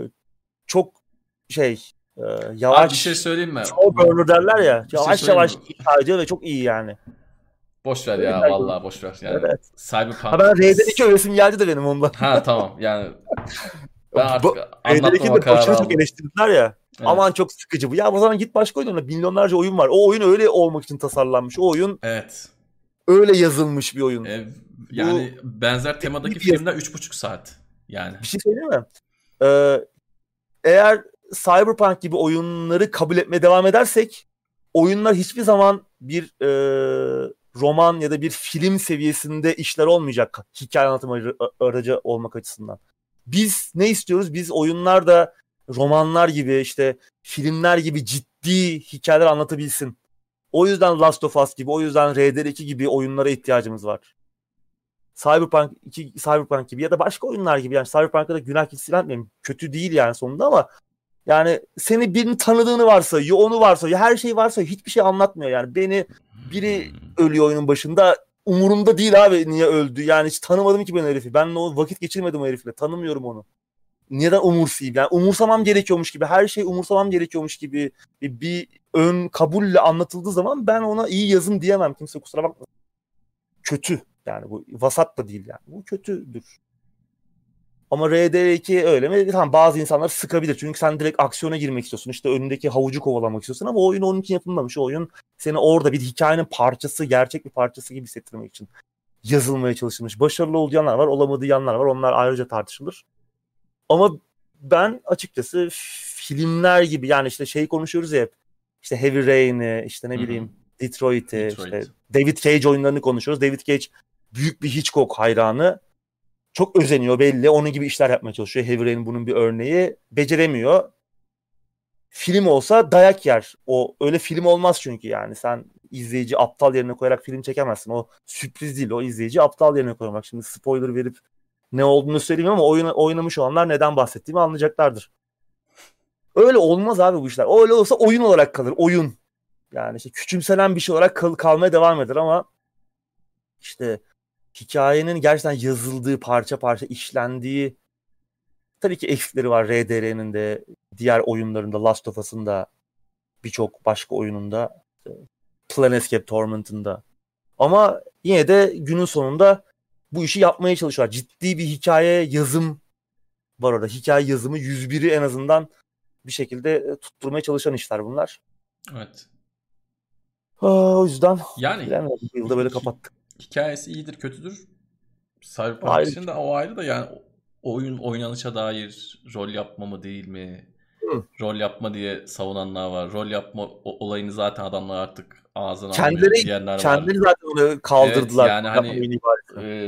çok şey e, Abi bir şey yavaş, söyleyeyim mi? slow burner derler ya. Bir şey Yavaş söyleyeyim mi? yavaş inşa ediyor ve çok iyi yani. Boş ver Öyle ya, derdim. vallahi boş ver. Evet, Yani evet. Ha, Cyberpunk ben R D R iki övesim geldi de benim ondan. ha tamam yani, ben artık R D R ikinin anlatmama de kararı başını çok aldım. eleştirdiler ya. Aman Evet. çok sıkıcı bu. Ya o zaman git başka oyun oyna. Milyonlarca oyun var. O oyun öyle olmak için tasarlanmış. O oyun Evet. öyle yazılmış bir oyun. E, Bu yani benzer iyi temadaki bir yazım. filmler üç buçuk saat. Yani. Bir şey söyleyeyim mi? Ee, eğer Cyberpunk gibi oyunları kabul etmeye devam edersek oyunlar hiçbir zaman bir e, roman ya da bir film seviyesinde işler olmayacak, hikaye anlatım aracı olmak açısından. Biz ne istiyoruz? Biz oyunlarda romanlar gibi, işte filmler gibi ciddi hikayeler anlatabilsin. O yüzden Last of Us gibi, o yüzden R D R iki gibi oyunlara ihtiyacımız var. Cyberpunk iki, Cyberpunk gibi ya da başka oyunlar gibi, yani Cyberpunk'a da günah keçisi vermeyeyim. Kötü değil yani sonunda ama yani seni birini tanıdığını varsayıyor, onu varsayıyor, her şey varsayıyor, hiçbir şey anlatmıyor yani. Beni biri Hmm. ölüyor oyunun başında, umurumda değil abi niye öldü. Yani hiç tanımadım ki ben o herifi. Ben o vakit geçirmedim o herifle. Tanımıyorum onu. Neden umursayayım? Yani umursamam gerekiyormuş gibi, her şey umursamam gerekiyormuş gibi bir, bir ön kabulle anlatıldığı zaman ben ona iyi yazım diyemem. Kimse kusura bakmasın. Kötü. Yani bu vasat da değil yani. Bu kötüdür. Ama R D R iki öyle mi? Tamam, bazı insanlar sıkabilir. Çünkü sen direkt aksiyona girmek istiyorsun. İşte önündeki havucu kovalamak istiyorsun ama o oyun onun için yapılmamış. O oyun seni orada bir hikayenin parçası, gerçek bir parçası gibi hissettirmek için yazılmaya çalışılmış. Başarılı olduğu yanlar var, olamadığı yanlar var. Onlar ayrıca tartışılır. Ama ben açıkçası filmler gibi, yani işte şey konuşuyoruz ya hep. İşte Heavy Rain'i, işte ne Hı hı. bileyim Detroit'i, işte Detroit. David Cage oyunlarını konuşuyoruz. David Cage büyük bir Hitchcock hayranı. Çok özeniyor belli. Onun gibi işler yapmaya çalışıyor. Heavy Rain bunun bir örneği. Beceremiyor. Film olsa dayak yer. O öyle film olmaz çünkü yani. Sen izleyici aptal yerine koyarak film çekemezsin. O sürpriz değil. O izleyici aptal yerine koymak. Şimdi spoiler verip ne olduğunu söyleyeyim ama oyun, oynamış olanlar neden bahsettiğimi anlayacaklardır. Öyle olmaz abi bu işler. Öyle olsa oyun olarak kalır. Oyun. Yani işte küçümsenen bir şey olarak kal- kalmaya devam eder ama işte hikayenin gerçekten yazıldığı, parça parça işlendiği, tabii ki eksikleri var R D R'nin de, diğer oyunlarında, Last of Us'ın da, birçok başka oyununda, Planescape Torment'ın da. Ama yine de günün sonunda bu işi yapmaya çalışıyorlar. Ciddi bir hikaye yazım var orada. Hikaye yazımı yüz biri en azından bir şekilde tutturmaya çalışan işler bunlar. Evet. Aa, o yüzden Yani bilemiyorum. Bu yılda böyle hi- kapattık. hikayesi iyidir kötüdür. Cyberpunk Ayrı bir için de o ayrı da, yani oyun oynanışa dair rol yapma mı değil mi? şey. Rol yapma diye savunanlar var. Rol yapma o- olayını zaten adamlar artık ağzına almıyor Kendileri diyenler var. kendileri zaten onu Evet kaldırdılar. yani Yapma hani oyunu ibaresini. e,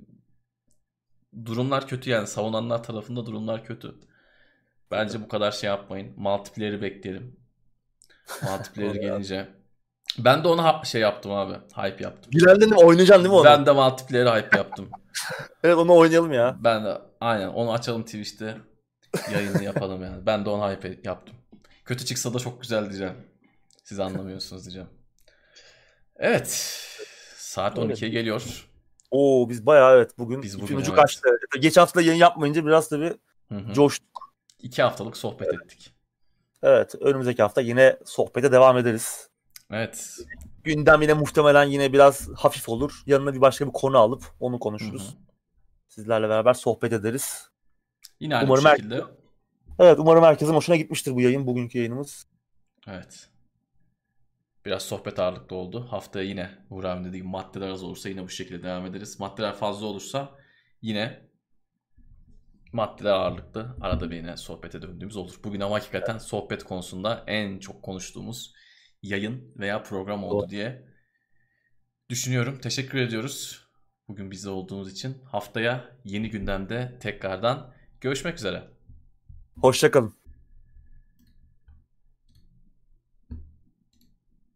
durumlar kötü, yani savunanlar tarafında durumlar kötü. Tabii. Bence bu kadar şey yapmayın. Multiplayer'i bekleyelim. Multiplayer Vallahi. gelince. Ben de ona ha- şey yaptım abi. Hype yaptım. Bilal'le mi oynayacaksın değil mi onu? Ben de multiplayer hype yaptım. Evet, onu oynayalım ya. Ben de aynen onu açalım Twitch'te. Yayını yapalım yani. Ben de onu hype yaptım. Kötü çıksa da çok güzel diyeceğim. Siz anlamıyorsunuz diyeceğim. Evet. Saat on ikiye geliyor. Oo biz bayağı evet bugün Biz ipin bugün, ucu evet. kaçtı. Geçen hafta yayın yapmayınca biraz tabii Hı hı. coştuk. İki haftalık sohbet Evet. ettik. Evet, önümüzdeki hafta yine sohbete devam ederiz. Evet. Gündem yine muhtemelen yine biraz hafif olur. Yanına bir başka bir konu alıp onu Hı konuşuruz. hı. Sizlerle beraber sohbet ederiz. Yine aynı bu Umarım her- şekilde. Evet, umarım herkesin hoşuna gitmiştir bu yayın, bugünkü yayınımız. Evet. Biraz sohbet ağırlıklı oldu. Haftaya yine Uğur abinin dediği gibi maddeler az olursa yine bu şekilde devam ederiz. Maddeler fazla olursa yine maddeler ağırlıklı arada bir yine sohbete döndüğümüz olur. Bugün ama hakikaten sohbet konusunda en çok konuştuğumuz yayın veya program oldu Doğru. diye düşünüyorum. Teşekkür ediyoruz bugün bizde olduğunuz için. Haftaya yeni gündemde tekrardan görüşmek üzere. Hoşça kalın.